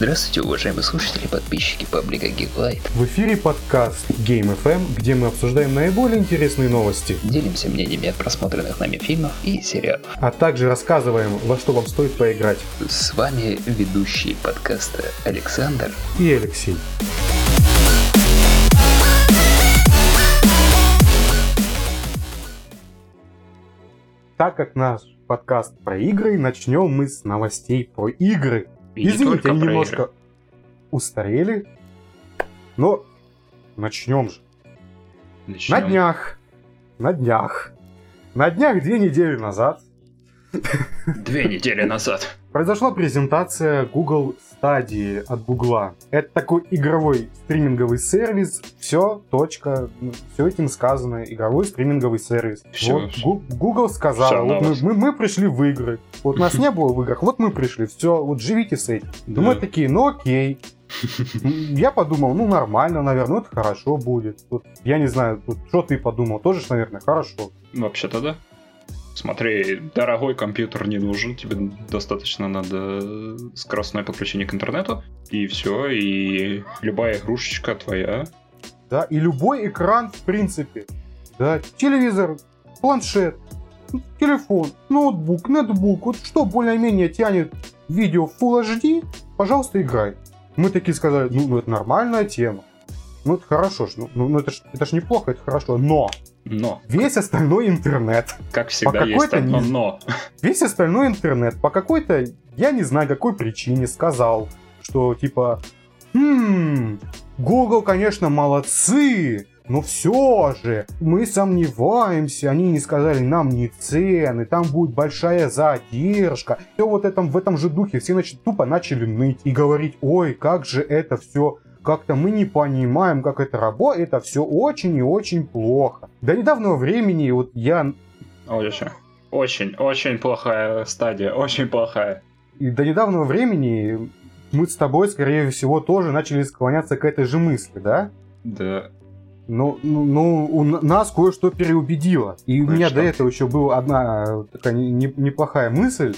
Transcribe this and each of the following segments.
Здравствуйте, уважаемые слушатели и подписчики паблика Geeklight. В эфире подкаст Game FM, где мы обсуждаем наиболее интересные новости, Делимся мнениями от просмотренных нами фильмов и сериалов, а также рассказываем, во что вам стоит поиграть. С вами ведущие подкаста Александр и Алексей. Так как наш подкаст про игры, начнем мы с новостей про игры. И извините, они немножко игры. устарели, но начнем же. Начнем. На днях, 2 недели назад 2 недели назад. произошла презентация Google Stadia от Гугла. Это такой игровой стриминговый сервис. Все этим сказано. Игровой стриминговый сервис. Всё. Вот, Google сказал, вот мы пришли в игры. Вот нас не было в играх, вот мы пришли. Все, вот живите с этим. Да. Мы такие, окей. Я подумал, нормально, наверное, это хорошо будет. Вот, я не знаю, что ты подумал, тоже, наверное, хорошо. Вообще-то да. Смотри, дорогой компьютер не нужен, тебе достаточно надо скоростное подключение к интернету, и все, и любая игрушечка твоя. Да, и любой экран, в принципе. Да, телевизор, планшет, телефон, ноутбук, вот что более-менее тянет видео в Full HD, пожалуйста, играй. Мы такие сказали, это нормальная тема. Это хорошо, это ж неплохо, это хорошо, но весь остальной интернет. Как всегда есть одно но. Весь остальной интернет по какой-то, я не знаю какой причине, сказал, что типа, Google, конечно, молодцы, но все же мы сомневаемся, они не сказали нам ни цены, там будет большая задержка. Все в этом же духе, все тупо начали ныть и говорить, ой, как же это все... Как-то мы не понимаем, как это работает, это все очень и очень плохо. До недавнего времени Очень плохая стадия, очень плохая. И до недавнего времени мы с тобой, скорее всего, тоже начали склоняться к этой же мысли, да? Да. Но нас кое-что переубедило. И у меня до этого еще была одна такая неплохая мысль.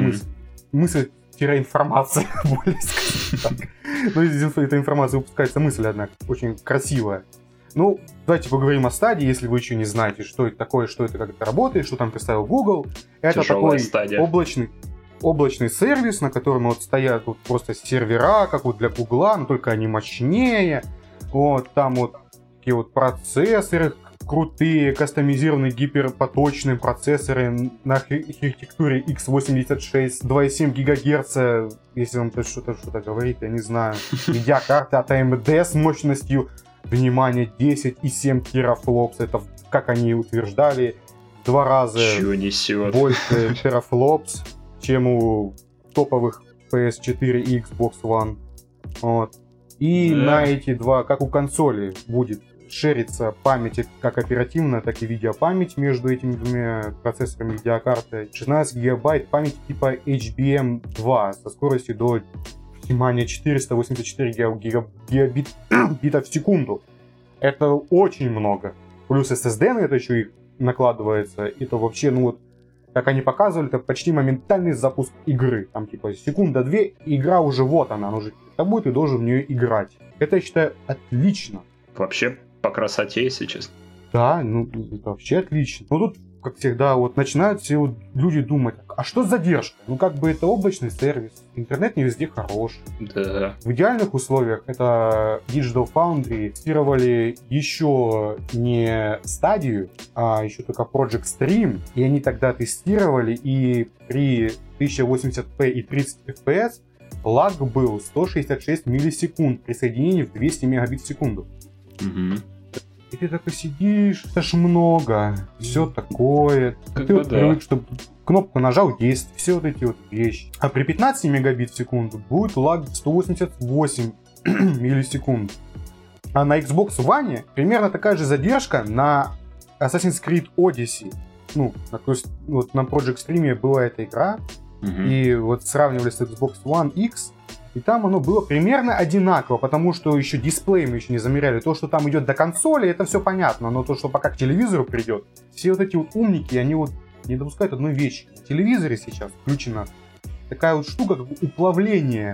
Мысль-информация, более скажем так. Из этой информации выпускается мысль, однако, очень красивая. Давайте поговорим о Stadia, если вы еще не знаете, что это такое, что это, как это работает, что там представил Google. Это тяжелая такой облачный сервис, на котором стоят просто сервера, как для Гугла, но только они мощнее. Там такие процессоры крутые, кастомизированные гиперпоточные процессоры на архитектуре x86, 2,7 ГГц, если вам что-то говорит, я не знаю. Видеокарты от AMD с мощностью, внимание, 10,7 терафлопс. Это, как они утверждали, в 2 раза больше терафлопс, чем у топовых PS4 и Xbox One. И на эти два, как у консоли, будет шерится память как оперативная, так и видеопамять между этими двумя процессорами видеокарты. 16 гигабайт памяти типа HBM2 со скоростью до, внимание, 484 гигабита в секунду. Это очень много. Плюс SSD на это еще и накладывается. Это вообще, как они показывали, это почти моментальный запуск игры. Там секунда-2, игра уже она уже перед тобой, ты должен в нее играть. Это, я считаю, отлично. Вообще по красоте, если честно. Да, это вообще отлично. Тут, как всегда, начинают все люди думать, а что с задержкой? Это облачный сервис, интернет не везде хороший. Да. В идеальных условиях это Digital Foundry тестировали еще не стадию, а еще только Project Stream, и они тогда тестировали, и при 1080p и 30 fps лаг был 166 миллисекунд при соединении в 200 мегабит в секунду. Угу. И ты такой сидишь, это ж много, все такое. Ты привык, что кнопку нажал, есть все эти вещи. А при 15 мегабит в секунду будет лаг 188 миллисекунд. А на Xbox One примерно такая же задержка на Assassin's Creed Odyssey. На Project Stream была эта игра, и сравнивали с Xbox One X, и там оно было примерно одинаково, потому что еще дисплей мы еще не замеряли. То, что там идет до консоли, это все понятно, но то, что пока к телевизору придет, все эти умники, они не допускают одной вещи. В телевизоре сейчас включена такая штука, как уплавление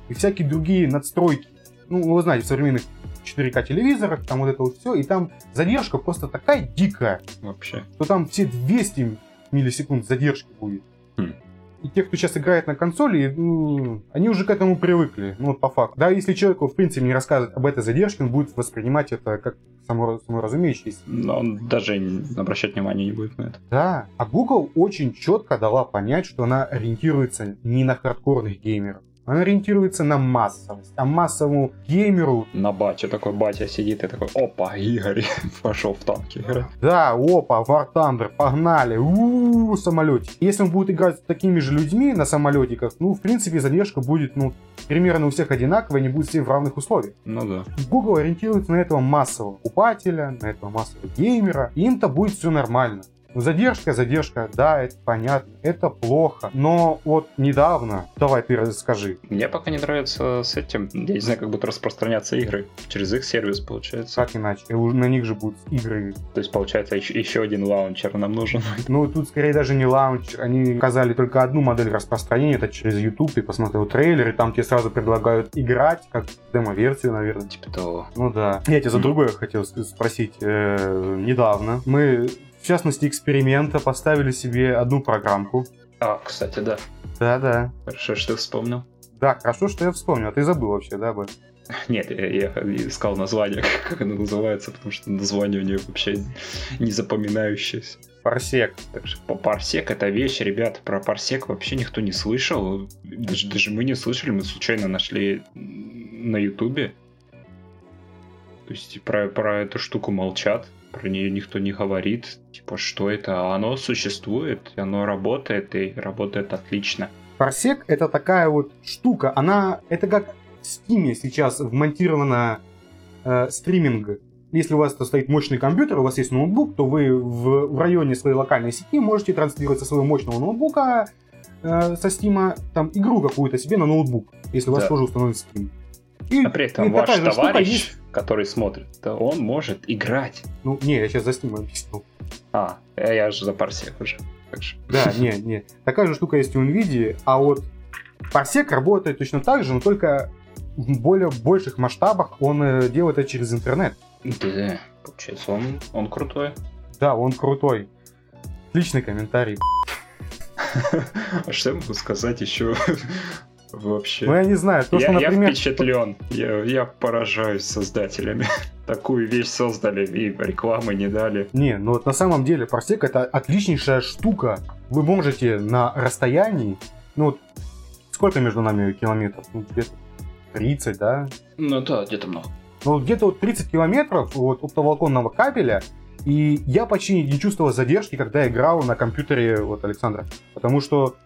и всякие другие надстройки. Ну, вы знаете, в современных 4К телевизорах, там вот это вот все, и там задержка просто такая дикая, Вообще. что там все 200 миллисекунд задержки будет. И те, кто сейчас играет на консоли, они уже к этому привыкли, ну вот по факту. Да, если человеку, в принципе, не рассказывать об этой задержке, он будет воспринимать это как само разумеющееся. Но он даже обращать внимания не будет на это. Да, а Google очень четко дала понять, что она ориентируется не на хардкорных геймеров. Она ориентируется на массовость. А массовому геймеру... На батю такой батя сидит и такой, опа, Игорь пошел в танки играть. Да, опа, War Thunder, погнали, самолете. Если он будет играть с такими же людьми на самолетиках, ну, в принципе, задержка будет, примерно у всех одинаковая, не будет все в равных условиях. Ну да. Google ориентируется на этого массового покупателя, на этого массового геймера, и им-то будет все нормально. Задержка, да, это понятно, это плохо. Но вот недавно, давай ты расскажи. Мне пока не нравится с этим, я не знаю, как будут распространяться игры. Через их сервис, получается. Как иначе? На них же будут игры. То есть, получается, еще один лаунчер нам нужен. Ну, тут скорее даже не лаунчер. Они показали только одну модель распространения, это через YouTube. Ты посмотрел трейлер, и там тебе сразу предлагают играть, как демо-версию, наверное. Типа того. Ну да. Я тебя за другое хотел спросить. Недавно мы... В частности, эксперимента поставили себе одну программку. А, кстати, да. Да. Хорошо, что ты вспомнил. Да, хорошо, что я вспомнил. А ты забыл вообще, да, Б? Нет, я искал название, как оно называется, потому что название у нее вообще не запоминающееся. Парсек. Так что парсек — это вещь, ребята. Про парсек вообще никто не слышал. Даже мы не слышали, мы случайно нашли на Ютубе. То есть про эту штуку молчат. Про нее никто не говорит, типа, что это, а оно существует, оно работает, и работает отлично. Парсек — это такая вот штука, это как в Steam сейчас вмонтирована стриминг. Если у вас стоит мощный компьютер, у вас есть ноутбук, то вы в районе своей локальной сети можете транслировать со своего мощного ноутбука со Steam там игру какую-то себе на ноутбук, если у вас тоже установлен Steam. А при этом ваш товарищ, который смотрит, то он может играть. Ну, не, я сейчас за Steam объяснил. Я же за парсек уже. Да, не. Такая же штука есть у NVIDIA, а вот парсек работает точно так же, но только в более больших масштабах он делает это через интернет. Да, получается, он крутой. Да, он крутой. Отличный комментарий. А что я могу сказать еще? Вообще. Ну, я не знаю. То, что, например... Я впечатлен. Я поражаюсь создателями. Такую вещь создали и рекламы не дали. Не, ну вот на самом деле парсек — это отличнейшая штука. Вы можете на расстоянии... Ну вот сколько между нами километров? Ну, где-то 30, да? Ну да, где-то много. Ну где-то вот 30 километров вот оптоволоконного кабеля. И я почти не чувствовал задержки, когда играл на компьютере вот Александра. Потому что,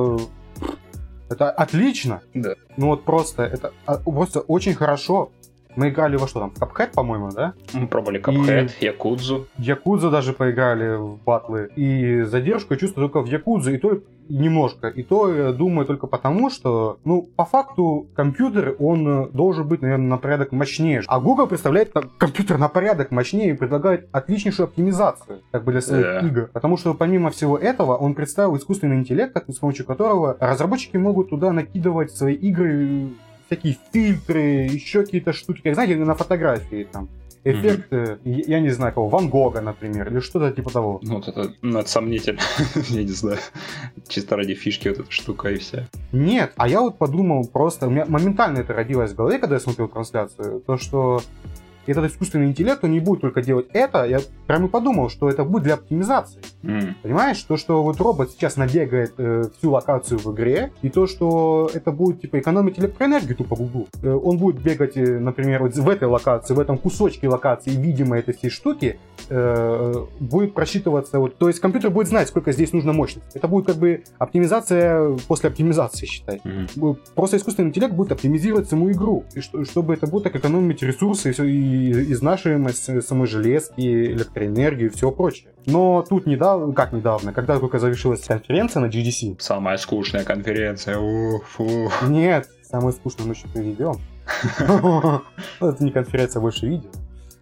это отлично. Да. Ну вот это просто очень хорошо. Мы играли во что там? В Cuphead, по-моему, да? Мы пробовали Cuphead, Якудзу. Якудзу даже поиграли в батлы. И задержку я чувствую только в Якудзу, и то немножко. И то, я думаю, только потому, что, по факту, компьютер, он должен быть, наверное, на порядок мощнее. А Google представляет компьютер на порядок мощнее и предлагает отличнейшую оптимизацию, как бы для своих игр. Потому что, помимо всего этого, он представил искусственный интеллект, с помощью которого разработчики могут туда накидывать свои игры, всякие фильтры, еще какие-то штуки, как, знаете, на фотографии там. Эффект, я не знаю, кого, Ван Гога, например, или что-то типа того. Это сомнительно, я не знаю, чисто ради фишки вот эта штука и вся. Нет, а я вот подумал просто, у меня моментально это родилось в голове, когда я смотрел трансляцию, то, что этот искусственный интеллект, он не будет только делать это, я прямо подумал, что это будет для оптимизации. Понимаешь, то, что вот робот сейчас набегает всю локацию в игре, и то, что это будет экономить электроэнергию тупо в углу. Он будет бегать, например, вот в этой локации, в этом кусочке локации, видимо, этой всей штуки, будет просчитываться, то есть компьютер будет знать, сколько здесь нужно мощности. Это будет как бы оптимизация после оптимизации, считай. Просто искусственный интеллект будет оптимизировать саму игру, и чтобы это будет так экономить ресурсы и все, и изнашиваемость самой железки, электроэнергию и все прочее. Но тут недавно, когда только завершилась конференция на GDC. Самая скучная конференция, фу. Нет, самое скучное мы еще приведем. Это не конференция, а больше видео.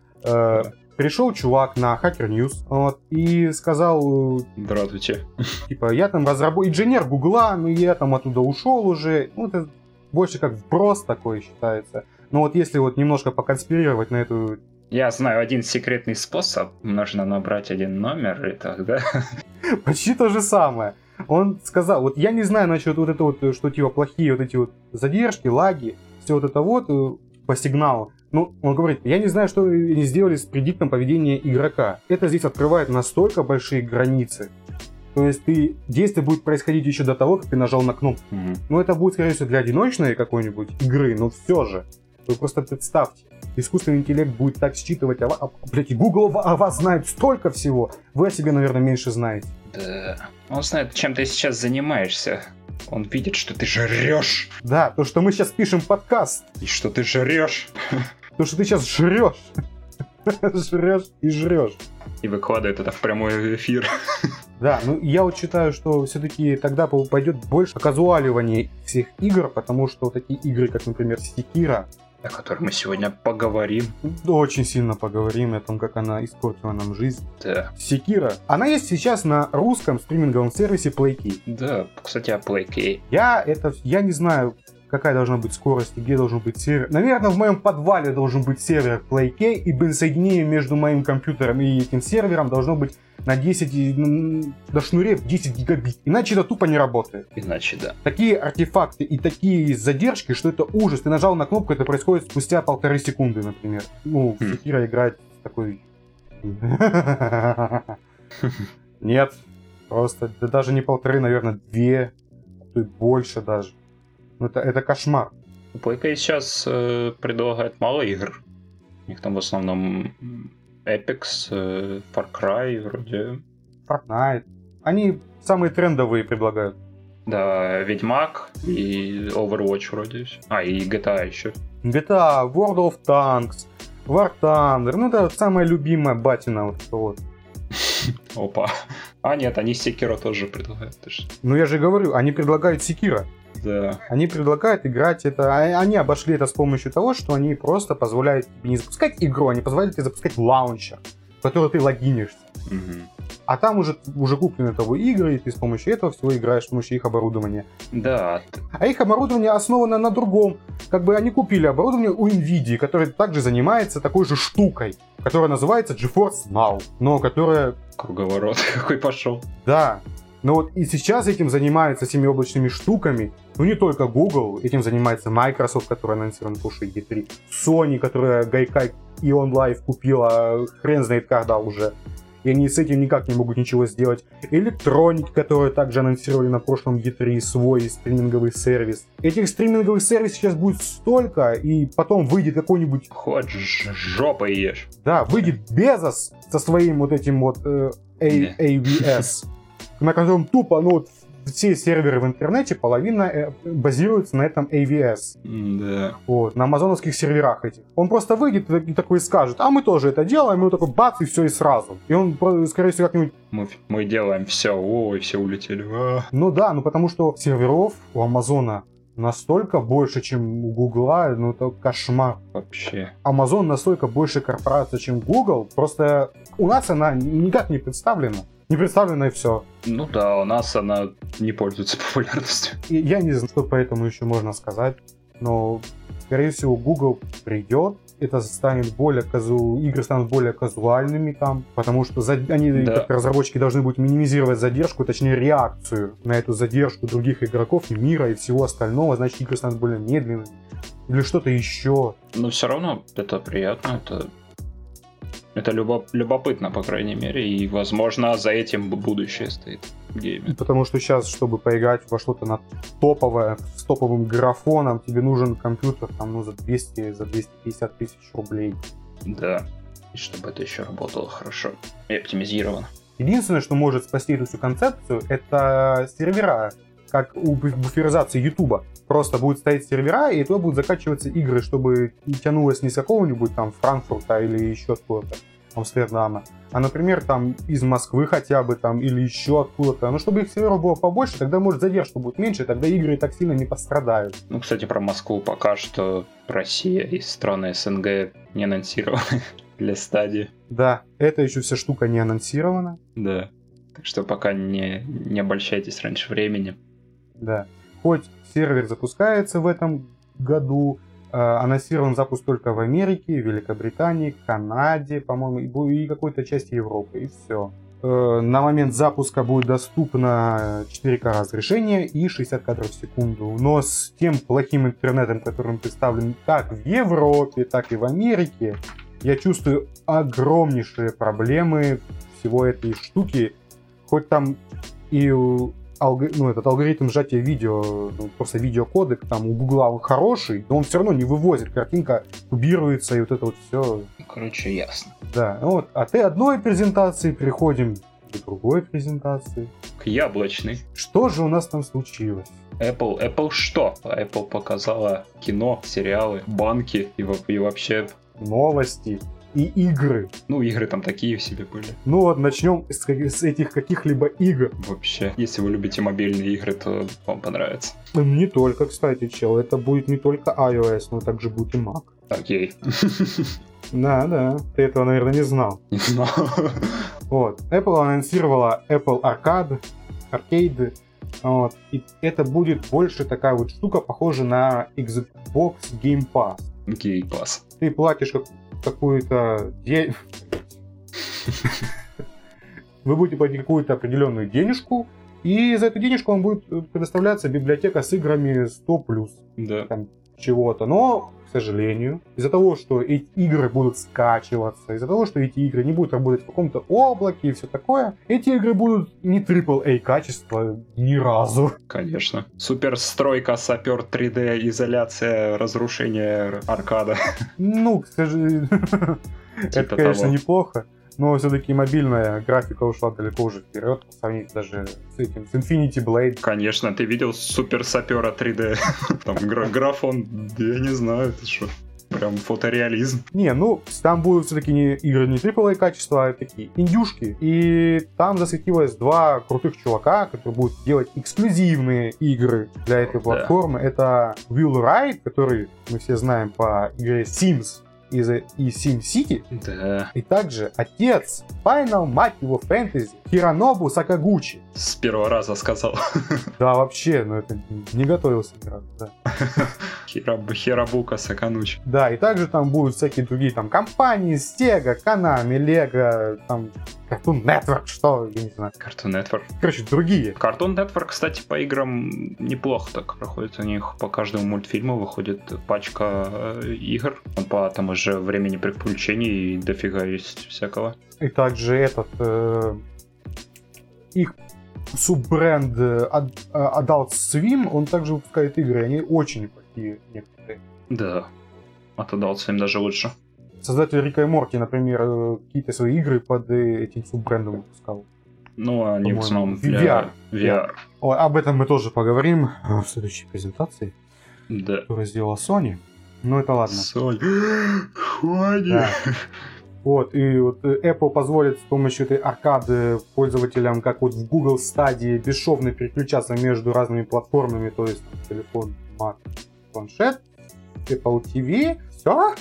Пришел чувак на Hacker News и сказал... Здравствуйте. Типа, я там инженер Гугла, но я там оттуда ушел уже. больше как вброс такой считается. Но вот если вот немножко поконспирировать на эту... Я знаю один секретный способ. Нужно набрать один номер, и тогда... Почти то же самое. Он сказал, вот я не знаю насчет вот этого вот, что типа плохие вот эти вот задержки, лаги, все вот это вот по сигналу. Ну, он говорит, я не знаю, что они сделали с предиктом поведения игрока. Это здесь открывает настолько большие границы. То есть действие будет происходить еще до того, как ты нажал на кнопку. Ну, это будет, скорее всего, для одиночной какой-нибудь игры, но все же. Вы просто представьте, искусственный интеллект будет так считывать, блядь, Google о вас знает столько всего. Вы о себе, наверное, меньше знаете. Да. Он знает, чем ты сейчас занимаешься. Он видит, что ты жрешь. Да, то, что мы сейчас пишем подкаст. И что ты жрешь. То, что ты сейчас жрешь. Жрешь и жрешь. И выкладывает это в прямой эфир. Да, ну я вот считаю, что все-таки тогда пойдет больше казуаливания всех игр, потому что вот такие игры, как, например, Sekiro, о которой мы сегодня поговорим. Очень сильно поговорим о том, как она испортила нам жизнь. Да. Sekiro. Она есть сейчас на русском стриминговом сервисе PlayKey. Да, кстати, о PlayKey. Я не знаю, какая должна быть скорость и где должен быть сервер. Наверное, в моем подвале должен быть сервер PlayKey, и соединение между моим компьютером и этим сервером должно быть на 10, на шнуре в 10 гигабит. Иначе это тупо не работает. Иначе, да. Такие артефакты и такие задержки, что это ужас. Ты нажал на кнопку, это происходит спустя 1,5 секунды, например. Ну, в Sekiro играть такой... Нет. Просто, да даже не 1,5, наверное, 2, то и больше даже. Это кошмар. PlayKey сейчас предлагает мало игр. У них там в основном Apex, Far Cry вроде. Fortnite. Они самые трендовые предлагают. Да, Ведьмак и Overwatch вроде. И GTA еще. GTA, World of Tanks, War Thunder. Ну, это самая любимая батина вот это вот. Опа. Нет, они Sekiro тоже предлагают. Ну, я же говорю, они предлагают Sekiro. Да. Они предлагают играть это... Они обошли это с помощью того, что они просто позволяют тебе не запускать игру, они позволяют тебе запускать лаунчер, в который ты логинишься. Угу. А там уже куплены того игры, и ты с помощью этого всего играешь, с помощью их оборудования. Да. А их оборудование основано на другом. Как бы они купили оборудование у Nvidia, которое также занимается такой же штукой, которая называется GeForce Now, но которая... Круговорот какой пошел. Да. Но вот и сейчас этим занимаются всеми облачными штуками. Ну не только Google, этим занимается Microsoft, которая анонсирована в прошлой E3. Sony, которая Gaikai и OnLive купила хрен знает когда уже. И они с этим никак не могут ничего сделать. Electronic, которую также анонсировали на прошлом E3 свой стриминговый сервис. Этих стриминговых сервисов сейчас будет столько, и потом выйдет какой-нибудь... Хоть жопой ешь. Да, выйдет Безос со своим вот этим вот AWS, на котором тупо, ну вот, все серверы в интернете, половина базируется на этом AWS. Да. Вот, на амазоновских серверах этих. Он просто выйдет и такой скажет, а мы тоже это делаем, и он такой бац, и все, и сразу. И он, скорее всего, как-нибудь... Мы делаем все, и все улетели. Ну да, потому что серверов у Амазона настолько больше, чем у Гугла, ну это кошмар. Вообще. Амазон настолько больше корпорация, чем Google, просто у нас она никак не представлена. Не представлена, и все. Ну да, у нас она не пользуется популярностью. И я не знаю, что по этому еще можно сказать, но, скорее всего, Google придет, это станет игры станут более казуальными там, потому что они, как разработчики, должны будут минимизировать задержку, точнее реакцию на эту задержку других игроков и мира и всего остального, значит игры станут более медленными. Или что-то еще. Но все равно это приятно, это любопытно, по крайней мере, и, возможно, за этим будущее стоит в гейме. Потому что сейчас, чтобы поиграть во что-то на топовое, с топовым графоном, тебе нужен компьютер там, за 250 тысяч рублей. Да, и чтобы это еще работало хорошо и оптимизировано. Единственное, что может спасти эту всю концепцию, это сервера, как у буферизации Ютуба. Просто будут стоять сервера, и туда будут закачиваться игры, чтобы тянулось не с какого-нибудь там Франкфурта или еще откуда-то, Амстердама, а, например, там из Москвы хотя бы там или еще откуда-то. Но чтобы их серверов было побольше, тогда, может, задержка будет меньше, тогда игры так сильно не пострадают. Ну, кстати, про Москву пока что Россия и страны СНГ не анонсированы для стадии. Да, эта еще вся штука не анонсирована. Да, так что пока не обольщайтесь раньше времени. Да. хоть сервер запускается в этом году, анонсирован запуск только в Америке, Великобритании, Канаде, по-моему, и какой-то части Европы, и все. На момент запуска будет доступно 4К разрешение и 60 кадров в секунду. Но с тем плохим интернетом, которым представлен как в Европе, так и в Америке, я чувствую огромнейшие проблемы всего этой штуки. Хоть там и этот алгоритм сжатия видео, просто видеокодек, там у Гугла он хороший, но он все равно не вывозит, картинка кубируется и вот это вот все. Короче, ясно. Да, вот от одной презентации переходим к другой презентации. К яблочной. Что же у нас там случилось? Apple что? Apple показала кино, сериалы, банки и вообще... Новости и игры. Ну, игры там такие себе были. Ну вот, начнем с этих каких-либо игр. Вообще, если вы любите мобильные игры, то вам понравится. Не только, кстати, чел, это будет не только iOS, но также будет и Mac. Окей. Да, ты этого, наверное, не знал. Не знал. Вот, Apple анонсировала Apple Arcade, вот, и это будет больше такая вот штука, похожа на Xbox Game Pass. Game Pass. Ты платишь какую-то... Вы будете платить какую-то определенную денежку, и за эту денежку вам будет предоставляться библиотека с играми 100+. Да. Там чего-то. Но, к сожалению, из-за того, что эти игры будут скачиваться, из-за того, что эти игры не будут работать в каком-то облаке и все такое, эти игры будут не AAA качества ни разу. Конечно. Суперстройка, сапер 3D, изоляция, разрушение аркада. Ну, к сожалению, это, конечно, неплохо. Но все-таки мобильная графика ушла далеко уже вперед, по сравнению даже с этим, с Infinity Blade. Конечно, ты видел Супер Сапера 3D? Там графон, я не знаю, это что? Прям фотореализм. Не, ну, там будут все-таки игры не AAA качества, а такие индюшки. И там засветилось два крутых чувака, которые будут делать эксклюзивные игры для этой платформы. Да. Это Will Wright, который мы все знаем по игре Sims и SimCity. Да. И также отец Final, мать его, фэнтези Хиронобу Сакагучи. С первого раза сказал. Да, вообще, но это не готовился ни разу, да. Хиробука Саканучи. Да, и также там будут всякие другие там компании, Sega, Konami, Lego, там Cartoon Network, что, я не знаю. Cartoon Network. Короче, другие. Cartoon Network, кстати, по играм неплохо так проходит. У них по каждому мультфильму выходит пачка игр. По тому же времени приключений и дофига есть всякого. И также этот их суббренд Adult Swim, он также выпускает игры, они очень неплохие некоторые. Да, от Adult Swim даже лучше. Создатель Рика и Морти, например, какие-то свои игры под этим суббрендом выпускал. Ну, они в основном для VR. О, об этом мы тоже поговорим в следующей презентации, да. Которую сделала Sony. Ну, это ладно. Sony. Да. Вот, и вот Apple позволит с помощью этой аркады пользователям, как вот в Google Stadia, бесшовно переключаться между разными платформами, то есть телефон, Mac, планшет, Apple TV, все.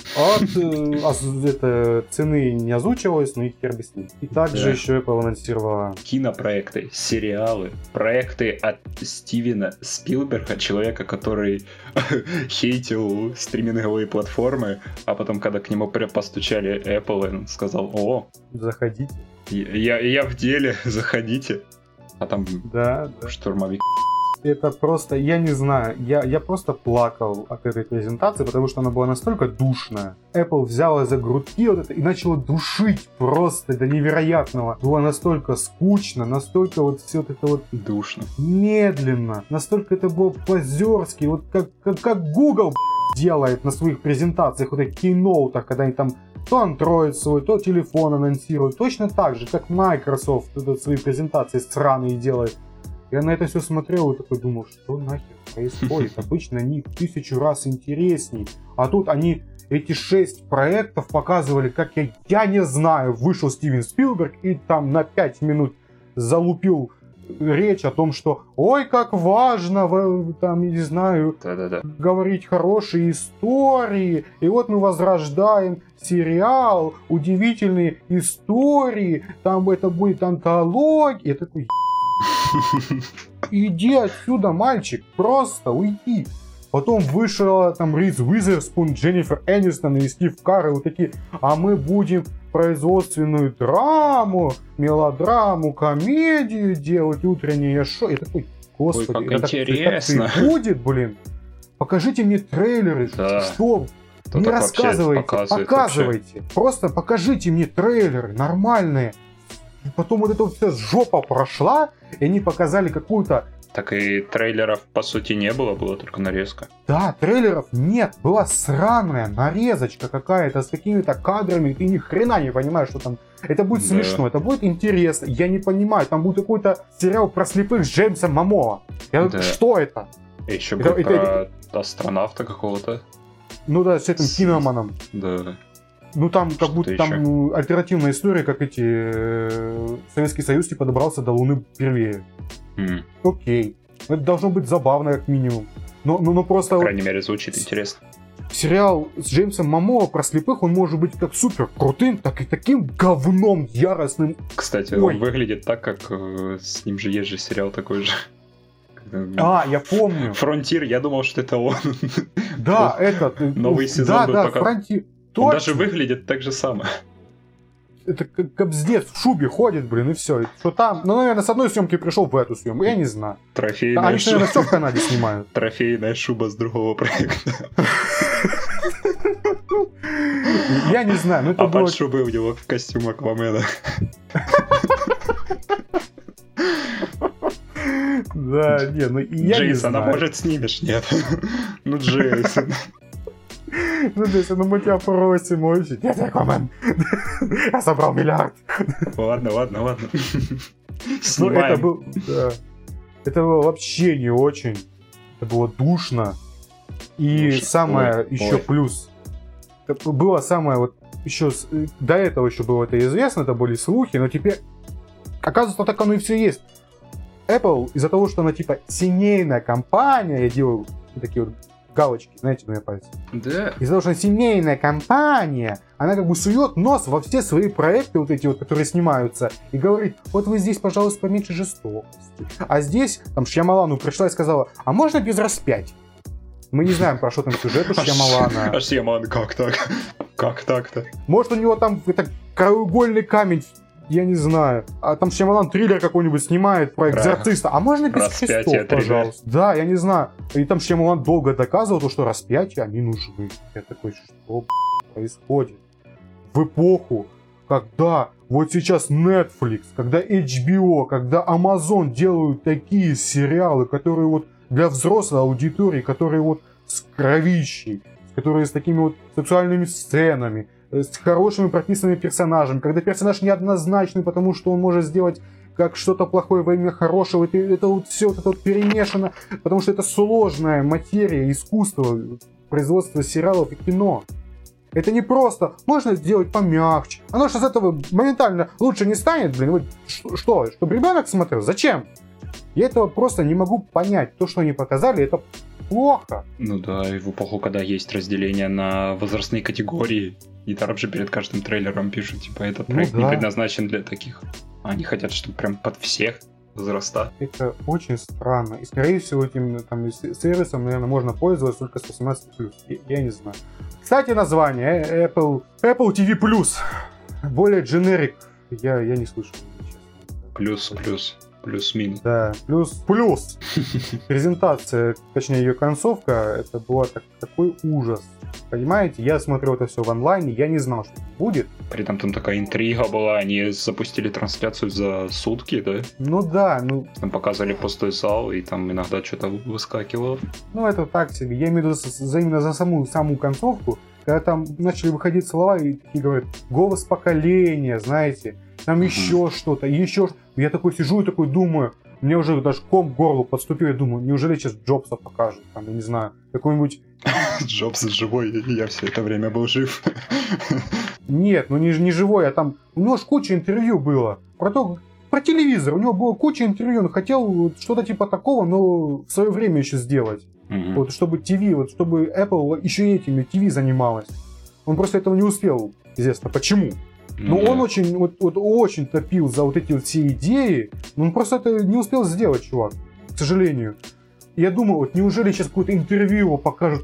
Это цены не озвучивалось, но и хер бы с ним. И также еще Apple анонсировала кинопроекты, сериалы, проекты от Стивена Спилберга, человека, который хейтил стриминговые платформы, а потом, когда к нему постучали Apple, он сказал: о, заходите. Я в деле, заходите. А там штурмовик. Это просто, я не знаю, я просто плакал от этой презентации, потому что она была настолько душная. Apple взяла за грудки вот это и начала душить просто до невероятного. Было настолько скучно, настолько вот все это вот душно, медленно, настолько это было позерски, вот как Google делает на своих презентациях, вот этих кейноутах, когда они там то Android свой, то телефон анонсируют, точно так же, как Microsoft свои презентации сраные делает. Я на это все смотрел и такой думал, что нахер происходит? Обычно они в 1000 раз интересней. А тут они эти 6 проектов показывали, как я не знаю, вышел Стивен Спилберг и там на 5 минут залупил речь о том, что ой, как важно, там, не знаю, говорить хорошие истории. И вот мы возрождаем сериал, удивительные истории, там это будет антология. Я такой... иди отсюда, мальчик, просто уйди. Потом вышла там Риз Уизерспун, Дженнифер Энистон и Стив Карр, и вот такие, а мы будем производственную драму, мелодраму, комедию делать, утреннее шоу. Я такой, господи, ой, как интересно. Так и будет, блин. Покажите мне трейлеры, да. Что? Кто не так рассказывайте, показывайте. Вообще? Просто покажите мне трейлеры нормальные. И потом вот эта вот вся жопа прошла, и они показали какую-то... Так и трейлеров, по сути, не было, была только нарезка. Да, трейлеров нет, была сраная нарезочка какая-то с какими-то кадрами, ты ни хрена не понимаешь, что там. Это будет смешно, это будет интересно, я не понимаю, там будет какой-то сериал про слепых с Джеймсом Мамоа. Что это? И еще будет про астронавта какого-то. Ну да, с этим Киноманом. Да. Ну там как Что-то будто там альтернативная история, как Советский Союз типа добрался до Луны первее. Окей. Это должно быть забавно, как минимум. Но просто... По крайней мере, звучит интересно. Сериал с Джеймсом Мамоа про слепых, он может быть как супер крутым, так и таким говном яростным. Кстати, он выглядит так, как с ним же есть же сериал такой же. Я помню. Фронтир, я думал, что это он. Да, этот. Новый сезон был пока... Фронтир. Он даже выглядит так же само. Это как кобздец в шубе ходит, блин, и все. Что там? Ну, наверное, с одной съемки пришел в эту съемку, я не знаю. Трофейная они, наверное, все в Канаде снимают. Трофейная шуба с другого проекта. Я не знаю, но это было... под шубой у него в костюм Аквамена. Да, не, ну я не Джейсон, знаю. а может снимешь? Нет. Ну, Джейсон. Ну, Джейсон, ну мы тебя просим очень. Нет, Аквамен. Я собрал миллиард. Ладно. Снимаем. Это было вообще не очень. Это было душно. И самое еще плюс. Было самое вот еще до этого еще было это известно, это были слухи, но теперь оказывается, так оно и все есть. Apple из-за того, что она типа семейная компания, я делаю такие вот галочки, знаете, на моей пальце. Да. Из-за того, что она семейная компания, она как бы сует нос во все свои проекты, вот эти вот, которые снимаются, и говорит, вот вы здесь, пожалуйста, поменьше жестокости. А здесь, там, Шьямалану пришла и сказала, а можно без распятий? Мы не знаем, про что там сюжет у Шьямалана. А Шьямалан как так? Как так-то? Может, у него там это краеугольный камень, я не знаю. А там Шьямалан триллер какой-нибудь снимает про экзорциста. А можно без крестов, пожалуйста? Да, я не знаю. И там Шьямалан долго доказывал, что распятия, они нужны. Я такой, что происходит? В эпоху, когда вот сейчас Netflix, когда HBO, когда Amazon делают такие сериалы, которые вот для взрослой аудитории, которые вот с кровищей, которые с такими вот сексуальными сценами, с хорошими прописанными персонажами, когда персонаж неоднозначный, потому что он может сделать как что-то плохое во имя хорошего, это вот все вот это вот перемешано, потому что это сложная материя, искусство, производство сериалов и кино. Это не просто, можно сделать помягче. Оно же с этого моментально лучше не станет, блин. Вот что, чтобы ребенок смотрел? Зачем? Я этого просто не могу понять. То, что они показали, это плохо. Ну да, и в эпоху, когда есть разделение на возрастные категории, и там же перед каждым трейлером пишут, типа, этот проект не предназначен для таких. Они хотят, чтобы прям под всех возраста. Это очень странно. И, скорее всего, этим там, сервисом, наверное, можно пользоваться только с 18+. Я не знаю. Кстати, название Apple TV+. Более generic. Я не слышал, честно. Плюс-минус. Да, плюс. Презентация, точнее ее концовка, это была такой ужас. Понимаете, я смотрел это все в онлайне, я не знал, что будет. При этом там такая интрига была, они запустили трансляцию за сутки, да? Ну да, Там показывали пустой зал, и там иногда что-то выскакивало. Ну это так себе, я имею в виду именно за саму концовку, когда там начали выходить слова и такие говорят, голос поколения, знаете, там еще что-то, еще что-то. Я такой сижу и такой думаю, мне уже даже ком к горлу подступил, я думаю, неужели сейчас Джобса покажут, там, я не знаю, какой-нибудь... Джобс живой, я все это время был жив. Нет, ну не живой, а там... У него же куча интервью было про телевизор, у него было куча интервью, он хотел что-то типа такого, но в свое время еще сделать. Вот, чтобы ТВ, вот, чтобы Apple еще и этими ТВ занималась. Он просто этого не успел, известно почему. Но он очень топил за вот эти вот все идеи, но он просто это не успел сделать, чувак. К сожалению. Я думаю, вот неужели сейчас какое-то интервью его покажут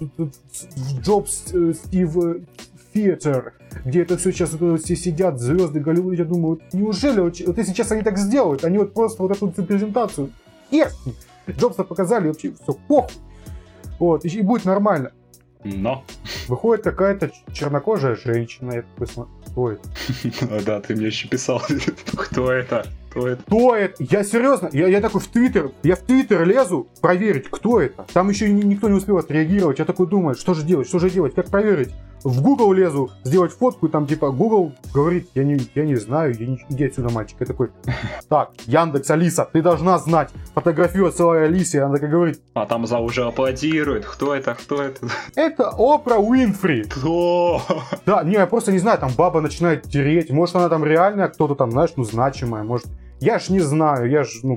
в Джобс Стив Theater, где это все сейчас вот, все сидят, звезды Голливуда. Я думаю, вот неужели, вот если сейчас они так сделают, они вот просто вот эту презентацию, Джобса показали, вообще все, похуй. Вот, и будет нормально. Но. Выходит какая-то чернокожая женщина, я такой смотрю, кто это? Да, ты мне еще писал, кто это? Кто это? Я серьезно, я такой в Твиттер лезу проверить, кто это. Там еще никто не успел отреагировать. Я такой думаю, что же делать, как проверить? В Google лезу, сделать фотку, и там типа Google говорит, я не знаю, иди отсюда, мальчик. Я такой, так, Яндекс, Алиса, ты должна знать. Фотографию отсылаю Алисе, она такая говорит. А там за уже аплодирует, кто это? Это Опра Уинфри. Кто? Да, не, я просто не знаю, там баба начинает тереть, может она там реально кто-то там, знаешь, значимая, может. Я ж не знаю, я ж,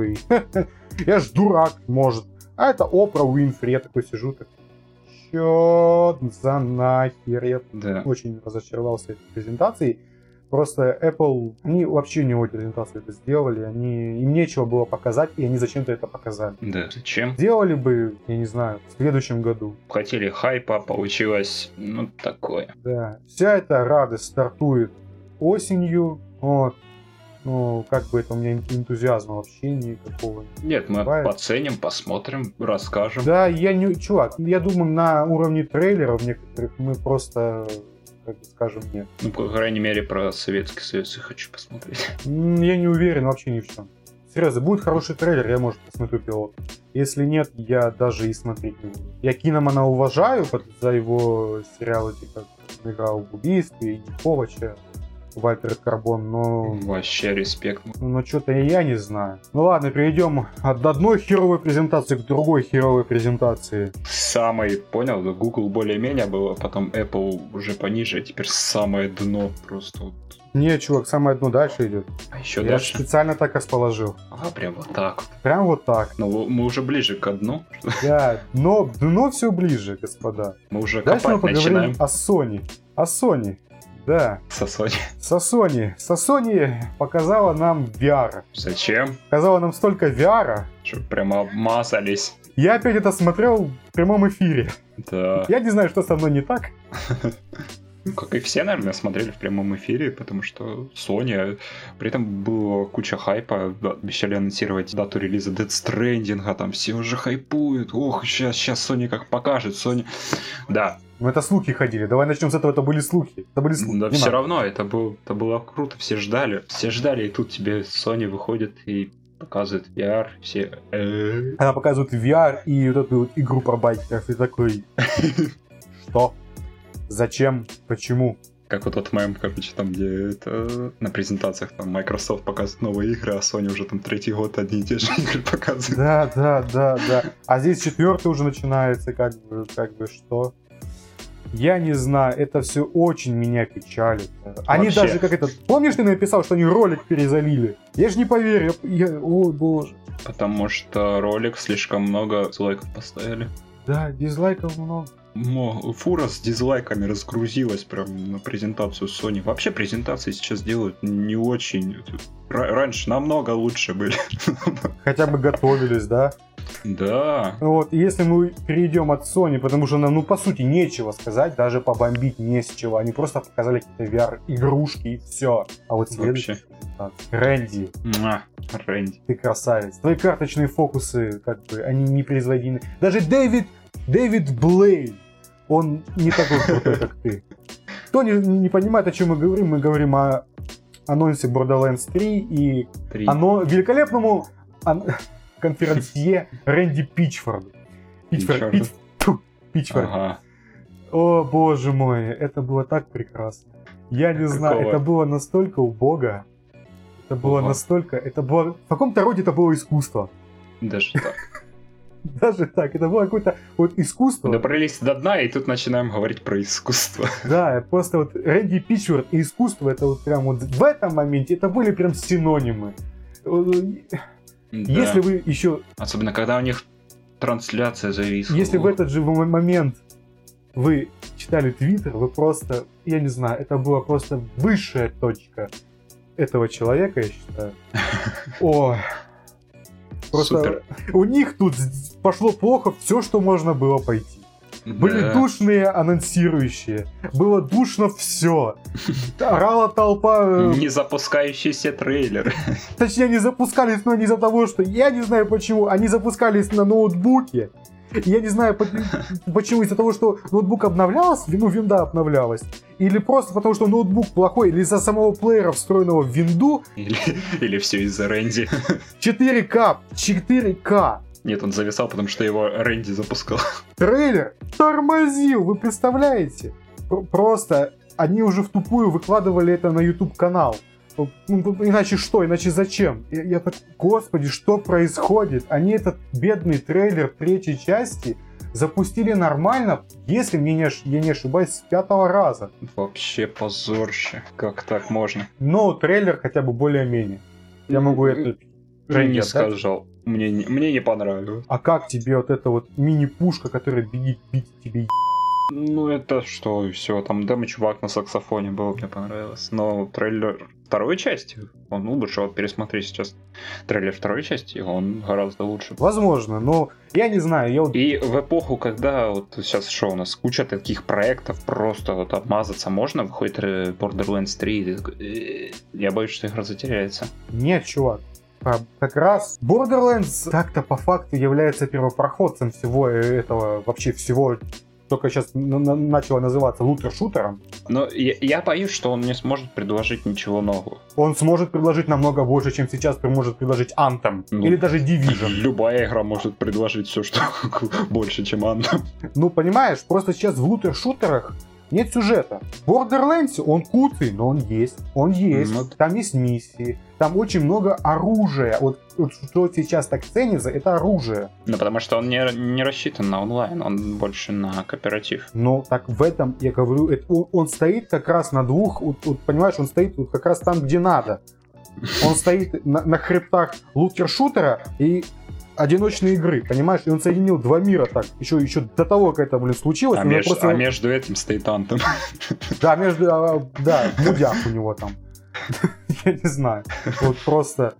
я ж дурак, может. А это Опра Уинфри, я такой сижу, так. Чё за нахер? Я очень разочаровался этой презентацией. Просто Apple, они вообще не очень презентацию это сделали. Им нечего было показать, и они зачем-то это показали. Да, зачем? Сделали бы, я не знаю, в следующем году. Хотели хайпа, получилось, такое. Да, вся эта радость стартует осенью, вот. Как бы это у меня энтузиазма вообще никакого. Нет, мы оценим, посмотрим, расскажем. Да, чувак, я думаю, на уровне трейлеров некоторых мы просто, как бы скажем, нет. По крайней мере, про Советский Союз я хочу посмотреть. Я не уверен вообще ни в чем. Серьезно, будет хороший трейлер, я, может, посмотрю пилот. Если нет, я даже и смотреть не буду. Я Киномана уважаю за его сериалы, типа «Игра в убийстве» и «Ковача». Вальтер Карбон, но... Вообще респект. Но что-то я не знаю. Ну ладно, перейдем от одной херовой презентации к другой херовой презентации. Самый, понял, Google более-менее было, потом Apple уже пониже, а теперь самое дно просто. Не, чувак, самое дно дальше идет. А еще я дальше? Специально так расположил. Прям вот так. Прям вот так. Ну, мы уже ближе к дну. Да, но дно все ближе, господа. Мы уже дальше копать мы поговорим начинаем. О Sony. Да. Со Sony. Со Sony показала нам VR. Зачем? Показала нам столько VR. Что прямо обмазались. Я опять это смотрел в прямом эфире. Да. Я не знаю, что со мной не так. Как и все, наверное, смотрели в прямом эфире, потому что Sony, при этом была куча хайпа, обещали анонсировать дату релиза Death Stranding, там все уже хайпуют, ох, сейчас Sony как покажет, Sony... Да. Это слухи ходили, давай начнем с этого, это были слухи. Да, все равно, это было круто, все ждали, и тут тебе Sony выходит и показывает VR, все... Она показывает VR и вот эту вот игру про байкеров, и такой... Что? Зачем? Почему? Как вот тот мем, короче, там, где это на презентациях там Microsoft показывает новые игры, а Sony уже там 3-й год одни и те же игры показывает. Да. А здесь 4-й уже начинается, как бы что? Я не знаю, это все очень меня печалит. Они вообще... даже как это... Помнишь, ты написал, что они ролик перезалили? Я же не поверю. Ой, боже. Потому что ролик слишком много дизлайков поставили. Да, дизлайков много. Фура с дизлайками разгрузилась прям на презентацию Sony. Вообще презентации сейчас делают не очень. Раньше намного лучше были. Хотя бы готовились, да? Да. Вот, если мы перейдем от Sony, потому что нам, по сути, нечего сказать, даже побомбить не с чего. Они просто показали какие-то VR-игрушки и все. А вот следующая презентация. Рэнди. Ты красавец. Твои карточные фокусы, как бы, они не производимы. Даже Дэвид Блейд, он не такой крутой, как ты. Кто не понимает, о чем мы говорим о анонсе Borderlands 3 и о великолепному конферансье Рэнди Питчфорду. Питчфорд. Ага. О, боже мой, это было так прекрасно. Я не знаю, это было настолько убого. Это было настолько... В каком-то роде это было искусство. Даже так. Даже так, это было какое-то вот искусство. Добрались до дна, и тут начинаем говорить про искусство. Да, просто вот Рэнди Питчфорд и искусство, это вот прям вот в этом моменте, это были прям синонимы. Если вы еще... Особенно, когда у них трансляция зависла. Если в этот же момент вы читали Твиттер, вы просто, я не знаю, это была просто высшая точка этого человека, я считаю. О, Просто Супер. у них тут пошло плохо все, что можно было пойти. Были Да. душные анонсирующие. Было душно все. Орала толпа. Не запускающийся трейлер. Точнее, они запускались, но не из-за того, что... Я не знаю почему. Они запускались на ноутбуке. Я не знаю почему. Из-за того, что ноутбук обновлялся, винда обновлялась. Или просто потому, что ноутбук плохой. Или из-за самого плеера, встроенного в винду. Или все из-за Рэнди. 4К. Нет, он зависал, потому что его Рэнди запускал. Трейлер тормозил, вы представляете? Просто они уже в тупую выкладывали это на YouTube канал. Иначе что? Иначе зачем? Я так, господи, что происходит? Они этот бедный трейлер третьей части запустили нормально, если я не ошибаюсь, с 5-го раза. Вообще позорще. Как так можно? Но трейлер хотя бы более-менее. Я могу это... Не сказал. Мне не понравилось. А как тебе вот эта вот мини-пушка, которая бегит бить тебе? Ну это что, все, там демо-чувак на саксофоне был, мне понравилось. Но трейлер второй части, он лучше, вот пересмотри сейчас трейлер второй части, он гораздо лучше. Возможно, но я не знаю, я вот... И в эпоху, когда вот сейчас что у нас, куча таких проектов, просто вот обмазаться можно, выходит Borderlands 3, и ты такой, я боюсь, что игра затеряется. Нет, чувак. Как раз Borderlands так-то по факту является первопроходцем всего этого, вообще всего, только сейчас начало называться лутер-шутером. Но я боюсь, что он не сможет предложить ничего нового. Он сможет предложить намного больше, чем сейчас может предложить Anthem. Ну, или даже Division. Любая игра может предложить все, что больше, чем Anthem. Ну, понимаешь, просто сейчас в лутер-шутерах нет сюжета. В Borderlands он куцый, но он есть. Он есть. Ну, Там есть миссии. Там очень много оружия. Вот что сейчас так ценится, это оружие. Ну, потому что он не рассчитан на онлайн, он больше на кооператив. Но так в этом, я говорю, он стоит как раз на двух, вот, понимаешь, он стоит вот как раз там, где надо. Он стоит на хребтах лутер-шутера и одиночной игры, понимаешь? И он соединил два мира так, еще до того, как это, случилось. А между этим стоит Anthem. Да, мудяк у него там. Я не знаю. Вот просто...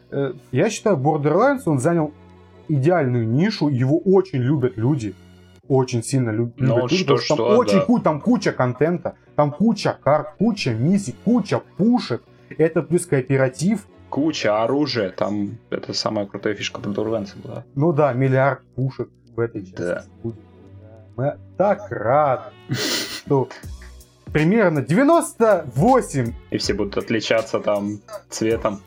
Я считаю, Borderlands, он занял идеальную нишу, его очень любят люди. Очень сильно любят люди, потому что там куча контента, там куча карт, куча миссий, куча пушек. Это плюс кооператив. Куча оружия, там это самая крутая фишка Borderlands была. Ну да, миллиард пушек в этой части. Да. Будет. Мы так рады, что примерно 98... И все будут отличаться там цветом.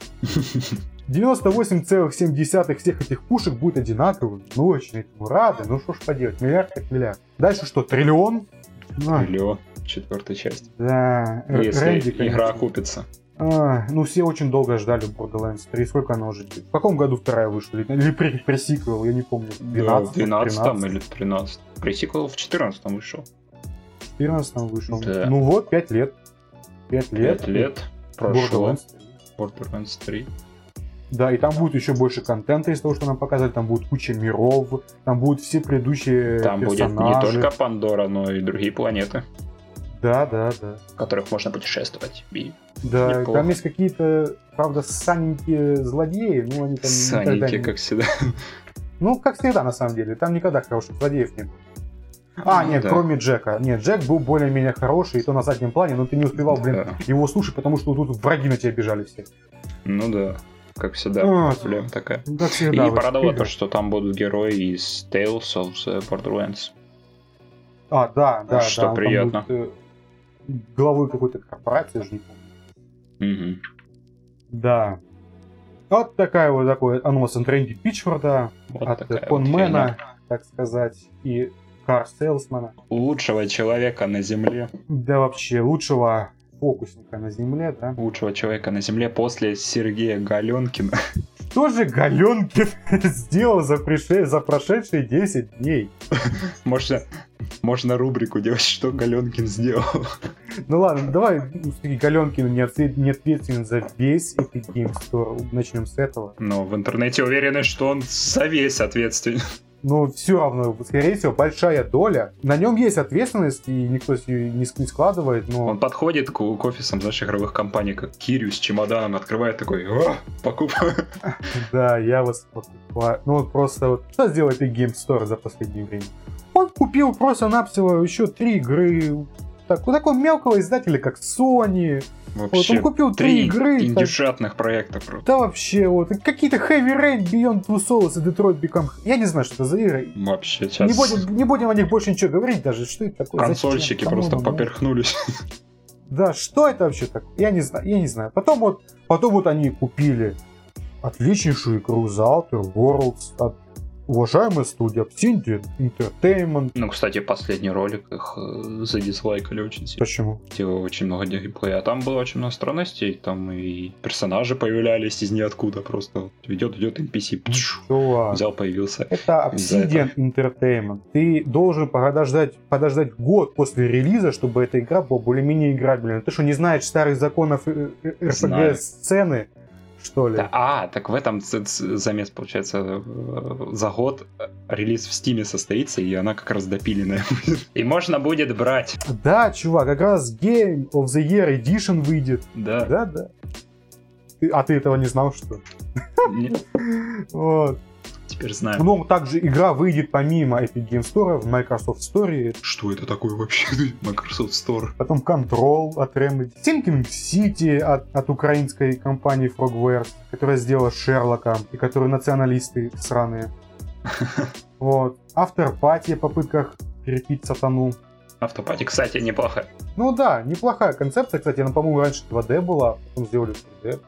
98,7 всех этих пушек будет одинаковым. Ну, очень этому рады. Ну, что ж поделать, миллиард как миллиард. Дальше что, триллион? Триллион, 4-я часть. Да, если Рэнди, игра окупится. Ну, все очень долго ждали Borderlands 3. Сколько она уже? В каком году вторая вышла? Или пресиквел, я не помню. В 12-м или 13-м. Пресиквел в 14-м вышел. В 14-м вышел. Да. Ну вот, 5 лет. 5 лет прошло. Borderlands 3. Borderlands 3. Да, и там будет еще больше контента из того, что нам показали. Там будет куча миров, там будут все предыдущие там персонажи. Будет не только Пандора, но и другие планеты. Да. В которых можно путешествовать. Да, неплохо. там есть какие-то, правда, саненькие злодеи, но они там саненькие, как всегда. Ну, как всегда, на самом деле. Там никогда хороших злодеев не было. Нет, да. Кроме Джека. Нет, Джек был более-менее хороший, и то на заднем плане, но ты не успевал, его слушать, потому что тут враги на тебя бежали все. Ну да, как всегда, проблема такая. Как всегда. И порадовало то, что там будут герои из Tales of the Borderlands. Да. Что приятно. Главой какой-то корпорации, же не помню. Угу. Да. Вот такой анонс от Рэнди Пичфорда, Вот от Конмена, так сказать, и Кар Сейлсмана. Лучшего человека на земле. Да вообще, лучшего фокусника на земле, да? Лучшего человека на земле после Сергея Галенкина. Что же Галенкин сделал за прошедшие 10 дней? Можно рубрику делать, что Галенкин сделал. Ну ладно, давай Галенкин не ответственен за весь Epic Games Store. Начнем с этого. Но в интернете уверены, что он за весь ответственен. но все равно, скорее всего, большая доля. На нем есть ответственность, и никто ее не складывает, но... Он подходит к офисам, знаешь, игровых компаний, как Кирю с чемоданом, открывает такой, покупаю. Да, я вас покупаю. Ну вот просто вот, что сделал Epic Games Store за последнее время? Он купил просто-навсего еще 3 игры у такого мелкого издателя, как Sony. Вообще, вот он купил 3 игры. Индюшатных проектов просто. Да вообще, вот какие-то Heavy Rain, Beyond Two Souls и Detroit Become... Я не знаю, что это за игры. Вообще, сейчас... Не будем о них больше ничего говорить даже, что это такое. Консольщики просто поперхнулись. Да, что это вообще такое? Я не знаю. Потом вот они купили отличнейшую игру The Outer Worlds от уважаемая студия Obsidian Entertainment. Ну, кстати, последний ролик их задизлайкали очень сильно. Почему? Делал очень много геймплея. А там было очень много странностей. Там и персонажи появлялись из ниоткуда. Просто идет NPC. Чувак, взял, появился. Это Obsidian Entertainment. Ты должен подождать год после релиза, чтобы эта игра была более-менее играбельной. Ты что, не знаешь старых законов RPG-сцены? Что ли? Да, так в этом замес, получается, за год релиз в Стиме состоится, и она как раз допиленная будет. И можно будет брать. Да, чувак, как раз Game of the Year Edition выйдет. Да. Да. А ты этого не знал, что ли? Нет. Вот. Теперь знаю. Но также игра выйдет помимо Epic Games Store в Microsoft Store. Что это такое вообще? Microsoft Store. Потом Control от Remedy. Sinking City от украинской компании Frogwares, которая сделала Шерлока, и которые националисты сраные. Вот. Afterparty в попытках перепить сатану. Автопати, кстати, неплохо. Ну да, неплохая концепция, кстати. Она, по-моему, раньше 2D была, потом сделали 3D.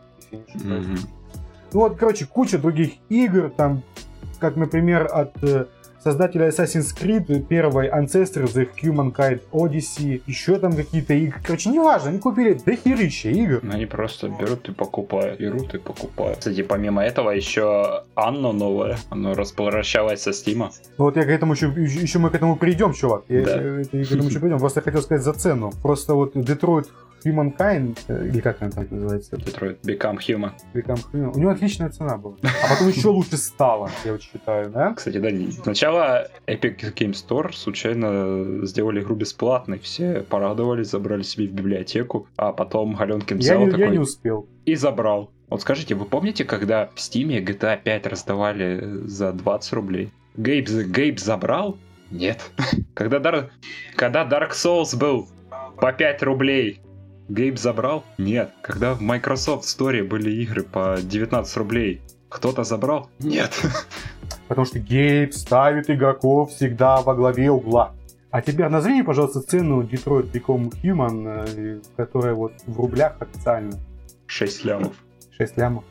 Ну вот, короче, куча других игр, там, как, например, от создателя Assassin's Creed, первой Ancestors, The Humankind Odyssey, еще там какие-то игры. Короче, неважно, они купили дохерища игр. Они просто берут и покупают, берут и покупают. Кстати, помимо этого, еще Анно новое, оно распрощалось со Стима. Вот я к этому еще мы к этому придем, чувак. Да. К этому еще придем. Просто хотел сказать за цену. Просто вот Detroit Humankind, или как она так называется? Detroit Become Human. У него отличная цена была. А потом еще лучше стало, я вот считаю, да? Кстати, да, сначала Epic Games Store случайно сделали игру бесплатной. Все порадовались, забрали себе в библиотеку, а потом Галенкин взял такой... Я не успел. И забрал. Вот скажите, вы помните, когда в Стиме GTA 5 раздавали за 20 рублей? Гейб забрал? Нет. Когда Dark Souls был по 5 рублей, Гейб забрал? Нет. Когда в Microsoft Store были игры по 19 рублей, кто-то забрал? Нет. Потому что Гейб ставит игроков всегда во главе угла. А теперь назови мне, пожалуйста, цену Detroit Become Human, которая вот в рублях официально. 6 лямов. 6 лямов?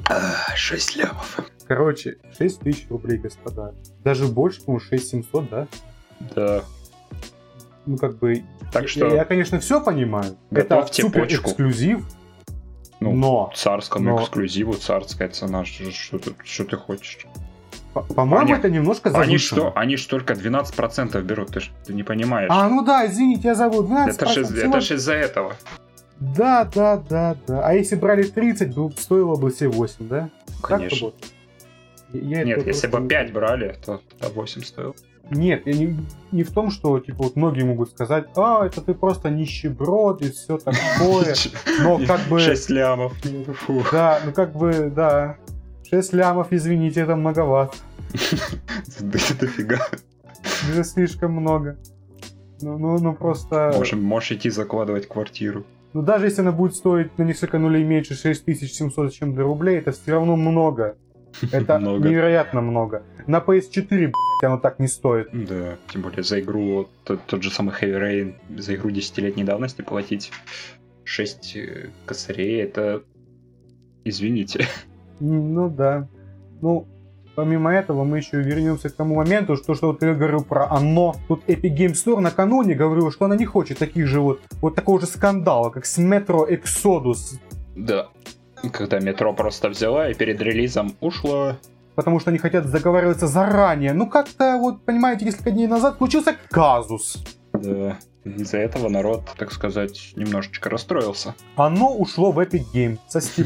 6 лямов. Короче, 6 тысяч рублей, господа. Даже больше, по-моему, 6700, да? Да. Ну, как бы... Так что... Я, конечно, все понимаю. Готовьте это супер почку. Эксклюзив. Ну, но... Царскому эксклюзиву царская цена. Что ты хочешь? По-моему, это немножко завышено. Они ж только 12% берут, ты не понимаешь. А, ну да, извините, я забыл. 12%. Это ж из-за этого. Да. А если брали 30, стоило бы все 8, да? Конечно. Нет, если бы 5 брали, то 8 стоило. Нет, не в том, что типа вот многие могут сказать, это ты просто нищеброд и все такое. Но как бы... 6 лямов. Да, ну как бы, да. 6 лямов, извините, это многовато. Да дофига. Это слишком много. Ну просто... Можешь идти закладывать квартиру. Ну даже если она будет стоить на несколько нулей меньше 6700 с чем-то рублей, это все равно много. Это невероятно много. На PS4, оно так не стоит. Да, тем более за игру, тот же самый Heavy Rain, за игру 10-летней давности платить 6 косарей, это... Извините. Ну да. Ну, помимо этого, мы еще вернемся к тому моменту, что вот я говорил про Anno. Тут Epic Games Store накануне говорил, что она не хочет таких же вот такого же скандала, как с Metro Exodus. Да. Когда Метро просто взяла и перед релизом ушла. Потому что они хотят договариваться заранее. Ну как-то, вот, понимаете, несколько дней назад случился казус. Да. Из-за этого народ, так сказать, немножечко расстроился. Оно ушло в Epic Games со Steam.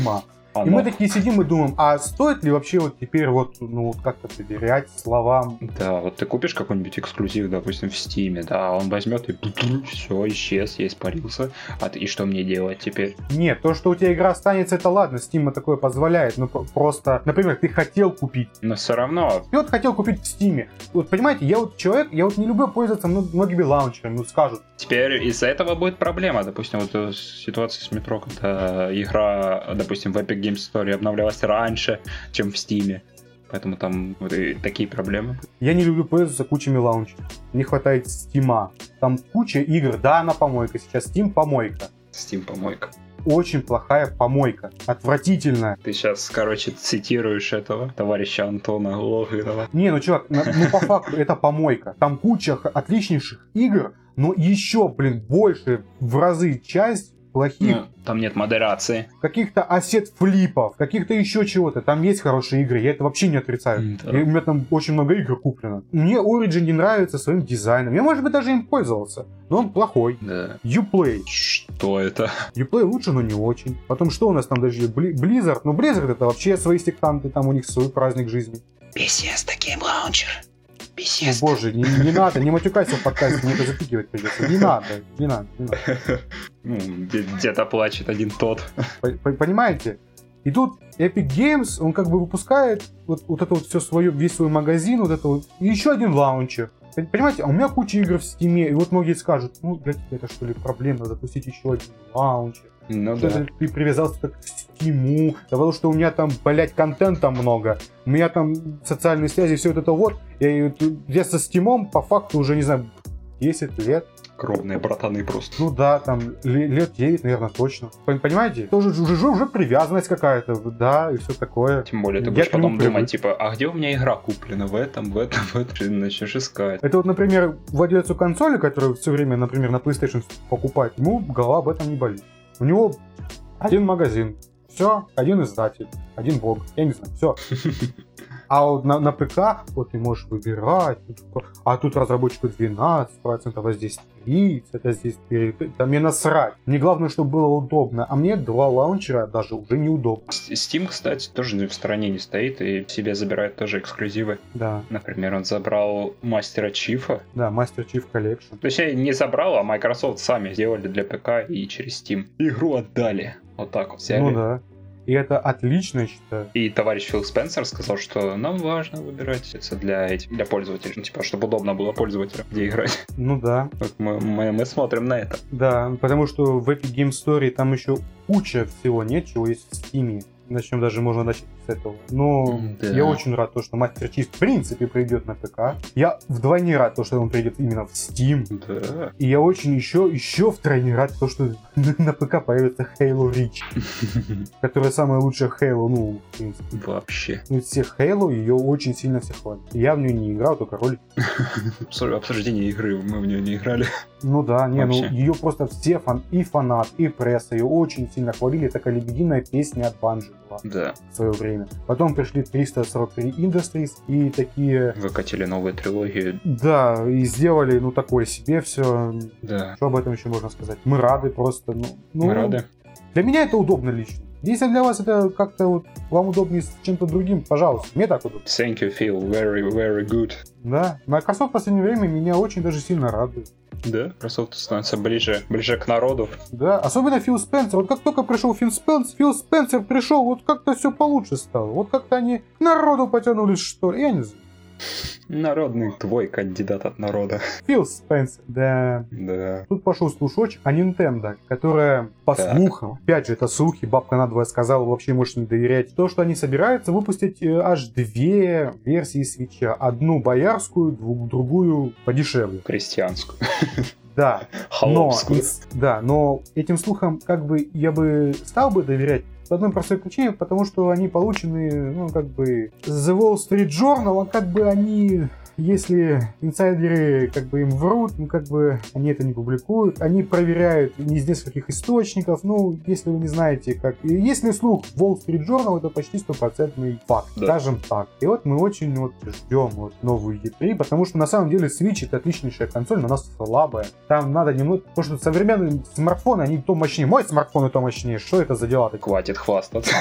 И мы такие сидим и думаем, а стоит ли вообще вот теперь вот, ну, вот как-то доверять словам? Да, вот ты купишь какой-нибудь эксклюзив, допустим, в Стиме, да, он возьмет и все, исчез, я испарился. И что мне делать теперь? Нет, то, что у тебя игра останется, это ладно, Steam такое позволяет, но просто, например, ты хотел купить. Но все равно. Ты вот хотел купить в Steam. Вот понимаете, я вот человек, я вот не люблю пользоваться многими лаунчерами, ну скажут. Теперь из-за этого будет проблема. Допустим, вот ситуация с метро, когда игра, допустим, в Epic Games Store обновлялась раньше, чем в Steam. Поэтому там вот и такие проблемы. Я не люблю пользоваться кучами лаунчеров. Не хватает Steam. Там куча игр, да, она помойка. Сейчас Steam помойка. Steam помойка. Очень плохая помойка. Отвратительная. Ты сейчас, короче, цитируешь этого товарища Антона Логвинова. Не, ну чувак, ну по факту это помойка. Там куча отличнейших игр, но еще, больше в разы часть плохих. Ну, там нет модерации. Каких-то ассет-флипов, каких-то еще чего-то. Там есть хорошие игры, я это вообще не отрицаю. Да. У меня там очень много игр куплено. Мне Origin не нравится своим дизайном. Я, может быть, даже им пользовался. Но он плохой. Да. Uplay. Что это? Uplay лучше, но не очень. Потом что у нас там даже? Blizzard. Ну, Blizzard это вообще свои сектанты. Там у них свой праздник жизни. Bethesda Game Launcher. О, боже, не надо, не матюкайся в подкасте, мне это запикивать придется. Не надо. Ну, где-то плачет один тот. Понимаете? И тут Epic Games, он как бы выпускает вот это вот все свое, весь свой магазин, вот это вот, и еще один лаунчер. Понимаете, а у меня куча игр в Steam, и вот многие скажут, ну, для тебя это что ли проблема, запустить еще один лаунчер. Ну что да. ты привязался так к Steam, потому что у меня там, контента много, у меня там социальные связи, все это вот. Я со Steam по факту уже, не знаю, 10 лет. Кровные братаны просто. Ну да, там лет 9, наверное, точно. Понимаете? Тоже уже привязанность какая-то, да, и все такое. Тем более ты будешь потом думать, типа, а где у меня игра куплена? В этом, ты начнешь искать. Это вот, например, владельцу консоли, который все время, например, на PlayStation покупает, ему голова об этом не болит. У него один магазин, все, один издатель, один бог, я не знаю, все. А вот на ПК вот ты можешь выбирать, а тут разработчику 12%, а здесь 30%, а здесь 30%. Да мне насрать. Мне главное, чтобы было удобно. А мне два лаунчера даже уже неудобно. Steam, кстати, тоже в стороне не стоит и себе забирает тоже эксклюзивы. Да. Например, он забрал Мастера Чифа. Да, Master Chief Collection. То есть не забрал, а Microsoft сами сделали для ПК и через Steam. Игру отдали. Вот так вот взяли. Ну да. И это отлично, я считаю. И товарищ Фил Спенсер сказал, что нам важно выбирать это для пользователей. Ну, типа, чтобы удобно было пользователям, где играть. Ну да. Вот мы смотрим на это. Да, потому что в Epic Game Store там еще куча всего нет, чего есть в Steam. Можно начать с этого. Но да. Я очень рад, что Master Chief в принципе придет на ПК. Я вдвойне рад, что он придет именно в Steam. Да. И я очень еще втройне рад, что на ПК появится Halo Reach. Которая самая лучшая Halo, ну, в принципе. Вообще. Из всех Halo ее очень сильно все хвалят. Я в нее не играл, только ролик. Обсуждение игры, мы в нее не играли. Ну да, Вообще. Ее просто все фанат, и пресса ее очень сильно хвалили. Такая лебединая песня от Bungie была Да. в свое время. Потом пришли 343 Industries и такие... Выкатили новую трилогию. Да, и сделали, такое себе все. Да. Что об этом еще можно сказать? Мы рады просто. Мы рады. Для меня это удобно лично. Если для вас это как-то вот вам удобнее с чем-то другим, пожалуйста, мне так удобно. Thank you, Phil. Very, very good. Да, Microsoft в последнее время меня очень даже сильно радует. Да, Microsoft становится ближе к народу. Да, особенно Фил Спенсер. Вот как только пришел Фил Спенсер пришел, вот как-то все получше стало. Вот как-то они к народу потянулись, что ли, я не знаю. Народный твой кандидат от народа. Фил Спенсер, да. Да. Тут пошел слушочек о Nintendo, которая, по слухам, опять же, это слухи, бабка надвое сказала, вообще можешь не доверять, то, что они собираются выпустить аж две версии свитча. Одну боярскую, другую подешевле. Крестьянскую. Да. Холопскую. Но этим слухам я бы стал бы доверять по одной простой причине, потому что они получены, The Wall Street Journal, они если инсайдеры как бы им врут, ну как бы они это не публикуют, они проверяют из нескольких источников, ну если вы не знаете как... Если слух Wall Street Journal, это почти 100% факт, Да. скажем так. И вот мы очень вот ждем вот новую E3, потому что на самом деле Switch это отличнейшая консоль, но она слабая. Там надо немного... Потому что современные смартфоны, они то мощнее. Мой смартфон и то мощнее. Что это за дела такие? Хватит хвастаться.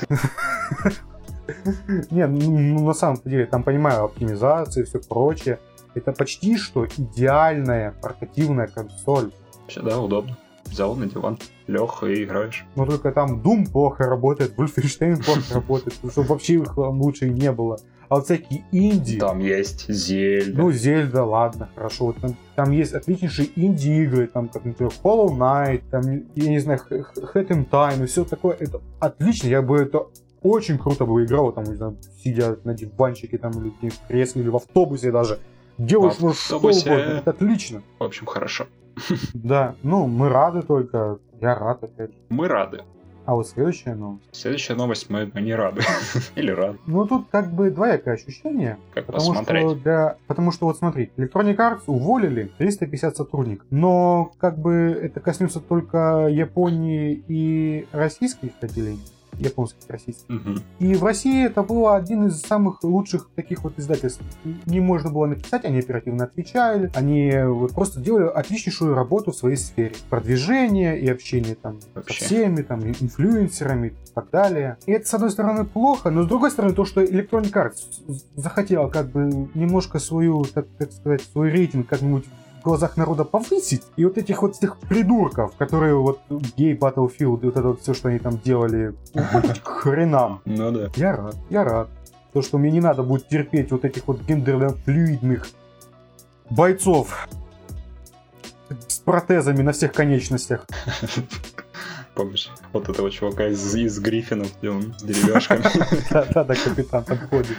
Не, ну на самом деле, там, понимаю, оптимизация и все прочее. Это почти что идеальная портативная консоль. Вообще, да, удобно. Взял на диван, лег и играешь. Но только там Doom плохо работает, Wolfenstein плохо работает, чтобы вообще их лучше и не было. А вот всякие инди... Там есть Зельда. Ну, Зельда, ладно, хорошо. Вот там есть отличнейшие инди-игры, там, как, например, Hollow Knight, там, я не знаю, Hat in Time и все такое. Это отлично, я бы это очень круто бы играл, там, не знаю, сидя на диванчике, там, или в кресле, или в автобусе даже. Делаешь, В что автобусе. угодно, это отлично. В общем, хорошо. Да, ну, мы рады только, я рад, опять же. Мы рады. А вот следующая новость. Следующая новость, мы не рады. Или рады. Ну, тут как бы двоякое ощущение. Как Потому посмотреть. потому что, вот смотри, Electronic Arts уволили 350 сотрудников. Но как бы это коснется только Японии и российских отделений. Японских, российских. Мгм. И в России это было один из самых лучших таких вот издательств. Не можно было написать, они оперативно отвечали. Они вот просто делали отличнейшую работу в своей сфере. Продвижение и общение там Вообще. со всеми, там, инфлюенсерами и так далее. И это, с одной стороны, плохо, но с другой стороны, то, что Electronic Arts захотела как бы немножко свою, так сказать, свой рейтинг как-нибудь в глазах народа повысить. И вот этих вот всех придурков, которые вот гей Battlefield и вот это вот все, что они там делали, уходить к хренам. Ну да. Я рад. То, что мне не надо будет терпеть вот этих вот гендерно-флюидных бойцов с протезами на всех конечностях. Помнишь, вот этого чувака из Гриффинов, где он с деревяшками. Да, капитан подходит.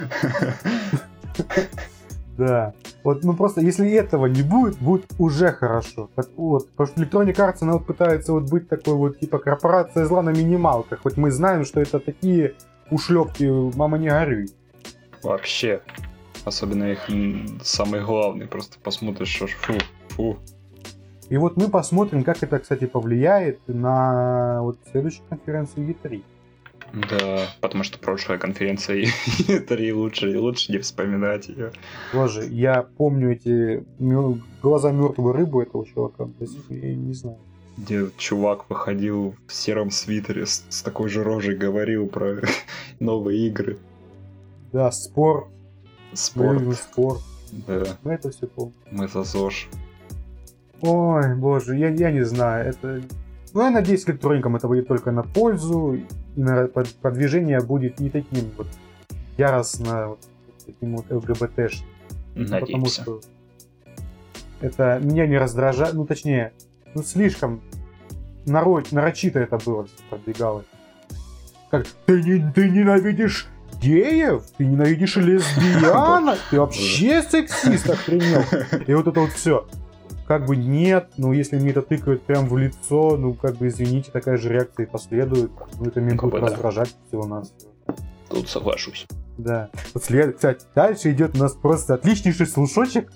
Да. Вот, ну просто, если этого не будет, будет уже хорошо. Вот, потому что Electronic Arts, она вот пытается вот быть такой вот, типа, корпорация зла на минималках. Хоть мы знаем, что это такие ушлепки, мама не горюй. Вообще. Особенно их самый главный. Просто посмотришь, что ж, фу. И вот мы посмотрим, как это, кстати, повлияет на вот следующую конференцию E3. Да, потому что прошлая конференция E3 лучше не вспоминать ее. Боже, я помню эти глаза мертвой рыбы этого чувака. То есть, я не знаю. Где чувак выходил в сером свитере с такой же рожей, говорил про новые игры. Да, спорт. Спорт. Спорт. Да, Мы это все помним. мы за ЗОЖ. Ой, боже, я не знаю. Это... Ну, я надеюсь, электроникам это будет только на пользу. И продвижение будет не таким вот яростно, вот таким вот ЛГБТшным. Потому Надеемся. что это меня не раздражает. Ну, точнее, ну, слишком нарочито это было, все продвигалось. Как, ты ненавидишь геев? Ты ненавидишь лесбиянок? Ты вообще сексист, охренел? И вот это вот все. Как бы нет, ну если мне это тыкают прям в лицо, ну как бы извините, такая же реакция и последует. Ну это меня будет раздражать всего-навсего. Тут соглашусь. Да. Вот кстати, дальше идет у нас просто отличнейший слушочек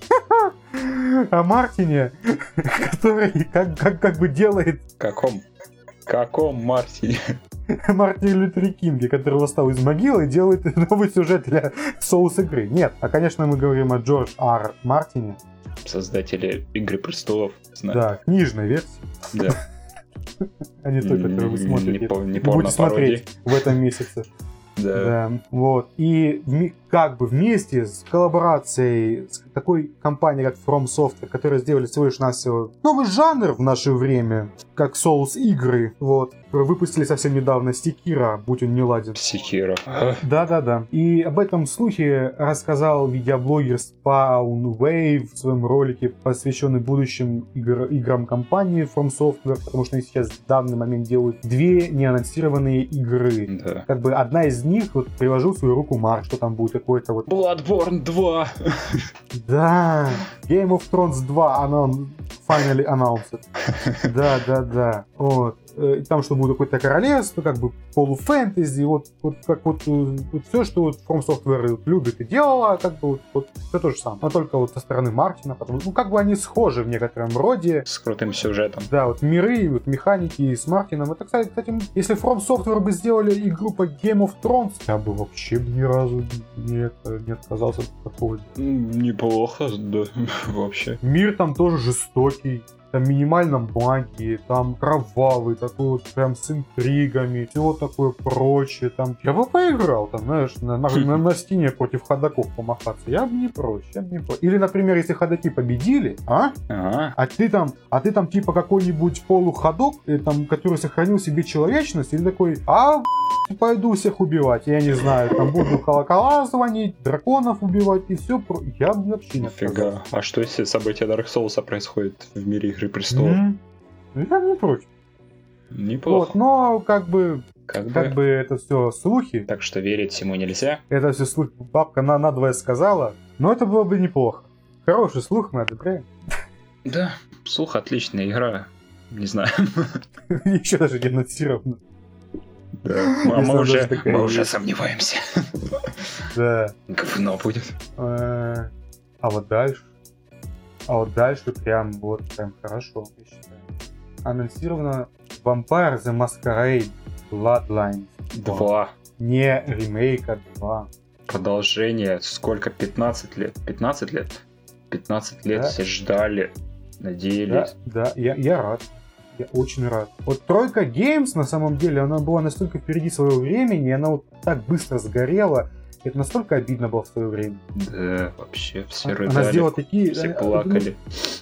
о Мартине, который как бы делает Каком Мартине? Мартин Лютер Кинге, который восстал из могилы и делает новый сюжет для Souls игры. Нет, а конечно мы говорим о Джордж Р. Мартине. Создатели Игры престолов. Знаю. Да, книжной версии, Да. а не той, которую вы смотрите. Не и будете порно-пародии. смотреть в этом месяце. Да. Да, вот. И как бы вместе с коллаборацией с такой компанией, как From Software, которые сделали всего лишь навсего новый жанр в наше время, как Souls игры, вот, выпустили совсем недавно Sekiro, будь он не ладен. Секиро. Да. И об этом слухе рассказал видеоблогер Spawn Wave в своем ролике, посвященный будущим играм компании From Software, потому что они сейчас в данный момент делают две неанонсированные игры. Да. Как бы одна из них, вот, приложил свою руку Марк, что там будет какой-то вот... Bloodborne 2. Да, Game of Thrones 2, finally announced. Да. Вот. И там, что будет какое-то королевство, как бы полуфэнтези, вот как вот все, что вот From Software любит и делала, как бы вот все то же самое, но только вот со стороны Мартина, потому как бы они схожи в некотором роде. С крутым сюжетом. Да, вот миры, вот механики с Мартином. Это, кстати, если From Software бы сделали игру по Game of Thrones, я бы вообще ни разу не отказался от такого. Неплохо, да, вообще. Мир там тоже жестокий. Там минимально магии, там кровавый, такой вот прям с интригами, всего такое прочее. Там я бы поиграл, там, знаешь, на стене против ходоков помахаться. Я бы не прочь. Или, например, если ходаки победили, а ты там типа какой-нибудь полуходок, там, который сохранил себе человечность, или такой, пойду всех убивать, я не знаю, там буду колокола звонить, драконов убивать и все. Я бы вообще не отказался. Фига. А что если события Dark Souls происходят в мире Игры Престолов? Я не против. Неплохо. Вот, но как бы это все слухи. Так что верить всему нельзя. Это все слухи. Бабка надвое сказала, но это было бы неплохо. Хороший слух мы одобряем. Да, слух отличная игра. Не знаю. Еще даже не анонсировано. Да. Мы уже сомневаемся. Да. Говно будет. А вот дальше прям хорошо, я считаю. Анонсировано Vampire the Masquerade Bloodlines 2. Не ремейк, а 2. Продолжение. Сколько? 15 лет? 15 лет? 15 лет все ждали, надеялись. Да, я рад. Я очень рад. Вот Тройка Games, на самом деле, она была настолько впереди своего времени, и она вот так быстро сгорела. Это настолько обидно было в свое время. Да, вообще все рыдали. Она сделала такие... Все плакали.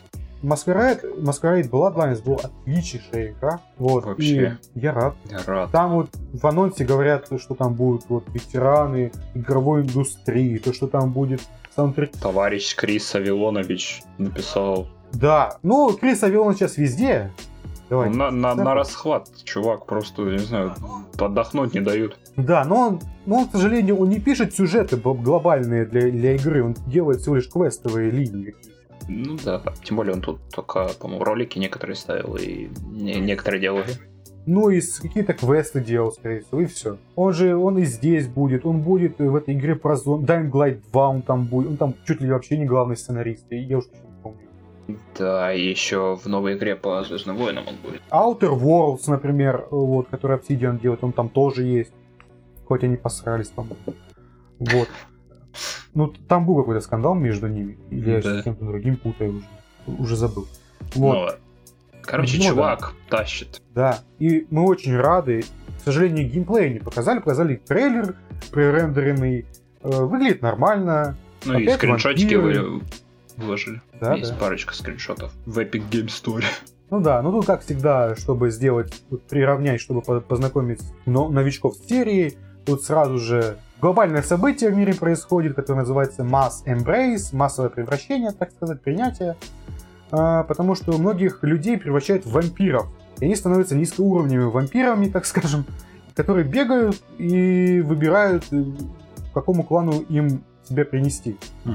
Masquerade Bloodlines была отличнейшая игра. Вот. Вообще. И я рад. Я рад. Там вот в анонсе говорят, что там будут вот ветераны игровой индустрии, то, что там будет саундтрек. Товарищ Крис Авилонович написал. Да, ну Крис Авилонович сейчас везде. Давай. На расхват, чувак, просто, не знаю, отдохнуть не дают. Да, но он, к сожалению, он не пишет сюжеты глобальные для игры, он делает всего лишь квестовые линии. Ну да, тем более он тут только, по-моему, ролики некоторые ставил и некоторые делали. Ну и какие-то квесты делал, скорее всего, и все. Он и здесь будет, он будет в этой игре про Dying Light 2, он там будет, он там чуть ли вообще не главный сценарист, и я уж не помню. Да, и еще в новой игре по Звездным войнам он будет. Outer Worlds, например, вот, который Obsidian делает, он там тоже есть. Хоть они посрались, по-моему. Вот. Ну, там был какой-то скандал между ними. Или я с кем-то другим путаю уже забыл. Вот. Короче, чувак тащит. Да, и мы очень рады. К сожалению, геймплей не показали трейлер пререндеренный. Выглядит нормально. Ну опять и скриншотики выложили. Да, есть парочка скриншотов в Epic Game Store. Ну да, ну тут как всегда, чтобы сделать, приравнять, чтобы познакомить новичков с серией, тут сразу же глобальное событие в мире происходит, которое называется Mass Embrace, массовое превращение, так сказать, принятие, потому что многих людей превращают в вампиров, и они становятся низкоуровневыми вампирами, так скажем, которые бегают и выбирают, к какому клану им себя принести.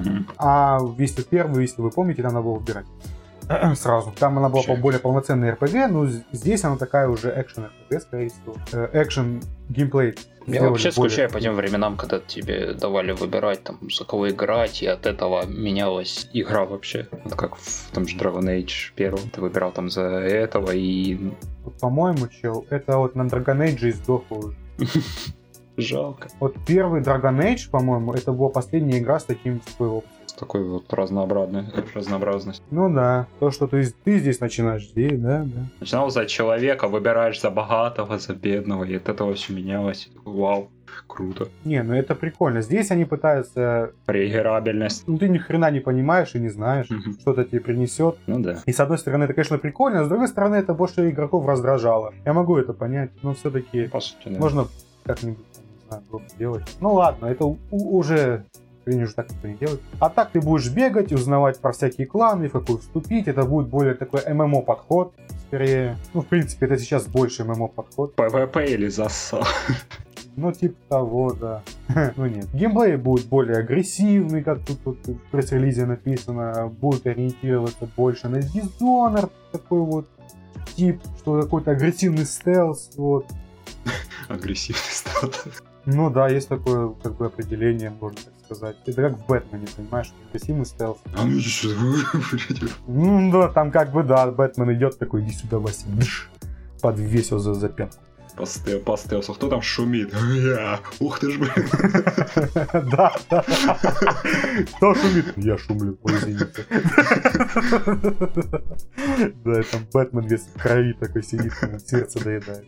А если первую, если вы помните, там надо было выбирать сразу. Там она была более полноценная RPG, но здесь она такая уже экшен-RPG, скорее всего. Экшен геймплей. Я вообще скучаю по тем временам, когда тебе давали выбирать, там, за кого играть, и от этого менялась игра вообще. Вот как в том же Dragon Age 1. Ты выбирал там за этого и... Вот, по-моему, чел, это вот на Dragon Age и сдохло уже. Жалко. Вот первый Dragon Age, по-моему, это была последняя игра с таким опцией. С такой вот разнообразностью. Ну да, то, что ты здесь начинаешь здесь, да. Начинал за человека, выбираешь за богатого, за бедного, и от этого все менялось. Вау, круто. Не, ну это прикольно. Здесь они пытаются... Реиграбельность. Ну ты ни хрена не понимаешь и не знаешь, что-то тебе принесет. Ну да. И с одной стороны это, конечно, прикольно, а с другой стороны это больше игроков раздражало. Я могу это понять, но все-таки можно как-нибудь, не знаю, сделать. Ну ладно, это уже... Они уже так никто не делает. А так ты будешь бегать, узнавать про всякие кланы, в какой вступить. Это будет более такой ММО-подход, скорее. Ну, в принципе, это сейчас больше ММО-подход. ПВП или засал? Ну, типа того, да. Ну, нет. Геймплей будет более агрессивный, как тут в пресс-релизе написано. Будет ориентироваться больше на Dishonored, такой вот тип, что какой-то агрессивный стелс, вот. агрессивный стал. Ну да, есть такое как бы определение, можно так сказать. Это как в Бэтмене, понимаешь, агрессивный стелс. А ну иди сюда. Ну да, там как бы да, Бэтмен идет такой, иди сюда, Вася, подвесил за пятку. По стелсу. Кто там шумит? Я. Ух ты ж, блин. Да. Кто шумит? Я шумлю, ой, извините. Да, и там Бэтмен весь в крови такой сидит, сердце доедает.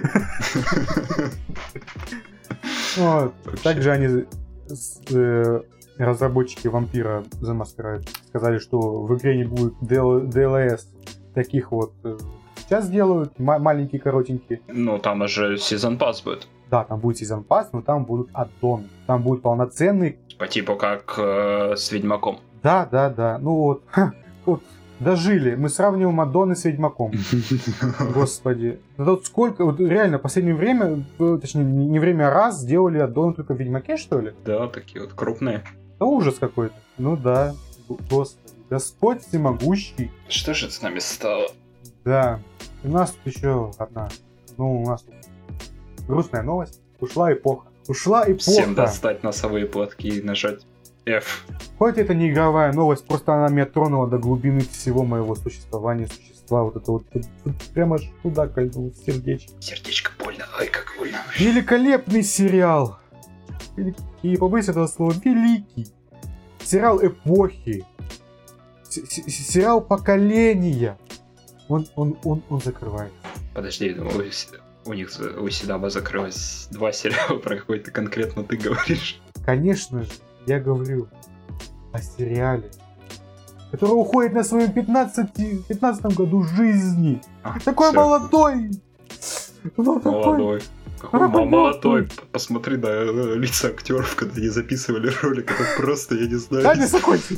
Также они, разработчики Вампира The Masquerade, сказали, что в игре не будет DLS таких вот. Сейчас делают маленькие, коротенькие. Ну, там же Season Pass будет. Да, там будет Season Pass, но там будут аддоны. Там будет полноценный. По типу как с Ведьмаком. Да. Ну вот, дожили. Мы сравниваем аддоны с Ведьмаком. Господи. Да тут сколько, вот реально, в последнее время, точнее, не время, а раз сделали аддоны только в Ведьмаке, что ли? Да, такие вот крупные. Это ужас какой-то. Ну да. Господи. Господь всемогущий. Что же это с нами стало? Да. У нас тут еще одна. Ну, у нас тут грустная новость. Ушла эпоха. Всем достать носовые платки и нажать F. Хоть это не игровая новость, просто она меня тронула до глубины всего моего существования, существа. Вот это вот прямо аж туда кольнуло, сердечко. Сердечко больно, ай, как больно. Великолепный сериал. И побоюсь этого слова, великий. Сериал эпохи. Сериал поколения. Он закрывается. Подожди, я думал, у Сидаба закрылось 2 сериала, про какой-то конкретно ты говоришь. Конечно же, я говорю о сериале, который уходит на своем 15 году жизни. Такой все. Молодой! Молодой. Какой молодой. Посмотри на лица актеров, когда они записывали ролик. Это просто, я не знаю. Да, не закончи!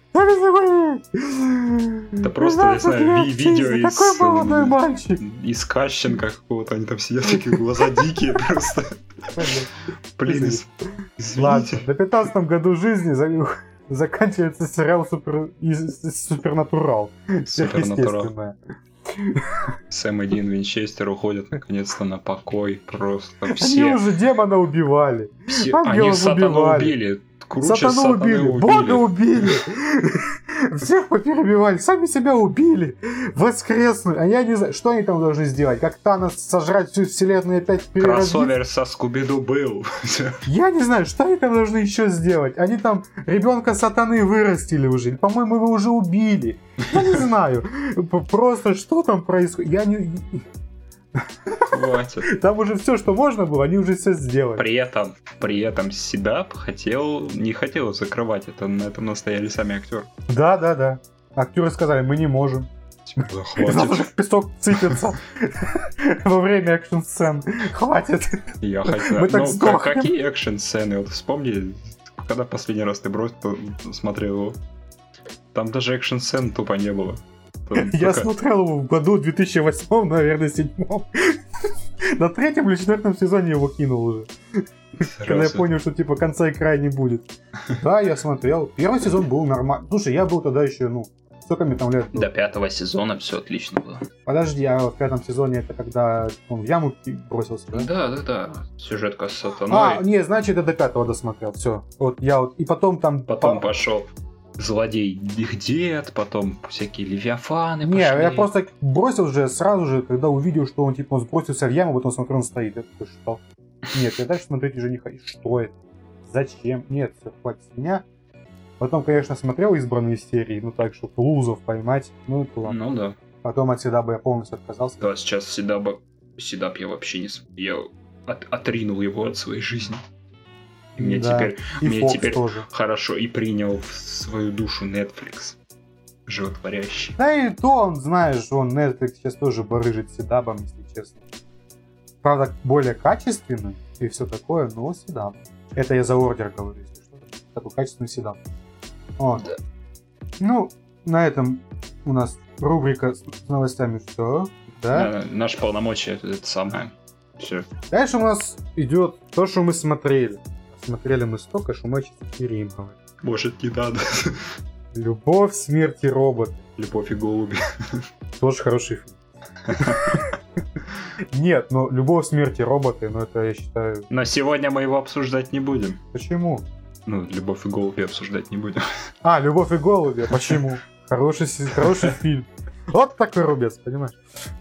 Это просто, я знаю, видео такой молодой мальчик. Из Кащенко какого-то, они там сидят, такие глаза дикие просто. Блин, извините. Ладно, на 15 году жизни заканчивается сериал Супернатурал. Супернатурал. Сэм и Дин Винчестер уходят наконец-то на покой. Просто все. Они уже демона убивали. Они сатану убили. Круче сатану убили, Бога убили. Всех поперебивали, сами себя убили. Воскресную. А я не знаю, что они там должны сделать. Как Танос сожрать всю вселенную и опять переродить. Кроссовер со Скуби-Ду был. Я не знаю, что они там должны еще сделать. Они там ребенка сатаны вырастили уже. По-моему, его уже убили. Я не знаю. Просто что там происходит. Я не... Хватит. Там уже все, что можно было, они уже все сделали. При этом себя не хотел закрывать. Это на этом настояли сами актеры. Да. Актеры сказали, мы не можем. Да хватит. Песок сыпется во время экшн-сцен. Хватит. Я хотел. Ну, какие экшн-сцены? Вот вспомни, когда последний раз ты смотрел его. Там даже экшн-сцен тупо не было. Я смотрел его в году 2008, наверное, 2007. На 3-м или 4-м сезоне его кинул уже. Когда я понял, что типа конца и края не будет. Да, я смотрел. Первый сезон был нормальный. Слушай, я был тогда еще, сколько мне там лет было? До 5-го сезона все отлично было. Подожди, а в 5-м сезоне это когда он в яму бросился, да? Да. Сюжетка с сатаной. Не, значит, я до 5-го досмотрел. Все. И потом там... Потом пошел злодей их дед, потом всякие левиафаны пошли. Не, я просто бросил же сразу же, когда увидел, что он типа сбросился в яму, потом смотрю, он стоит. Я такой, что? Нет, я дальше смотреть уже не хочу. Что это? Зачем? Нет, все, хватит с меня. Потом, конечно, смотрел избранные серии, так, чтобы лузов поймать. Ну, это ладно. Ну да. Потом от Сидаба я полностью отказался. Да, сейчас Сидаб я вообще не... Я отринул его от своей жизни. Мне теперь тоже хорошо и принял в свою душу Netflix. Животворящий. Да и то он, знаешь, Netflix сейчас тоже барыжит Сидабом, если честно. Правда, более качественный и все такое, но Сидаб. Это я за ордер говорю, если что. Такой качественный Сидаб. Вот. Да. Ну, на этом у нас рубрика с новостями все. Да? Наши полномочия это самое. Все. Дальше у нас идет то, что мы смотрели. Смотрели мы столько, что мы сейчас перейм говорим. Может, не надо. Любовь, смерть и робот. Любовь и голуби. Тоже хороший фильм. Нет, ну любовь, смерть и роботы, ну это я считаю... Но сегодня мы его обсуждать не будем. Почему? Ну, «Любовь и голуби» обсуждать не будем. А, «Любовь и голуби», почему? Хороший фильм. Вот такой рубец, понимаешь?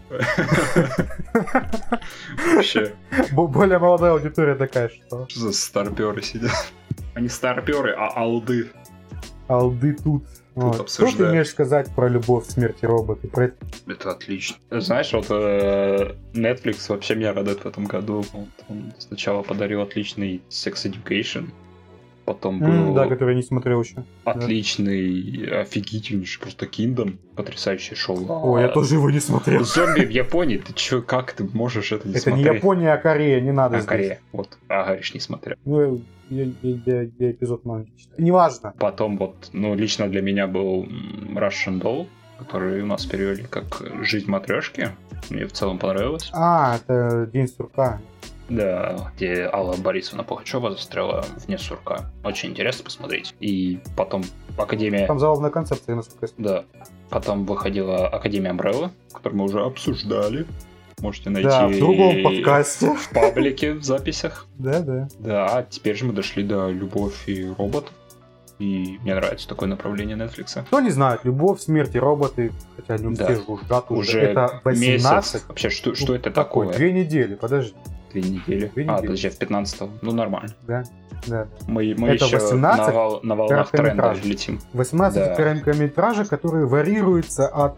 Вообще. Более молодая аудитория такая, что... Что за старперы сидят? Они старперы, а алды. Алды тут. Вот. Что ты имеешь сказать про «Любовь, смерть и роботы»? Это отлично. Знаешь, вот Netflix вообще меня радует в этом году. Вот он сначала подарил отличный Sex Education, потом был да, который я не смотрел еще. отличный, офигительнейший просто Kingdom, потрясающее шоу. О, я тоже его не смотрел. Зомби в Японии, ты чё, как ты можешь это не смотреть? Это не Япония, а Корея, не надо здесь. Корея, вот, говоришь, не смотрел. Ну, я эпизод маленький читаю. Неважно. Потом вот, ну, лично для меня был Russian Doll, который у нас перевели как «Жизнь матрешки». Мне в целом понравилось. А, это «День сурка». Да, где Алла Борисовна Пугачева застряла вне сурка. Очень интересно посмотреть. И потом Академия... Там забавная концепция, насколько я знаю. Да. Потом выходила Академия Umbrella, которую мы уже обсуждали. Можете найти да, в другом подкасте. В паблике, в записях. Да. Да, а теперь же мы дошли до «Любовь и роботов». И мне нравится такое направление Netflix. Кто не знает, «Любовь, смерть и роботы», хотя они все жужжат уже. Это 18. Месяц. Вообще, что это такое? 2 недели, подожди. 2 недели. Подожди, в 15-м. Ну, нормально. Да. Мы это еще 18 на волнах тренда летим. 18 короткометражек, которые варьируются от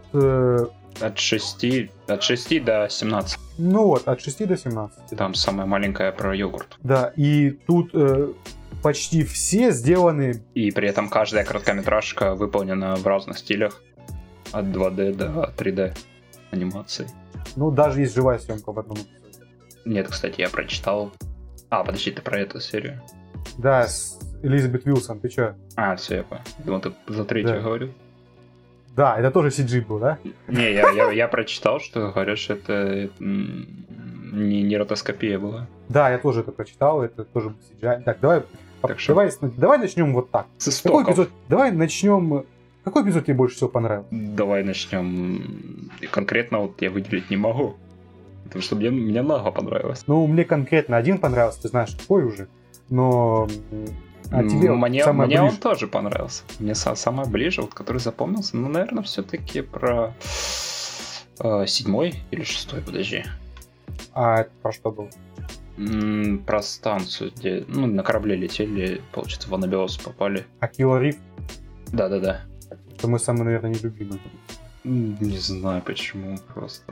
6 до 17. Ну вот, от 6 до 17. Там самая маленькая про йогурт. Да, и тут почти все сделаны... И при этом каждая короткометражка выполнена в разных стилях. От 2D до 3D анимации. Ну, даже есть живая съемка в одном эпизоде. Нет, кстати, я прочитал. Подожди, ты про эту серию? Да, с Элизабет Уилсон, ты чё? Все, я понял. Думал, ты за третью говорил. Да, это тоже CG был, да? Не, я прочитал, что говорят, что это не ротоскопия была. Да, я тоже это прочитал, это тоже был CGI. Так, давай начнем вот так. Какой эпизод? Давай начнем. Какой эпизод тебе больше всего понравился? Давай начнем. Конкретно вот я выделить не могу. Потому что мне много понравилось. Ну, мне конкретно один понравился, ты знаешь, какой уже. Но... тебе мне он тоже понравился. Мне самое ближе, вот который запомнился. Ну, наверное, все-таки про 7-й или 6-й, подожди. А это про что был? Про станцию, где на корабле летели, получается, в Анабиос попали. Акила Рифт? Да. Это мой самый, наверное, нелюбимый. Не знаю почему, просто...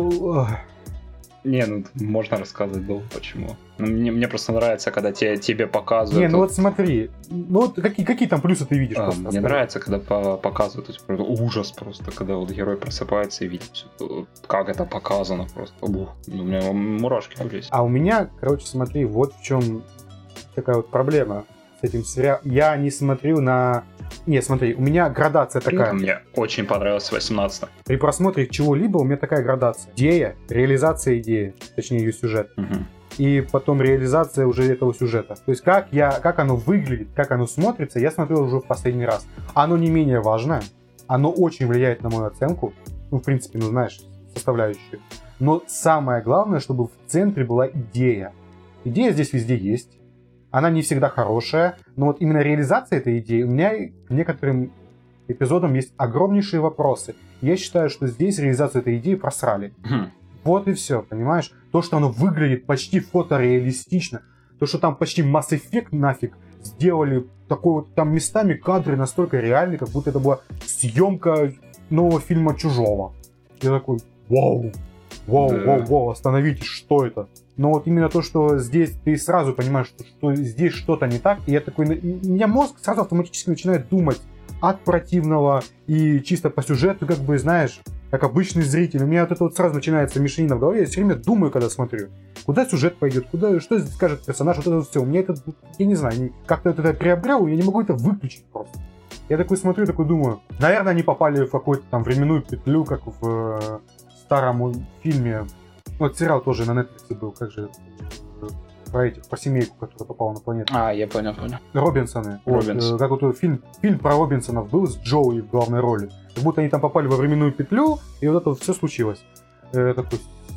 можно рассказывать долго, почему. Мне просто нравится, когда тебе показывают... вот смотри, какие там плюсы ты видишь? Мне нравится, когда показывают ужас просто, когда вот герой просыпается и видит, как это показано просто. У меня мурашки есть. А у меня, смотри, вот в чем такая вот проблема с этим сериалом. Я не смотрю на... Не, смотри, у меня градация такая. Мне очень понравилось 18. При просмотре чего-либо у меня такая градация. Идея, реализация идеи, точнее ее сюжет. И потом реализация уже этого сюжета. То есть как оно выглядит, как оно смотрится, я смотрел уже в последний раз. Оно не менее важное, оно очень влияет на мою оценку. В принципе, знаешь, составляющую. Но самое главное, чтобы в центре была идея. Идея здесь везде есть. Она не всегда хорошая, но вот именно реализация этой идеи, у меня к некоторым эпизодам есть огромнейшие вопросы. Я считаю, что здесь реализацию этой идеи просрали. Вот и все, понимаешь? То, что оно выглядит почти фотореалистично, то, что там почти Mass Effect нафиг сделали, такой вот там местами кадры настолько реальные, как будто это была съемка нового фильма «Чужого». Я такой, вау, остановитесь, что это? Но вот именно то, что здесь ты сразу понимаешь, что здесь что-то не так, и я такой, у меня мозг сразу автоматически начинает думать от противного и чисто по сюжету, знаешь, как обычный зритель. У меня вот это вот сразу начинается мешанина в голове, я все время думаю, когда смотрю, куда сюжет пойдет, что скажет персонаж, вот это вот все. У меня это, я не знаю, как-то это приобрел, я не могу это выключить просто. Я такой смотрю, такой думаю, наверное, они попали в какую-то там временную петлю, как в старом фильме. Вот сериал тоже на Netflix был, про семейку, которая попала на планету. Я понял. Робинсоны. Как вот фильм про Робинсонов был с Джоуи в главной роли. Как будто они там попали во временную петлю, и вот это вот все случилось. Такой,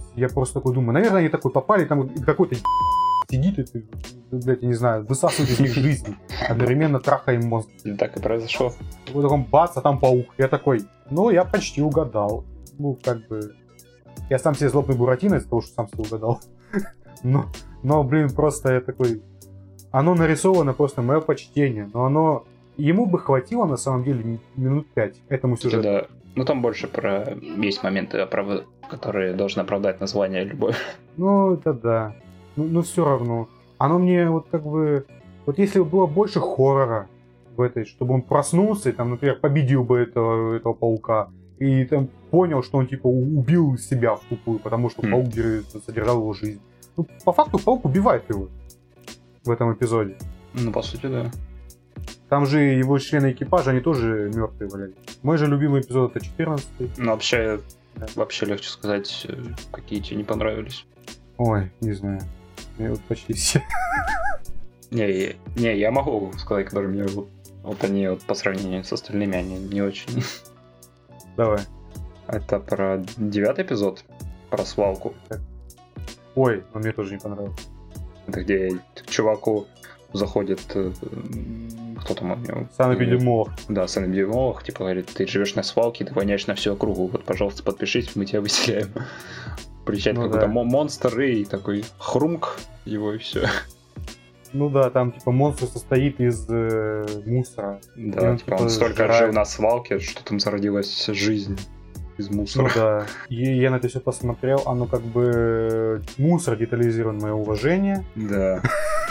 я просто такой думаю, наверное, они такой попали, там какой-то сидит и, блядь, я не знаю, высасывает из них жизнь, одновременно трахая им мозг. И так и произошло. Вот таком бац, а там паук. Я такой, ну, я почти угадал. Ну, как бы... Я сам себе злобный Буратино из-за того, что сам себе угадал. Но, блин, просто я такой... Оно нарисовано просто мое почтение, но оно... Ему бы хватило, на самом деле, минут 5 этому сюжету. Да. Ну, там больше про... Есть моменты, которые должны оправдать название любое. Ну, это да. Ну, все равно. Оно мне вот как бы... Вот если бы было больше хоррора в этой, чтобы он проснулся и там, например, победил бы этого паука, и там понял, что он типа убил себя в тупую, потому что паук содержал его жизнь. Ну, по факту паук убивает его в этом эпизоде. Ну, по сути, да. Там же его члены экипажа, они тоже мертвые валялись. Мой же любимый эпизод это 14-й. Ну, вообще легче сказать, какие тебе не понравились. Ой, не знаю. Мне вот почти все. Не, я могу сказать, которые мне вот они вот по сравнению с остальными, они не очень. Давай. Это про 9-й эпизод, про свалку. Ой, но мне тоже не понравилось. Это где к чуваку заходит, кто там у него? Санэпидемиолог. Да, санэпидемиолог, типа говорит, ты живешь на свалке, ты воняешь на всю округу, вот, пожалуйста, подпишись, мы тебя выселяем. Приезжает какой-то монстр и такой хрумк его и все. Ну да, там типа монстр состоит из мусора. Да, типа он столько жил на свалке, что там зародилась жизнь из мусора. Ну да. И я на это все посмотрел, оно как бы мусор детализирован, мое уважение. Да.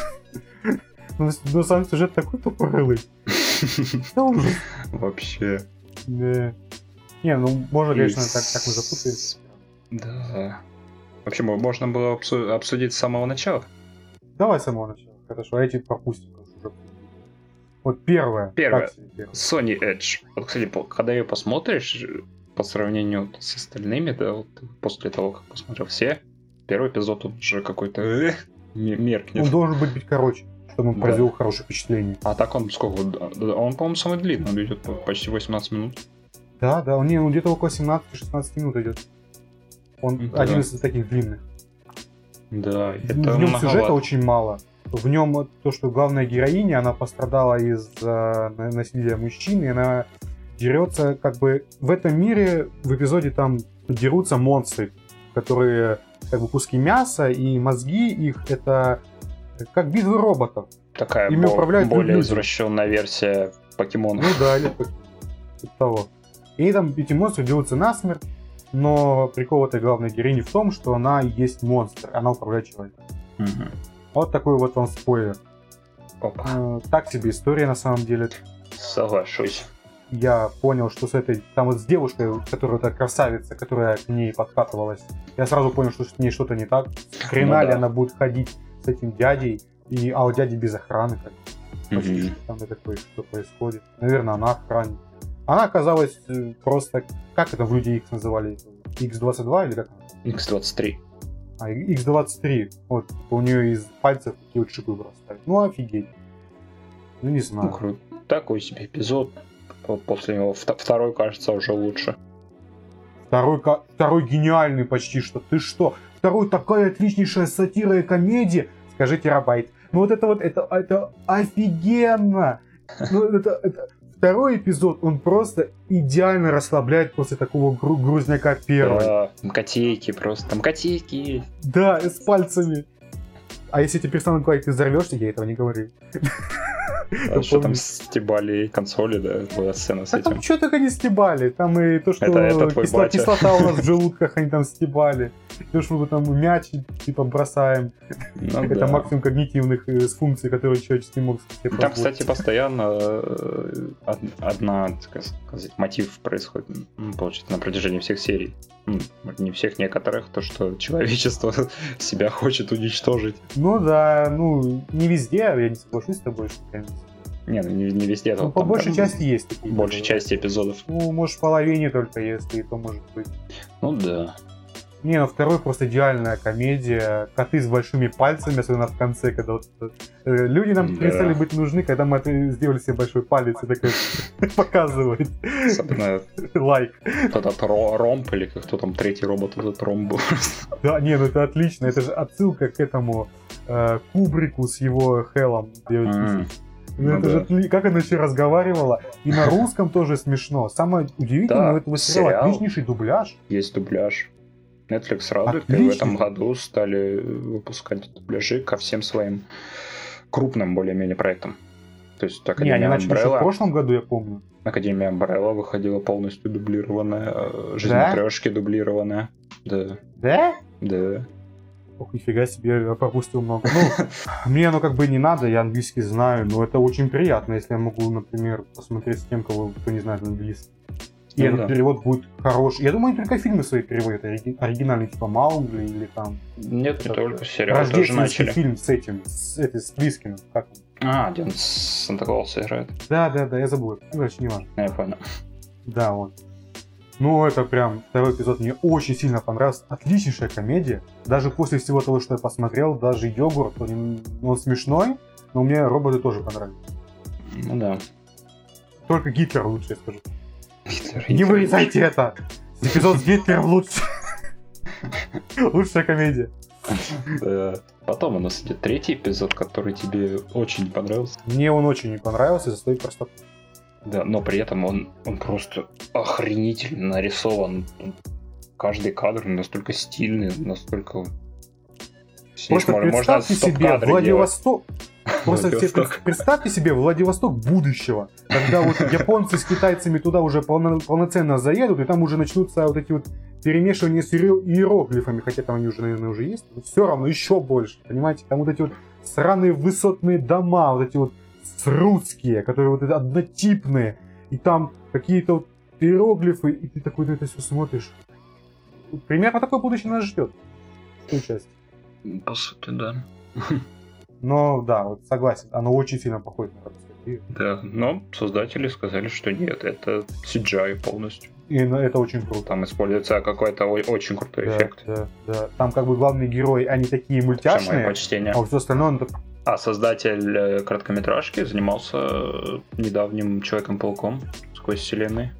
Но сам сюжет такой тупорылый. Вообще. Да. Не, ну можно, конечно, так мы запутались. Да. Вообще, можно было обсудить с самого начала. Давай с самого начала. Хорошо, а эти пропустим. Вот первое. Sony Edge. Вот, кстати, когда ее посмотришь, по сравнению с остальными, да, вот после того, как посмотрел все, первый эпизод он уже какой-то меркнет. Он должен быть короче, чтобы он произвел хорошее впечатление. А так он сколько? Он, по-моему, самый длинный, он идет почти 18 минут. Да, он где-то около 17-16 минут идет. Он один из таких длинных. Да, это в нем сюжета очень мало. В нем то, что главная героиня, она пострадала из-за насилия мужчин, и она дерется как бы... В этом мире в эпизоде там дерутся монстры, которые как бы куски мяса, и мозги их это как битвы роботов. Такая ими управляют более извращенная версия покемонов. Ну да, или того. И там эти монстры дерутся насмерть, но прикол этой главной героини в том, что она есть монстр, она управляет человеком. Угу. Вот такой вот вам спойлер. Так себе история на самом деле. Соглашусь. Я понял, что с этой, там вот с девушкой, которая красавица, которая к ней подкатывалась, я сразу понял, что с ней что-то не так. Хрена ли она будет ходить с этим дядей, а у дяди без охраны, как почти там такое, что происходит. Наверное, она охранник. Она оказалась просто, как это в Люди Икс называли? X-22 или как? X-23. X-23. Вот, у нее из пальцев такие вот шипы вырастают. Ну, офигеть. Ну, не знаю. Ну, круто. Такой себе эпизод. После него второй, кажется, уже лучше. Второй гениальный почти что. Ты что? Второй такая отличнейшая сатира и комедия. Скажи, терабайт. Ну, это офигенно. Ну, это... Второй эпизод, он просто идеально расслабляет после такого грузняка первого. Да, мкотейки просто, мкотейки. Да, с пальцами. А если тебе персонаж говорит, ты взорвешься, я этого не говорю. А что там стебали консоли, да, была сцена с этим? Там что только не стебали, там и то, что кислота у нас в желудках, они там стебали. То, что мы там мяч типа бросаем. Это максимум когнитивных функций, которые человеческий мозг себе позволит. Там, кстати, постоянно одна, так сказать, мотив происходит, получается, на протяжении всех серий. Не всех, некоторых, то, что человечество себя хочет уничтожить. Ну да, не везде, я не соглашусь с тобой, что прям... Не, не везде. Ну, по большей части есть такие. Большей части эпизодов. Ну, может, в половине только, если то может быть. Ну да. Не, ну второй просто идеальная комедия. Коты с большими пальцами, особенно в конце, когда вот люди нам перестали быть нужны, когда мы сделали себе большой палец и такой показывает. Особенно Лайк. этот ромб, или кто там третий робот, этот ромб был. Да, не, ну это отлично. Это же отсылка к этому Кубрику с его Хеллом 9000. Ну, это же, как она еще разговаривала. И на русском тоже смешно. Самое удивительное, у этого сериала отличнейший дубляж. Есть дубляж. Netflix радует, и в этом году стали выпускать дубляжи ко всем своим крупным более-менее проектам. То есть Академия они начали еще в прошлом году, я помню. Академия Umbrella выходила полностью дублированная, Жизнь матрешки дублированная. Да. Да? Да. Ох, нифига себе, я пропустил много. Ну, мне оно как бы не надо, я английский знаю, но это очень приятно, если я могу, например, посмотреть с тем, кто не знает английский. И этот перевод будет хороший. Я думаю, они только фильмы свои переводят, оригинальные, типа Маугли или там... Нет, не только сериалы тоже начали. Фильм с этим, с Плискиным, как он? Где он с Санта-Клауса играет. Да, я забыл, короче, не важно. Я понял. Да, вот. Ну, это прям, второй эпизод мне очень сильно понравился. Отличнейшая комедия. Даже после всего того, что я посмотрел, даже Йогурт, он смешной, но мне роботы тоже понравились. Ну да. Только Гитлер лучше, я скажу. Не вырезайте это! Эпизод с Гитлером лучше. Лучшая комедия. Да. Потом у нас идет третий эпизод, который тебе очень не понравился. Мне он очень не понравился из-за своей простоты. Да, но при этом он просто охренительно нарисован. Каждый кадр настолько стильный, настолько... Просто представьте себе Владивосток. Просто представьте себе Владивосток будущего, когда вот японцы с китайцами туда уже полноценно заедут, и там уже начнутся вот эти вот перемешивания с иероглифами, хотя там они уже, наверное, уже есть, но все равно еще больше, понимаете? Там вот эти вот сраные высотные дома, вот эти вот срудские, которые вот однотипные, и там какие-то вот иероглифы, и ты такой на это все смотришь. Примерно такое будущее нас ждет. В той части. По сути, да. Но да, вот согласен, оно очень сильно походит на Рапсодию. Да, но создатели сказали, что нет, это CGI полностью. И это очень круто. Там используется какой-то очень крутой эффект. Да. Там как бы главные герои, они такие мультяшные, а все остальное... Он... А создатель короткометражки занимался недавним Человеком-пауком сквозь вселенной.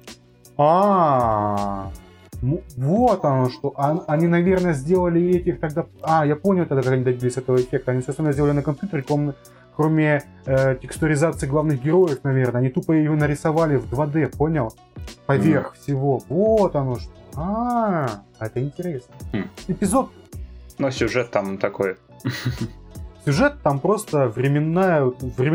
Вот оно что. Они, наверное, сделали этих тогда... я понял тогда, как они добились этого эффекта. Они все остальное сделали на компьютере, кроме текстуризации главных героев, наверное. Они тупо ее нарисовали в 2D, понял? Поверх всего. Вот оно что. Это интересно. Эпизод... Но сюжет там такой... Сюжет там просто временная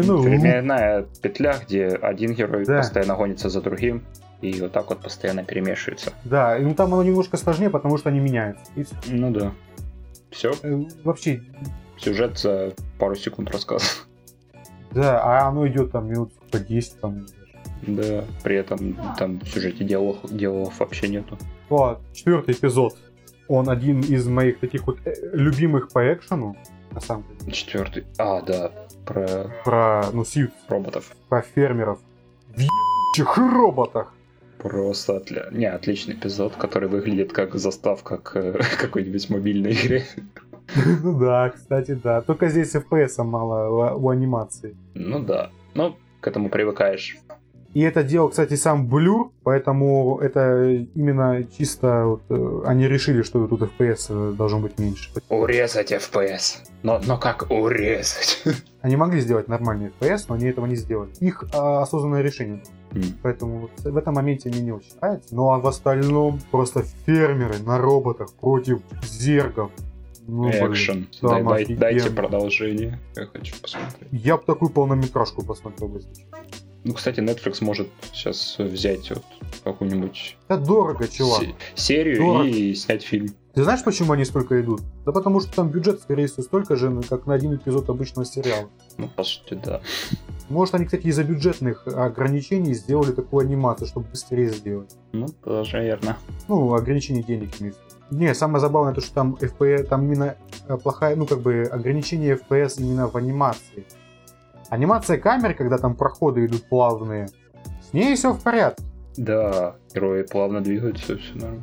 петля, где один герой постоянно гонится за другим. И вот так вот постоянно перемешивается. Да, и там оно немножко сложнее, потому что они меняются. Ну да. Все. Вообще. Сюжет за пару секунд рассказа. Да, а оно идет там минут по 10 там. Да, при этом там в сюжете диалогов вообще нету. Вот, 4-й эпизод. Он один из моих таких вот любимых по экшену, на самом деле. 4-й. Да. Про Сьюз. Роботов. Про фермеров. В ебачих роботах. Просто отличный эпизод, который выглядит как заставка к какой-нибудь мобильной игре. Ну да, кстати, да. Только здесь FPS мало у анимации. Ну да. Но к этому привыкаешь. И это делал, кстати, сам Blur, поэтому это именно чисто вот, они решили, что тут FPS должно быть меньше. Урезать FPS. Но как урезать? Они могли сделать нормальный FPS, но они этого не сделали. Их осознанное решение. Поэтому вот в этом моменте мне не очень нравится. Ну а в остальном просто фермеры на роботах против зергов. Экшен. Дайте продолжение. Я хочу посмотреть. Я бы такую полнометражку посмотрел, если честно. Ну, кстати, Netflix может сейчас взять вот какую-нибудь... Это дорого, чувак. Серию дорого. И снять фильм. Ты знаешь, почему они столько идут? Да потому что там бюджет, скорее всего, столько же, как на один эпизод обычного сериала. Ну, по сути, да. Может, они, кстати, из-за бюджетных ограничений сделали такую анимацию, чтобы быстрее сделать. Ну, тоже верно. Ну, ограничение денег имеется. Не, самое забавное то, что там FPS, там именно плохая, ограничение FPS именно в анимации. Анимация камер, когда там проходы идут плавные, с ней все в порядке. Да, герои плавно двигаются, все нормально.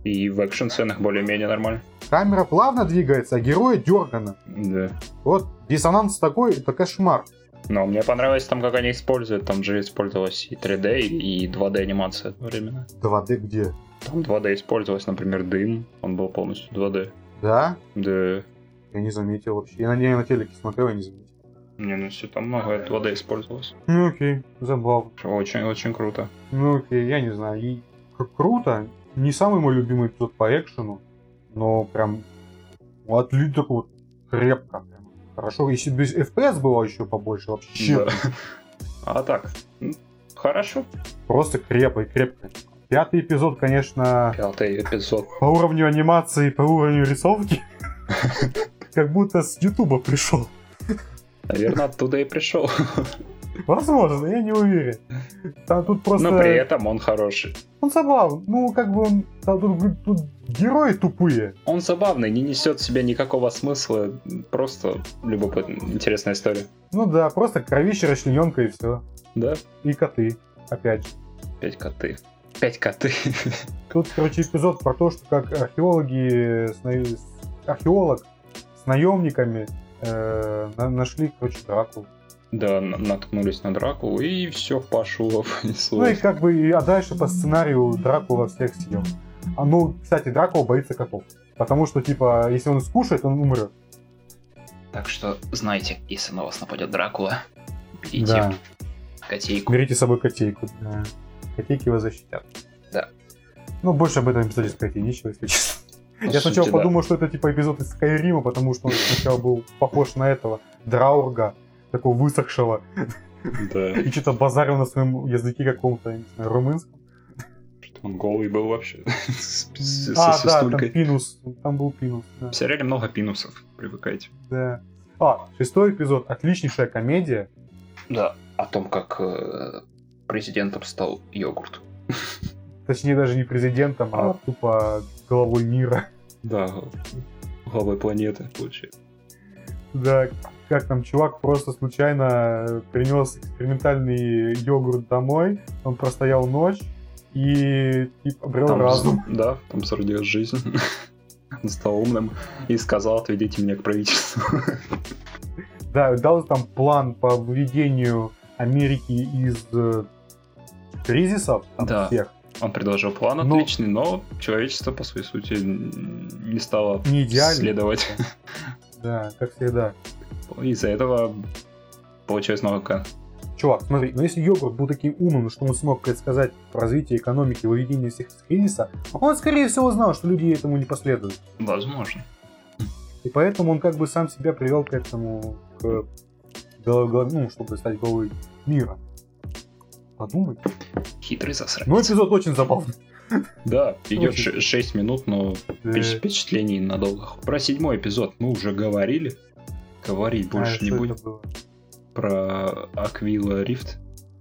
И в экшн-сценах более-менее нормально. Камера плавно двигается, а герои дергано. Да. Вот диссонанс такой, это кошмар. Но мне понравилось там, как они используют. Там же использовалась и 3D, и 2D анимация одновременно. 2D где? Там 2D использовалось, например, дым. Он был полностью 2D. Да? Да. Я не заметил вообще. Я на телеке смотрел, я не заметил. Не, ну все, там много 2D использовалось. Ну окей, забавно. Очень-очень круто. Ну окей, я не знаю. И круто. Не самый мой любимый эпизод по экшену, но прям отлично, такой вот крепко. Прям хорошо. Если бы FPS было еще побольше, вообще. Да. А так, хорошо. Просто крепко. Пятый эпизод, конечно, 5-й эпизод. по уровню анимации, по уровню рисовки, как будто с Ютуба пришел. Наверное, оттуда и пришел. Возможно, я не уверен. Там тут просто... Но при этом он хороший. Он забавный. Ну, как бы он... Тут герои тупые. Он забавный, не несет в себе никакого смысла. Просто любопытная, интересная история. Ну да, просто кровища, расчлененка и все. Да? И коты. Опять же. 5 коты. 5 коты. Тут, короче, эпизод про то, что как археолог с наемниками нашли, короче, Дракулу. Да, наткнулись на Дракулу, и все пошло, понеслось. Ну и как бы, а дальше по сценарию Дракула всех съел. Ну, кстати, Дракула боится котов. Потому что, типа, если он скушает, он умрет. Так что знайте, если на вас нападет Дракула, берите котейку. Берите с собой котейку. Да. Котейки вас защитят. Да. Ну, больше об этом эпизоде сказать и нечего, если честно. По Я сначала сути, подумал, что это типа эпизод из Скайрима, потому что он сначала был похож на этого Драурга, такого высохшего, Да. и что-то базарил на своем языке каком-то, я не знаю, румынском. Что он голый был вообще. Со Да, там свистулькой. Пинус, там был Пинус. Да. В сериале много пинусов, привыкайте. Да. 6-й эпизод, отличнейшая комедия. Да, о том, как президентом стал йогурт. Точнее, даже не президентом, а тупо главой мира. Да, главой планеты, получается. Да, как там чувак просто случайно принес экспериментальный йогурт домой, он простоял ночь и типа обрел Там, разум. да, там зародилась жизнь. Он стал умным и сказал: отведите меня к правительству. Да, дал там план по выведению Америки из кризисов там, Да. всех. Он предложил план Но- отличный, но человечество, по своей сути, не стало Не идеально. следовать. Да, как всегда. Из-за этого получилась наука. Чувак, смотри, но если йогурт был таким умным, что он смог предсказать развитие экономики, выведение всех из кризиса, он, скорее всего, знал, что люди этому не последуют. Возможно. И поэтому он как бы сам себя привел к этому, чтобы стать главой мира. Подумай. Хитрый засранец. Ну, эпизод очень забавный. Да, идет Очень. 6 минут, но впечатлений надолго. Про 7-й эпизод мы уже говорили. Говорить больше не что будем. это было? Про Аквила Рифт.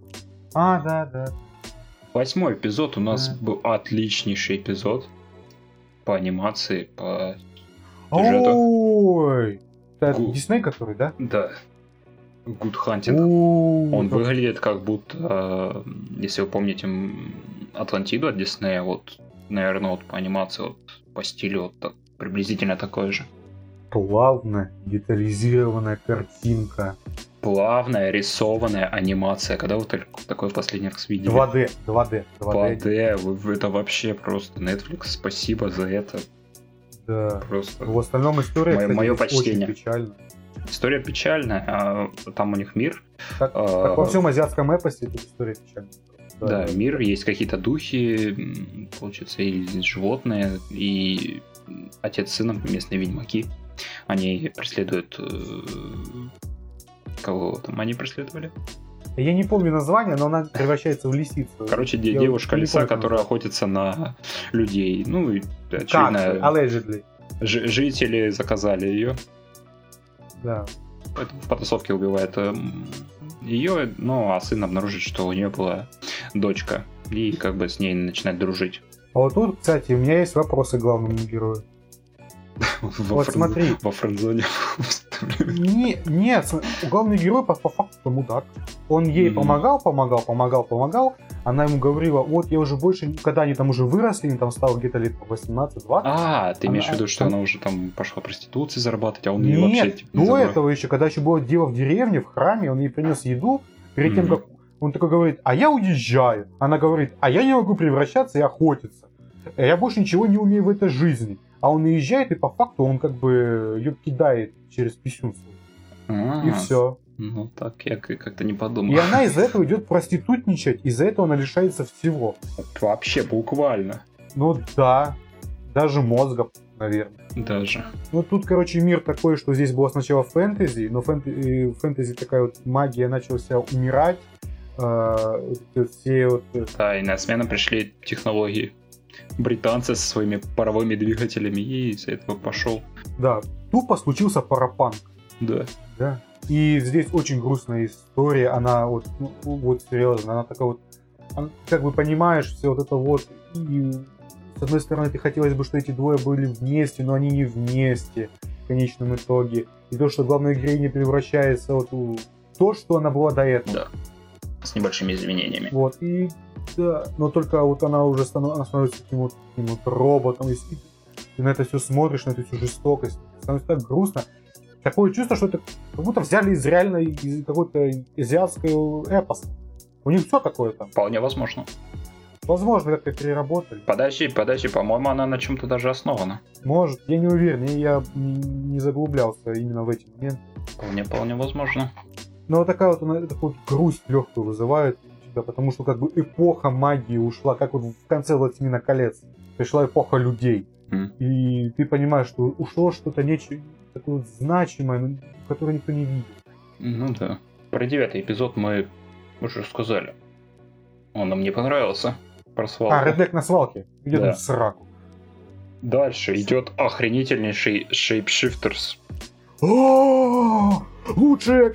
Да. 8-й эпизод у нас Да. был отличнейший эпизод. По анимации, по сюжету. Ой! Это Гу. Дисней, который, да? Да. Good Hunting. Он выглядит как будто, если вы помните Атлантиду от Диснея, вот, наверное, вот по анимации, вот по стилю вот так, приблизительно такой же. Плавно детализированная картинка. Плавная рисованная анимация. Когда вы такой в последний раз видели? 2D. 2D, это вообще просто Netflix, спасибо за это. Да. Просто. В остальном история, кстати, Моё очень почтение. печальна. История печальная, а там у них мир. Как во всем азиатском эпосе, тут история печальная. Да, мир, есть какие-то духи, получается, и животные, и отец с сыном, местные ведьмаки. Они преследуют... Кого там они преследовали? Я не помню название, но она превращается в лисицу. Короче, Я девушка не лиса, помню которая название. охотится на людей. Ну, и, Как? очевидно, Allegedly. жители заказали ее. Да. Поэтому в потасовке убивает ее, ну, а сын обнаружит, что у нее была дочка. И как бы с ней начинает дружить. А вот тут, кстати, у меня есть вопросы к главному герою. Вот смотри. Во френдзоне. Нет, главный герой по факту мудак. Он ей Мгм. помогал, она ему говорила, вот я уже больше, когда они там уже выросли, им там стало где-то лет 18-20. Ты имеешь в виду, что она уже там пошла проституцией зарабатывать, а он Нет, ее вообще типа, не до забрал? этого еще, когда еще было дело в деревне, в храме, он ей принес еду, перед тем, как он такой говорит, а я уезжаю. Она говорит, а я не могу превращаться и охотиться. Я больше ничего не умею в этой жизни. А он уезжает, и по факту он как бы ее кидает через писюн свой. И все. Ну так, я как-то не подумал. И она из-за этого идет проститутничать, из-за этого она лишается всего. Вообще, буквально. Ну да, даже мозга, наверное. Даже. Ну тут, короче, мир такой, что здесь было сначала фэнтези, но фэнтези такая вот магия начала умирать. Все вот... Да, и на смену пришли технологии. Британцы со своими паровыми двигателями, и из-за этого пошел. Да, тупо случился парапанк. Да. Да. И здесь очень грустная история, она вот, ну, вот серьезно, она такая вот, как бы понимаешь, все вот это вот, и с одной стороны ты хотелось бы, что эти двое были вместе, но они не вместе в конечном итоге. И то, что главная героиня превращается вот в то, что она была до этого. Да. С небольшими изменениями. Вот, и да, но только вот она уже становится таким вот роботом, и ты на это все смотришь, на эту всю жестокость, становится так грустно. Такое чувство, что это как будто взяли из какой-то азиатского эпоса. У них все такое там. Вполне возможно. Возможно, как-то переработали. Подожди, по-моему, она на чем-то даже основана. Может, я не уверен, я не заглублялся именно в эти моменты. Вполне возможно. Но вот такая вот, она такую вот грусть легкую вызывает у тебя, потому что как бы эпоха магии ушла, как вот в конце «Властелина колец». Пришла эпоха людей. И ты понимаешь, что ушло что-то такое вот значимое, которое никто не видел. Ну да. Про 9-й эпизод мы уже сказали. Он нам не понравился. Про свалку. Реднек на свалке. Идет Да. в сраку. Дальше идет охренительнейший Shapeshifters. О, лучший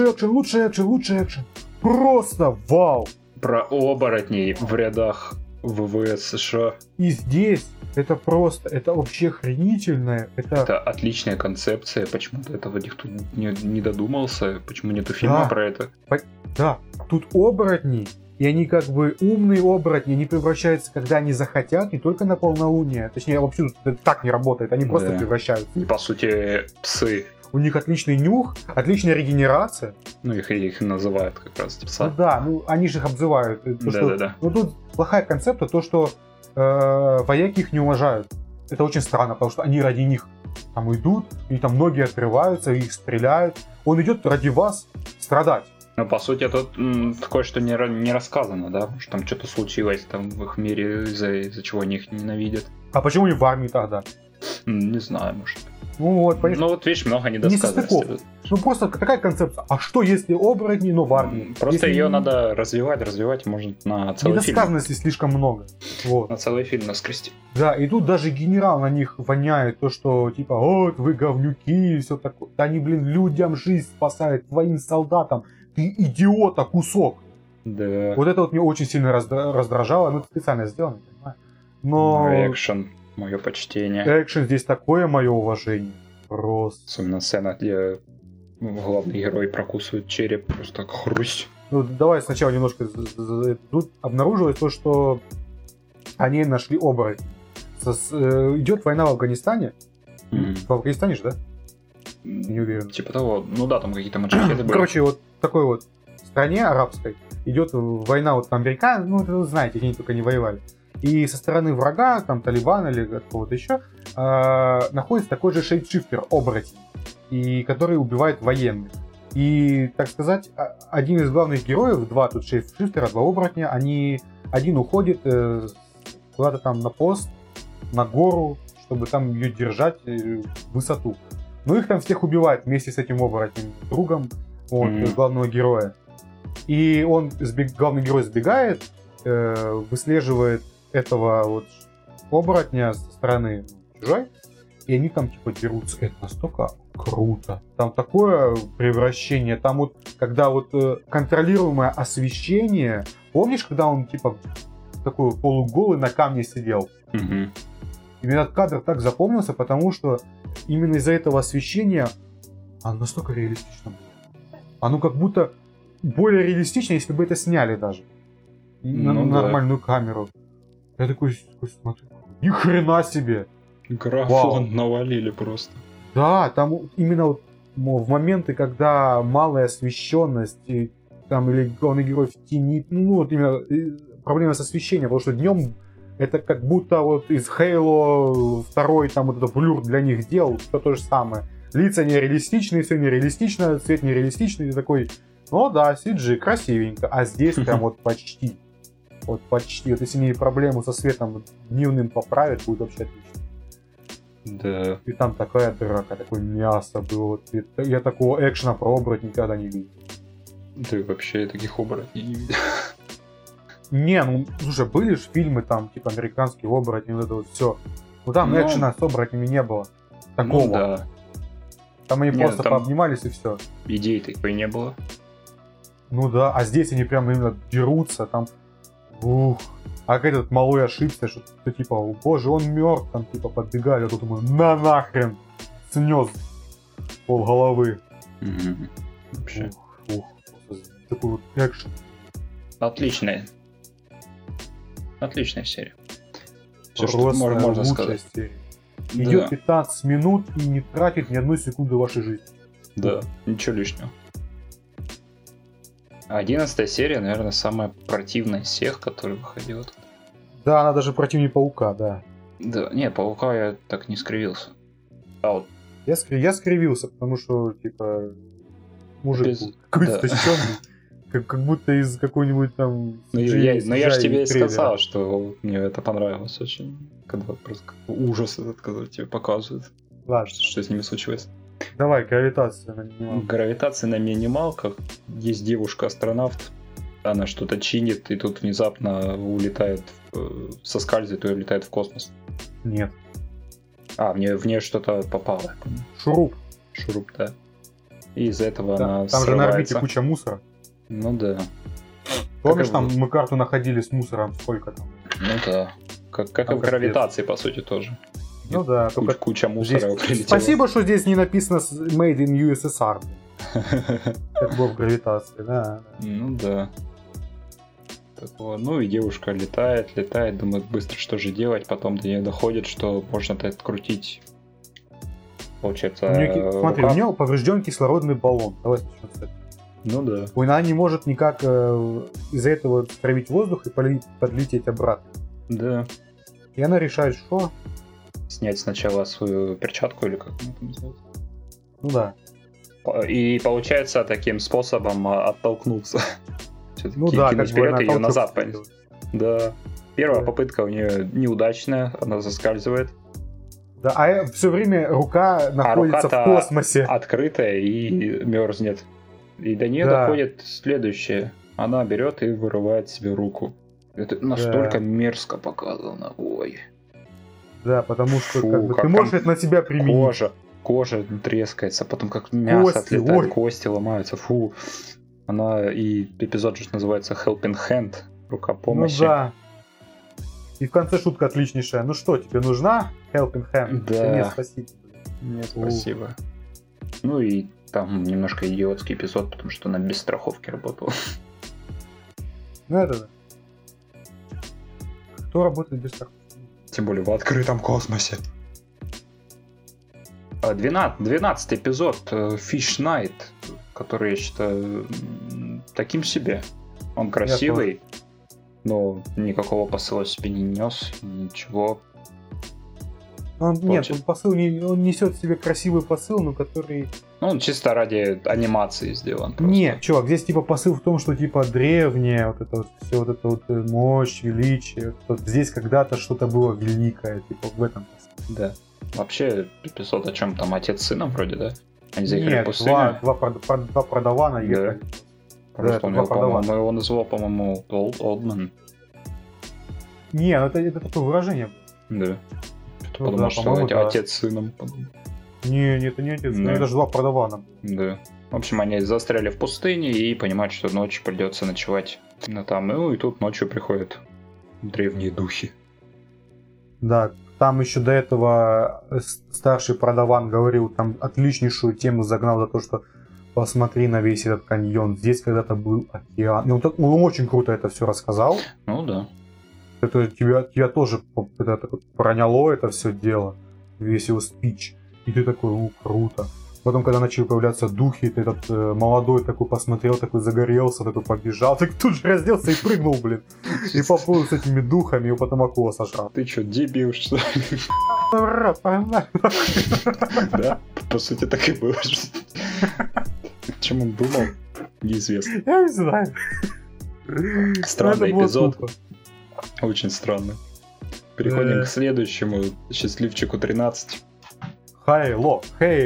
экшен. Просто вау. Про оборотней в рядах ВВС США. И здесь это просто, это вообще охренительное. Это отличная концепция. Почему до этого никто не додумался? Почему нету фильма Да. про это? Да, тут оборотни, и они как бы умные оборотни, они превращаются, когда они захотят, не только на полнолуние. Точнее, вообще тут это так не работает, они просто Да. превращаются. И по сути псы. У них отличный нюх, отличная регенерация. Ну их называют как раз пса. Ну да, они же их обзывают. Да-да-да. Но тут плохая концепция, то, что вояки их не уважают. Это очень странно, потому что они ради них там идут, и там многие отрываются, их стреляют. Он идет ради вас страдать. Ну, по сути, тут такое, что не рассказано, да? Что там что-то случилось там в их мире, из-за чего они их ненавидят. А почему не в армии тогда? Не знаю, может. Ну вот, понимаешь, Ну вот видишь, много недосказанностей. несостыков. Ну просто такая концепция. А что если оборотни, но в армии? Просто Если ее надо развивать, может, на целый фильм. недосказанностей слишком много. Вот. На целый фильм наскрести. Да, и тут даже генерал на них воняет, то что типа, вот вы говнюки и все такое. Да они, блин, людям жизнь спасают, твоим солдатам. Ты идиота кусок. Да. Вот это вот меня очень сильно раздражало, но это специально сделано, понимаю. Но Экшен, мое почтение. экшен здесь такое мое уважение. Просто. Особенно сцена, где главный герой прокусывает череп, просто так хрусть. Ну, давай сначала немножко. Тут обнаружилось то, что они нашли оборотень. Идет война в Афганистане. В Афганистане же, да? Не уверен. Типа того, ну да, там какие-то маджахеды были. Короче, вот в такой вот стране арабской идет война вот американцев, ну, вы знаете, где они только не воевали. И со стороны врага, там, Талибана или какого-то еще, находится такой же шейпшифтер, оборотень, и который убивает военных. И, так сказать, один из главных героев, два тут шейпшифтера, два оборотня, один уходит куда-то там на пост, на гору, чтобы там ее держать высоту. Но их там всех убивают вместе с этим оборотнем, другом главного героя. И главный герой сбегает, выслеживает этого вот оборотня со стороны чужой, и они там типа дерутся. Это настолько круто. Там такое превращение, там вот, когда вот контролируемое освещение. Помнишь, когда он типа такой полуголый на камне сидел? И мне этот кадр так запомнился, потому что именно из-за этого освещения оно настолько реалистично было. Оно как будто более реалистично, если бы это сняли даже. на нормальную камеру. Я такой смотрю, ни хрена себе! Графон навалили просто. Да, там именно вот в моменты, когда малая освещенность, и, там, или главный герой в тени, ну вот именно проблема с освещением, потому что днем это как будто вот из Halo 2 там вот это блюр для них делал, все то же самое. Лица нереалистичные, все нереалистично, цвет нереалистичный, и такой, ну да, CG, красивенько, а здесь прям вот почти. Вот почти. Вот если мне проблему со светом дневным поправят, будет вообще отлично. Да. И там такая драка, такое мясо было. Я такого экшена про оборот никогда не видел. Да и вообще таких оборотней не видел. Не, ну, слушай, были же фильмы там, типа американские оборотни, вот это вот все. Ну там экшена с оборотнями не было. Такого. Ну, да. Там они просто там пообнимались и все. Идей такой не было. Ну да, а здесь они прям именно дерутся, там. Ух. А как этот малой ошибся, что типа, о боже, он мертв, там типа подбегали, а тут ему на нахрен снес пол головы. Вообще. Такой вот экшен. Отличная серия. Все, просто что можно сказать. Серия. Идет 15 минут и не тратит ни одной секунды вашей жизни. Да, ничего лишнего. 11 серия, наверное, самая противная из всех, которая выходила. Да, она даже противнее Паука, да. Да, не, Паука я так не скривился. А вот... Я скривился, потому что, типа, мужик какой-то истощенный. Как будто из какой-нибудь там... Но я же тебе и сказал, что мне это понравилось очень. Когда просто ужас этот, когда тебе показывают, что с ними случилось. Давай, гравитация на минималках. Гравитация на минималках. Есть девушка-астронавт, она что-то чинит, и тут внезапно улетает, соскальзывает и улетает в космос. Нет. А, в нее что-то попало. Шуруп, да. И из-за этого она там же на орбите куча мусора. Ну да. Помнишь, там мы карту находили с мусором, сколько там? Ну да. Как и в гравитации, по сути, тоже. Ну да, только куча мусора прилетела. Спасибо, что здесь не написано Made in USSR. Как было в гравитации, да. Ну да. Такого. Ну и девушка летает, думает быстро, что же делать, потом до нее доходит, что можно-то открутить. Получается, смотри, у нее поврежден кислородный баллон. Давай начнем с этого. Ну да. Она не может никак из-за этого травить воздух и подлететь обратно. Да. И она решает, что? Снять сначала свою перчатку, или как она это называется? Ну да. И получается таким способом оттолкнуться. Ну да, кинуть вперед и ее назад понять. Да. Первая Да. попытка у нее неудачная, она заскальзывает. Да, а все время рука находится в космосе. Открытая и мерзнет. И до нее доходит следующее. Она берет и вырывает себе руку. Это настолько мерзко показано. Ой. Да, потому что ты можешь это на себя применить. Кожа трескается, потом как мясо отлетает, кости ломаются. Фу. Она и эпизод же называется Helping Hand, рука помощи. Ну да. И в конце шутка отличнейшая. Ну что, тебе нужна Helping Hand? Да. Нет, спасибо. Нет, спасибо. Ну и там немножко идиотский эпизод, потому что она без страховки работала. Ну это да. Кто работает без страховки? Тем более в открытом космосе. 12 эпизод Fish Night, который я считаю таким себе. Он красивый, но никакого посыла себе не нес, ничего. Нет, он несет в себе красивый посыл, но который... Ну, он чисто ради анимации сделан. Просто. Нет, чувак, здесь типа посыл в том, что типа древнее, вот это вот все, вот это вот мощь, величие. Вот здесь когда-то что-то было великое, типа в этом посыл. Да. Вообще, эпизод о чем там, отец с сыном вроде, да? Они заехали в пустыню. Два продавана ехали. Просто он его назвал, по-моему, Oldman. Не, ну это такое выражение. Да. Подумал, что отец с сыном. Не, это не отец, это же два продавана. Да. В общем, они застряли в пустыне и понимают, что ночью придется ночевать. Ну и тут ночью приходят древние духи. Да, там еще до этого старший продаван говорил, там отличнейшую тему загнал за то, что посмотри на весь этот каньон, здесь когда-то был океан. И он очень круто это все рассказал. Ну да. Это тебя тоже проняло это все дело, весь его спич. И ты такой, круто. Потом, когда начали появляться духи, ты этот молодой такой посмотрел, такой загорелся, такой побежал, так тут же разделся и прыгнул, блин. И поплыл с этими духами, и потом акула сожрал. Ты чё, дебил, что ли? Да, по сути так и было. Чем он думал, неизвестно. Я не знаю. Странный эпизод. Очень странно. Переходим к следующему. Счастливчику 13. Хейло.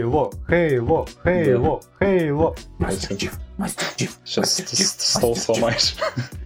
Мастер Чиф. Сейчас стол сломаешь.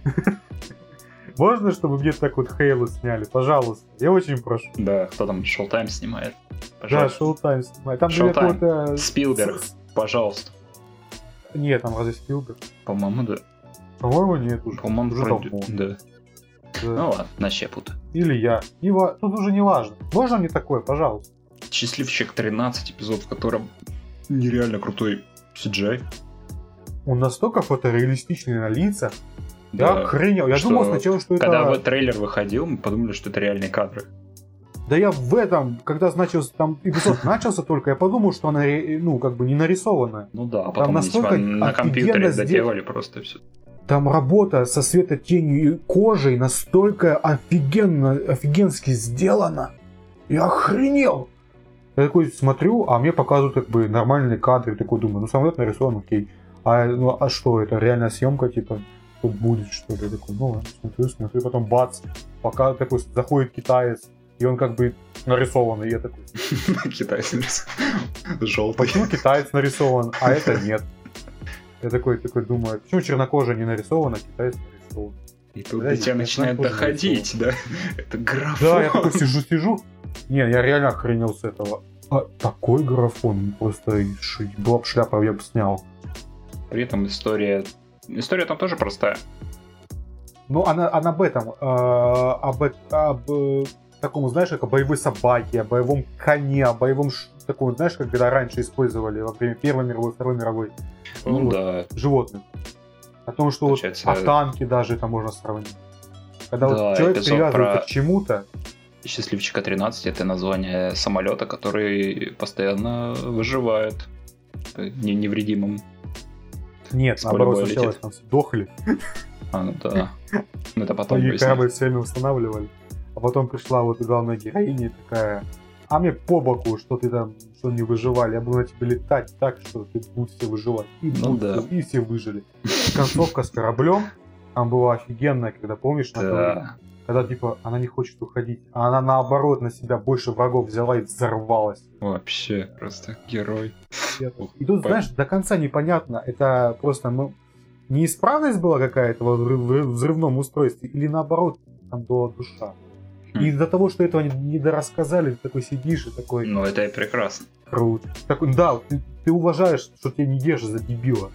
Можно, чтобы мне так вот Хейло сняли? Пожалуйста. Я очень прошу. Да, кто там Шоутайм снимает? Да, Шоутайм снимает. Там Шоутайм. Спилберг, пожалуйста. Нет, там разве Спилберг? По-моему, да. По-моему, нет уже. По-моему, уже давно. Да. Ну ладно, нащепут. Или я. Тут уже не важно. Можно мне такое, пожалуйста? Счастливчик 13, эпизод, в котором нереально крутой CGI. Он настолько фотореалистичный на лицах. Да, я охренел. Я думал сначала, что когда трейлер выходил, мы подумали, что это реальные кадры. Да я в этом, когда начался, там эпизод начался только, я подумал, что она, как бы не нарисованная. Ну да, а потом настолько на компьютере доделали просто все. Там работа со светотенью и кожей настолько офигенски сделана. Я охренел. Я такой смотрю, а мне показывают как бы нормальные кадры. Такой думаю, самолет нарисован, окей. А что, это реальная съемка, типа, тут будет что ли? Я такой, смотрю, потом бац, пока такой заходит китаец, и он как бы нарисованный, и я такой... Китаец нарисован. Желтый. Почему китаец нарисован, а это нет? Я такой думаю, почему чернокожая не нарисована, а китаец нарисован? И тут до тебя начинает доходить, да? Это графон. Да, я такой сижу. Не, я реально охренел с этого. Такой графон, просто была бы шляпа, я бы снял. При этом история там тоже простая. Ну, она об этом, об таком, знаешь, как о боевой собаке, о боевом коне, о боевом, таком, знаешь, как когда раньше использовали во время Первой мировой, Второй мировой. Да. Животных. О том, что получается... вот танки даже это можно сравнить. Когда вот человек привязывается к чему-то. Счастливчика 13 это название самолета, который постоянно выживает невредимым. Нет, наоборот, сначала там сдохли. Ну да. Ну это потом. Они корабль все время устанавливали. А потом пришла вот главная героиня такая: а мне по боку, что ты там, что не выживали. Я буду на тебе летать так, что ты будешь все выживать. И все выжили. Концовка с кораблем там была офигенная, когда, помнишь, когда типа она не хочет уходить, а она наоборот на себя больше врагов взяла и взорвалась. Вообще, просто герой. И тут, знаешь, до конца непонятно, это просто неисправность была какая-то в взрывном устройстве или наоборот там была душа. И из-за того, что этого не дорассказали, ты такой сидишь и такой... Ну, это и прекрасно. Круто. Такой, да, ты уважаешь, что тебя не держат за дебила.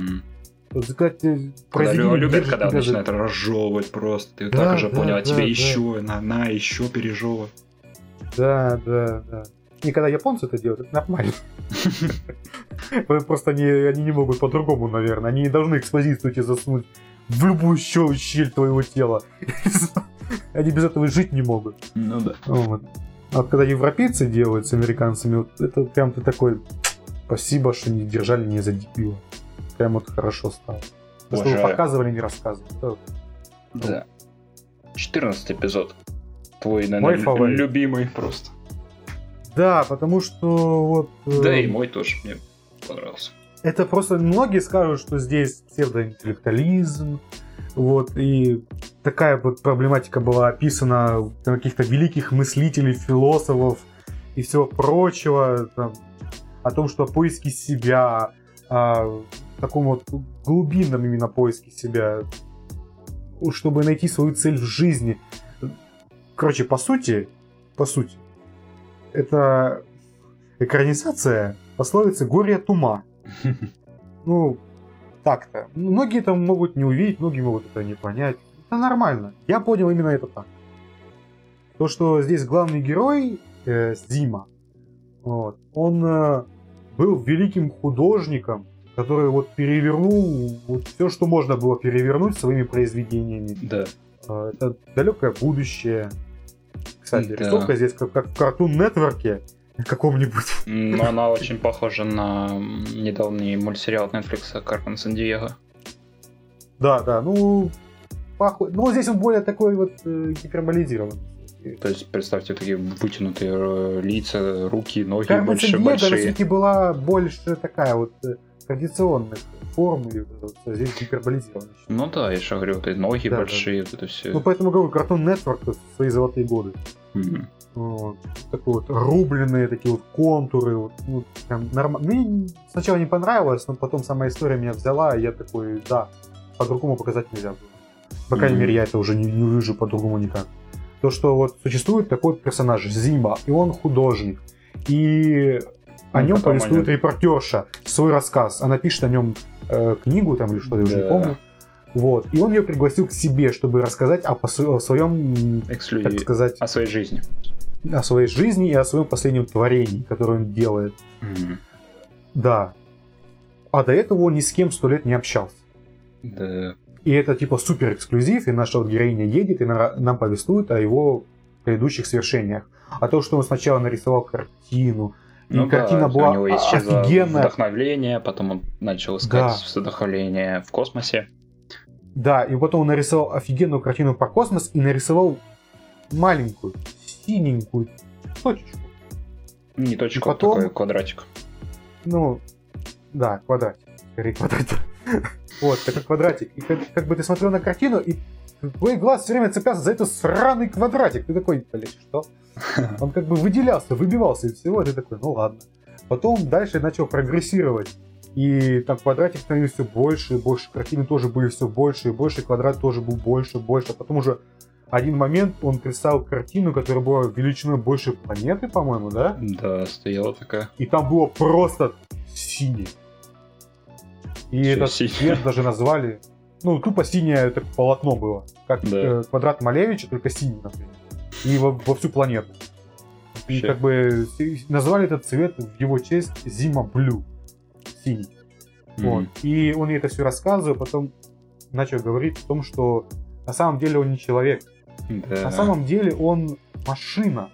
Любят, когда начинают разжевывать просто. Ты так уже понял, а тебе еще, на еще пережевывай. Да. И когда японцы это делают, это нормально. Просто они не могут по-другому, наверное. Они не должны экспозицию тебе засунуть в любую щель твоего тела. Они без этого жить не могут. Ну да. Вот. А когда европейцы делают с американцами, вот это прям ты такой: спасибо, что не держали меня за дебила. Прям вот хорошо стало. То, что вы показывали, не рассказывали. Да. 14 эпизод. Твой, наверное, любимый просто. Да, потому что вот... Да, и мой тоже мне понравился. Это просто многие скажут, что здесь псевдоинтеллектуализм, вот, и такая вот проблематика была описана каких-то великих мыслителей, философов и всего прочего, там, о том, что поиски себя, таком вот глубинном именно поиске себя, чтобы найти свою цель в жизни. Короче, по сути, это экранизация пословицы «Горе от ума». Ну, так-то. Многие там могут не увидеть, многие могут это не понять. Это нормально. Я понял именно это так. То, что здесь главный герой, Зима, вот, он был великим художником, который вот перевернул вот все, что можно было перевернуть своими произведениями. Да. Это далекое будущее. Кстати, Да. рисовка здесь как в Cartoon Network каком-нибудь. Но она очень похожа на недавний мультсериал от Netflix «Carmen San-Diego». Да, ну, ну, здесь он более такой вот гиперболизированный. То есть, представьте, такие вытянутые лица, руки, ноги Carmen большие. на все-таки была больше такая вот традиционная форма, и вот здесь гиперболизированная. Ну да, я же говорю, вот эти ноги Да, большие, вот это все. Ну, поэтому говорю, Cartoon Network в свои золотые годы. Мгм. Вот. Такие вот рубленые такие вот контуры. Вот, ну, прям нормально. Мне сначала не понравилось, но потом сама история меня взяла, и я такой, да, по-другому показать нельзя было. По крайней мере, я это уже не увижу по-другому никак. То, что вот существует такой персонаж Зима, и он художник. И о нем повествует репортерша свой рассказ. Она пишет о нем книгу там или что-то, я уже не помню. Вот. И он ее пригласил к себе, чтобы рассказать о своем, так сказать, о своей жизни. О своей жизни и о своем последнем творении, которое он делает. Да. А до этого он ни с кем 100 лет не общался. Да. И это типа супер эксклюзив, и наша вот героиня едет и нам повествует о его предыдущих свершениях. А то, что он сначала нарисовал картину, и картина была у него офигенная. Вдохновление, потом он начал искать вдохновление в космосе. Да, и потом он нарисовал офигенную картину про космос и нарисовал маленькую, синенькую точечку. Не точку, а такой квадратик. Ну, да, квадратик. Скорее квадратик. Вот, такой квадратик. И как бы ты смотрел на картину, и твой глаз все время цеплялся за этот сраный квадратик. Ты такой, блин, что? Он как бы выделялся, выбивался из всего, и ты такой, ну ладно. Потом дальше начал прогрессировать. И там квадратик становился все больше и больше, картины тоже были все больше и больше, квадрат тоже был больше и больше. А потом уже один момент он представил картину, которая была величиной больше планеты, по-моему, да? Да, стояла такая. И там было просто синий. И Всё этот синее. цвет даже назвали, ну, тупо синее это полотно было. Как квадрат Малевича, только синий, например. И во всю планету. И как бы назвали этот цвет в его честь Зима Блю. Синий. Вот. И он ей это все рассказывал, потом начал говорить о том, что на самом деле он не человек. Да. На самом деле он машина.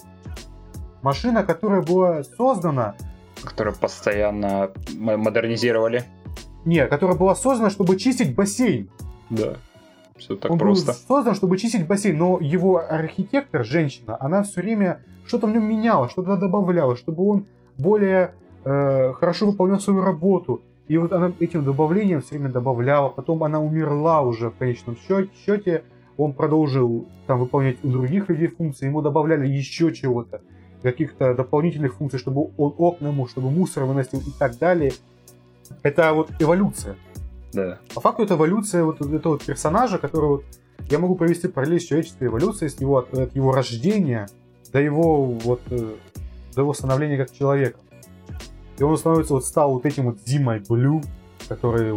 Машина, которая была создана... Которую постоянно модернизировали. Нет, которая была создана, чтобы чистить бассейн. Да. Все так он просто. был создан, чтобы чистить бассейн, но его архитектор, женщина, она все время что-то в нем меняла, что-то добавляла, чтобы он более хорошо выполнял свою работу. И вот она этим добавлением все время добавляла. Потом она умерла уже в конечном счете. Он продолжил там выполнять у других людей функции. Ему добавляли еще чего-то. Каких-то дополнительных функций, чтобы он окна мыл, чтобы мусор выносил и так далее. Это вот эволюция. Да. По факту это эволюция вот этого вот персонажа, который вот я могу провести параллель с человеческой эволюцией, с его, от его рождения до его вот до его становления как человека. И он становится вот стал вот этим вот Зимой Блю, который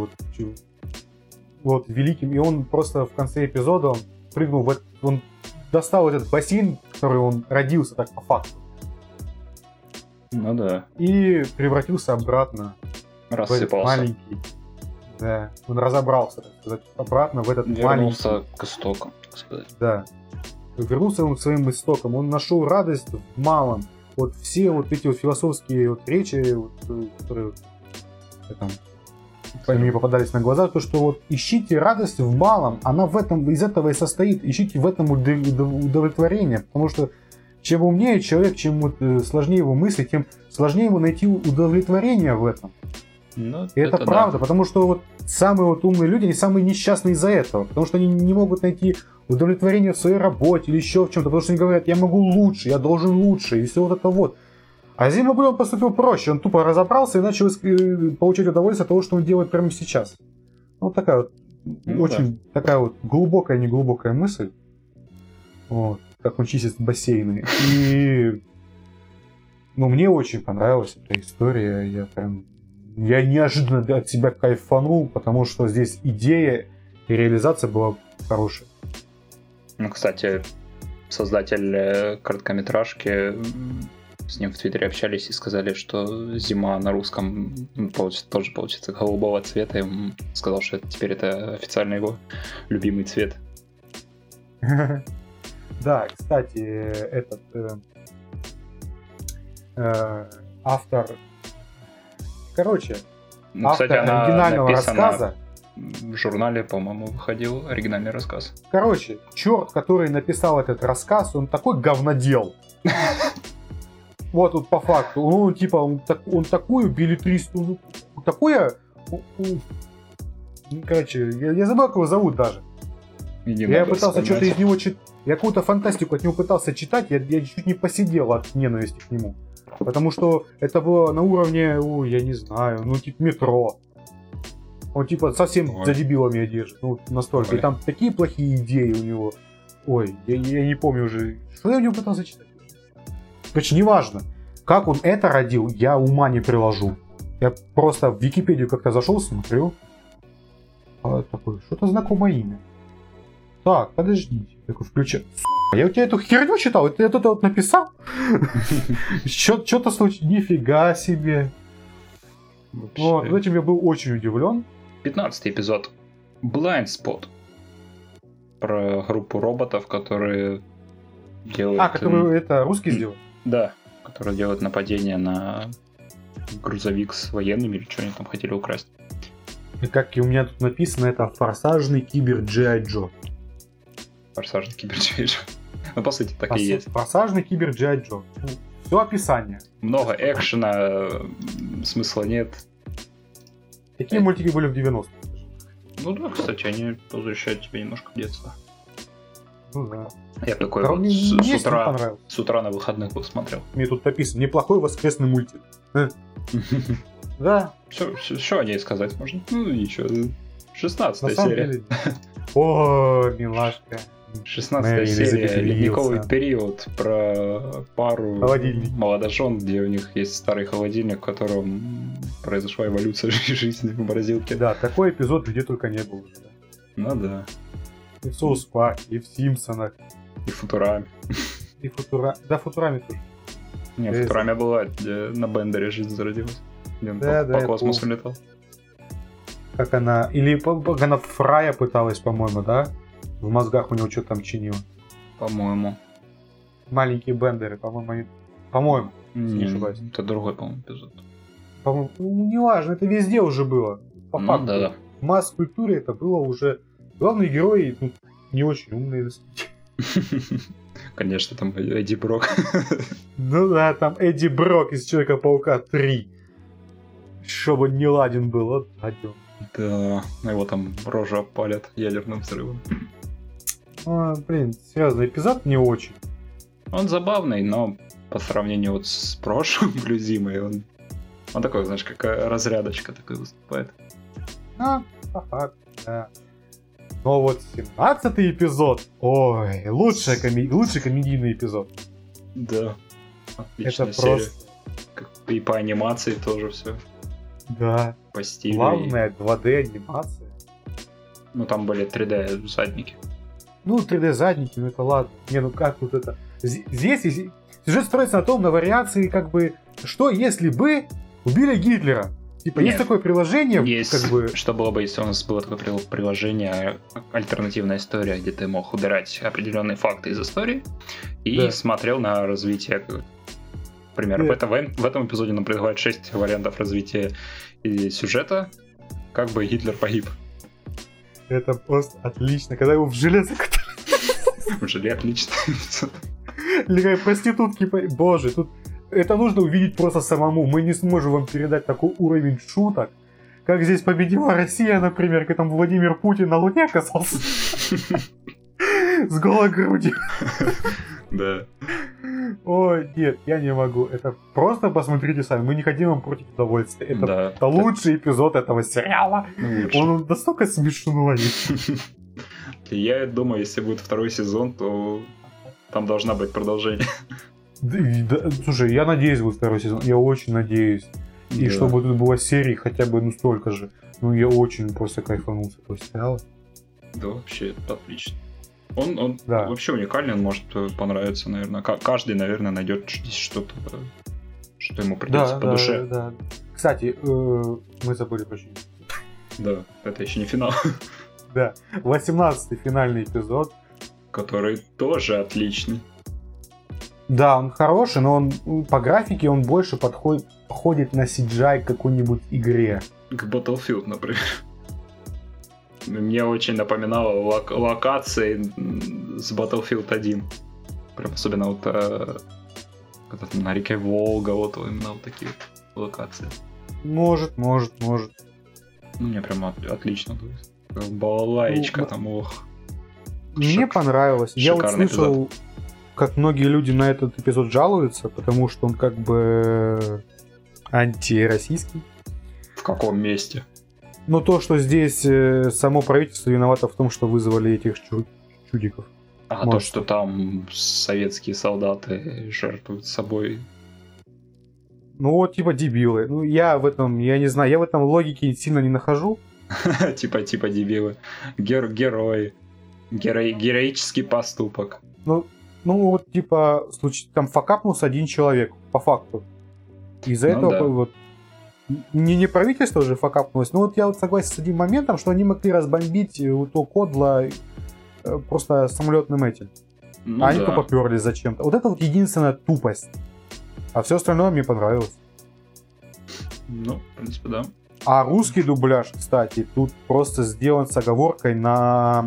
вот великим, и он просто в конце эпизода он прыгнул он достал этот бассейн, в который он родился так по факту. Ну да. И превратился обратно. Рассыпался. Маленький. Да. Он разобрался, так сказать, обратно в этот маленький. Вернулся к истокам, так сказать. Да. Вернулся он к своим истокам. Он нашел радость в малом. Вот все вот эти вот философские вот речи, вот, которые там, мне попадались на глаза, то что вот ищите радость в малом, она в этом, из этого и состоит. Ищите в этом удовлетворение, потому что чем умнее человек, чем вот сложнее его мысли, тем сложнее ему найти удовлетворение в этом. Ну, и это правда, потому что вот самые вот умные люди, они самые несчастные из-за этого, потому что они не могут найти удовлетворение в своей работе или еще в чем-то, потому что они говорят, я могу лучше, я должен лучше, и все вот это вот. А Зима Блю поступил проще, он тупо разобрался и начал получать удовольствие от того, что он делает прямо сейчас. Вот такая вот, очень такая вот глубокая-неглубокая мысль, вот, как он чистит бассейны. И мне очень понравилась эта история, я неожиданно от себя кайфанул, потому что здесь идея и реализация была хорошая. Ну, кстати, создатель короткометражки с ним в Твиттере общались и сказали, что зима на русском тоже получится голубого цвета. И он сказал, что теперь это официально его любимый цвет. Да, кстати, этот автор... Короче, автор оригинального рассказа... В журнале, по-моему, выходил оригинальный рассказ. Короче, черт, который написал этот рассказ, он такой говнодел. Вот тут по факту. Ну, типа, он такую билетристу... Такое... Короче, я забыл, как его зовут даже. Я пытался что-то из него читать. Я какую-то фантастику от него пытался читать, я чуть не посидел от ненависти к нему. Потому что это было на уровне, я не знаю, ну типа метро. Он типа совсем за дебилами держит, ну настолько. И там такие плохие идеи у него. Ой, я не помню уже, что я у него пытался читать. Короче, неважно, как он это родил, я ума не приложу. Я просто в Википедию как-то зашел, смотрю. Такое, что-то знакомое имя. Так, подождите. Такой включаю. Я у тебя эту херню читал? Ты это вот написал? Что-то случилось. Нифига себе. Вот, этим я был очень удивлен. 15-й эпизод. Blind Spot. Про группу роботов, которые делают... которые это русские сделали? Да, которые делают нападение на грузовик с военными, или что они там хотели украсть. И как и у меня тут написано, это форсажный кибер G.I. Joe. Форсажный кибер G.I. Joe. Ну, по сути, так и есть. Форсажный кибер G.I. Joe. Все описание. Много экшена, смысла нет. Какие мультики были в 90-х? Ну да, кстати, они возвращают тебя немножко в детство. Ну да. Я такой вот с утра на выходных был смотрел. Мне тут написано, неплохой воскресный мультик. Да. Что о ней сказать можно? Ну ничего. 16-я серия. О, милашка. 16-я серия, ледниковый период, про пару молодожен, где у них есть старый холодильник, в котором произошла эволюция жизни в морозилке. Да, такой эпизод где только не был уже. Ну да. И в Соус Парке, и в Симпсонах. И в Футураме. Да, в Футураме тоже. Не, в Футураме была, где на Бендере жизнь зародилась. Где он по космосу летал. Как она... Или как она Фрая пыталась, по-моему, да? В мозгах у него что-то там чинило. По-моему. Маленькие Бендеры, по-моему, они... По-моему, не ошибаюсь. Это другой, по-моему, эпизод. По-моему, ну, неважно, это везде уже было. По факту. Да. В масс-культуре это было уже... Главные герои, ну, не очень умные. Конечно, там Эдди Брок. Ну да, там Эдди Брок из Человека-паука 3. Чтобы не ладен был, вот один. Да, его там рожу опалят ядерным взрывом. Блин, серьезно, эпизод не очень. Он забавный, но по сравнению вот с прошлым Блюзимой, он такой, знаешь, как разрядочка такой выступает. По факту, да. Но вот 17-й эпизод, ой, лучший комедийный эпизод. Да, отличная это серия. Просто... И по анимации тоже все. Да. По стилю. Главная 2D анимация. Ну там были 3D задники. Ну 3D задники, ну это ладно. Не, ну как вот это... Здесь сюжет строится на том, на вариации как бы, что если бы убили Гитлера? Типа, есть такое приложение, есть, как бы... Что было бы, если у нас было такое приложение, альтернативная история, где ты мог убирать определенные факты из истории и смотрел на развитие. Например, в этом эпизоде нам предлагают 6 вариантов развития сюжета, как бы Гитлер погиб. Это просто отлично, когда его в железо катали. В желе отлично. Или проститутки, боже, тут... Это нужно увидеть просто самому. Мы не сможем вам передать такой уровень шуток, как здесь победила Россия, например, когда там Владимир Путин на Луне оказался. С голой грудью. Да. Ой, нет, я не могу. Это просто посмотрите сами. Мы не хотим вам портить удовольствие. Это лучший эпизод этого сериала. Он настолько смешной. Я думаю, если будет второй сезон, то там должна быть продолжение. Да, слушай, я надеюсь, будет второй сезон. Я очень надеюсь. И чтобы тут было серий хотя бы столько же. Ну, я очень просто кайфанул с этого сериала. Да, вообще, это отлично. Он вообще уникальный, он может понравиться, наверное. Каждый, наверное, найдет здесь что-то, что ему придется по душе. Да. Кстати, мы забыли почему. Да, это еще не финал. Да, 18-й финальный эпизод. Который тоже отличный. Да, он хороший, но он по графике он больше походит на CGI к какой-нибудь игре. К Battlefield, например. Мне очень напоминало локации с Battlefield 1. Прям особенно вот на реке Волга, вот именно вот такие локации. Может. Ну, мне прям отлично. Балалаечка там, ох. Мне понравилось. Я вот слышал, эпизод. как многие люди на этот эпизод жалуются, потому что он как бы антироссийский. В каком месте? Ну, то, что здесь само правительство виновато в том, что вызвали этих чудиков. А то, что там советские солдаты жертвуют собой. Ну, вот, типа, дебилы. Ну, я не знаю, я в этом логики сильно не нахожу. Типа дебилы. Герои. Героический поступок. Ну, вот, типа, там факапнулся один человек, по факту. Из-за этого вот не правительство же факапнулось, но вот я вот согласен с одним моментом, что они могли разбомбить то Кодла просто самолетным этим. Ну, они тупо поперлись зачем-то. Вот это вот единственная тупость. А все остальное мне понравилось. Ну, в принципе, да. А русский дубляж, кстати, тут просто сделан с оговоркой на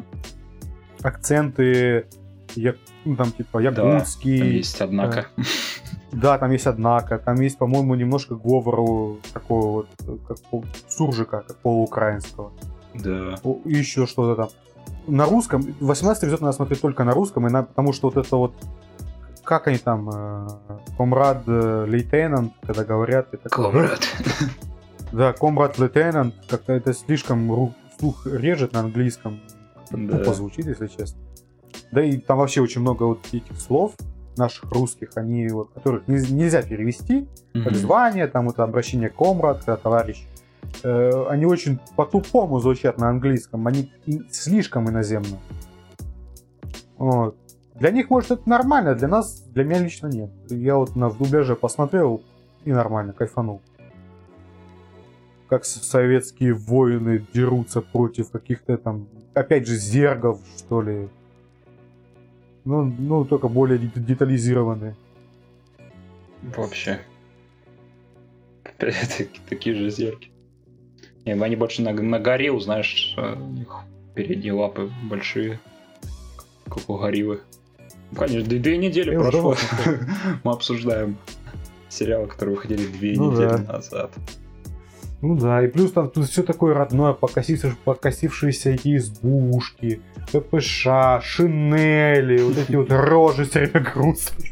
акценты там типа якутский. Да, там есть однако. Да, там есть однако. Там есть, по-моему, немножко говору такого вот, как суржика, как полуукраинского. Да. И еще что-то там. На русском, 18-й эпизод надо смотреть только на русском, потому что вот это вот, как они там, комрад лейтенант, когда говорят. Это комрад. Да, комрад лейтенант, как-то это слишком слух режет на английском. Тупо звучит, если честно. Да и там вообще очень много вот этих слов наших русских, они вот, которых нельзя перевести, как звание, там вот обращение комрад, когда товарищ. Они очень по-тупому звучат на английском, они слишком иноземные. Вот. Для них, может, это нормально, для меня лично нет. Я вот в дубляже посмотрел и нормально, кайфанул. Как советские воины дерутся против каких-то там, опять же, зергов, что ли. Ну, только более детализированные. Вообще. Такие же зерги. Они больше на горилл, знаешь, у них передние лапы большие, как у гориллы. Конечно, 2 недели прошло. Мы обсуждаем сериалы, которые выходили 2 недели назад. Ну да, и плюс там тут все такое родное, покосившиеся эти избушки, ППШ, шинели, вот эти вот рожи все время грустные.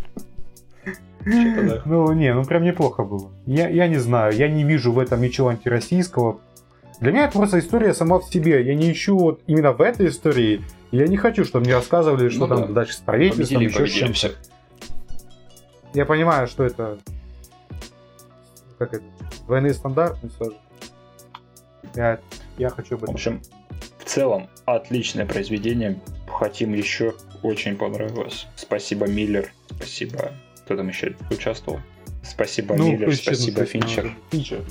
Ну прям неплохо было. Я не знаю, я не вижу в этом ничего антироссийского. Для меня это просто история сама в себе. Я не ищу вот именно в этой истории. Я не хочу, чтобы мне рассказывали, что там дальше с правительством, еще с чем-то. Я понимаю, что это... Как это? Двойные стандарты, но все же. Я хочу об этом. В общем, в целом, отличное произведение. Хотим еще. Очень понравилось. Спасибо, Миллер. Спасибо. Кто там еще участвовал? Спасибо, Миллер. Спасибо, Финчер. Финчер.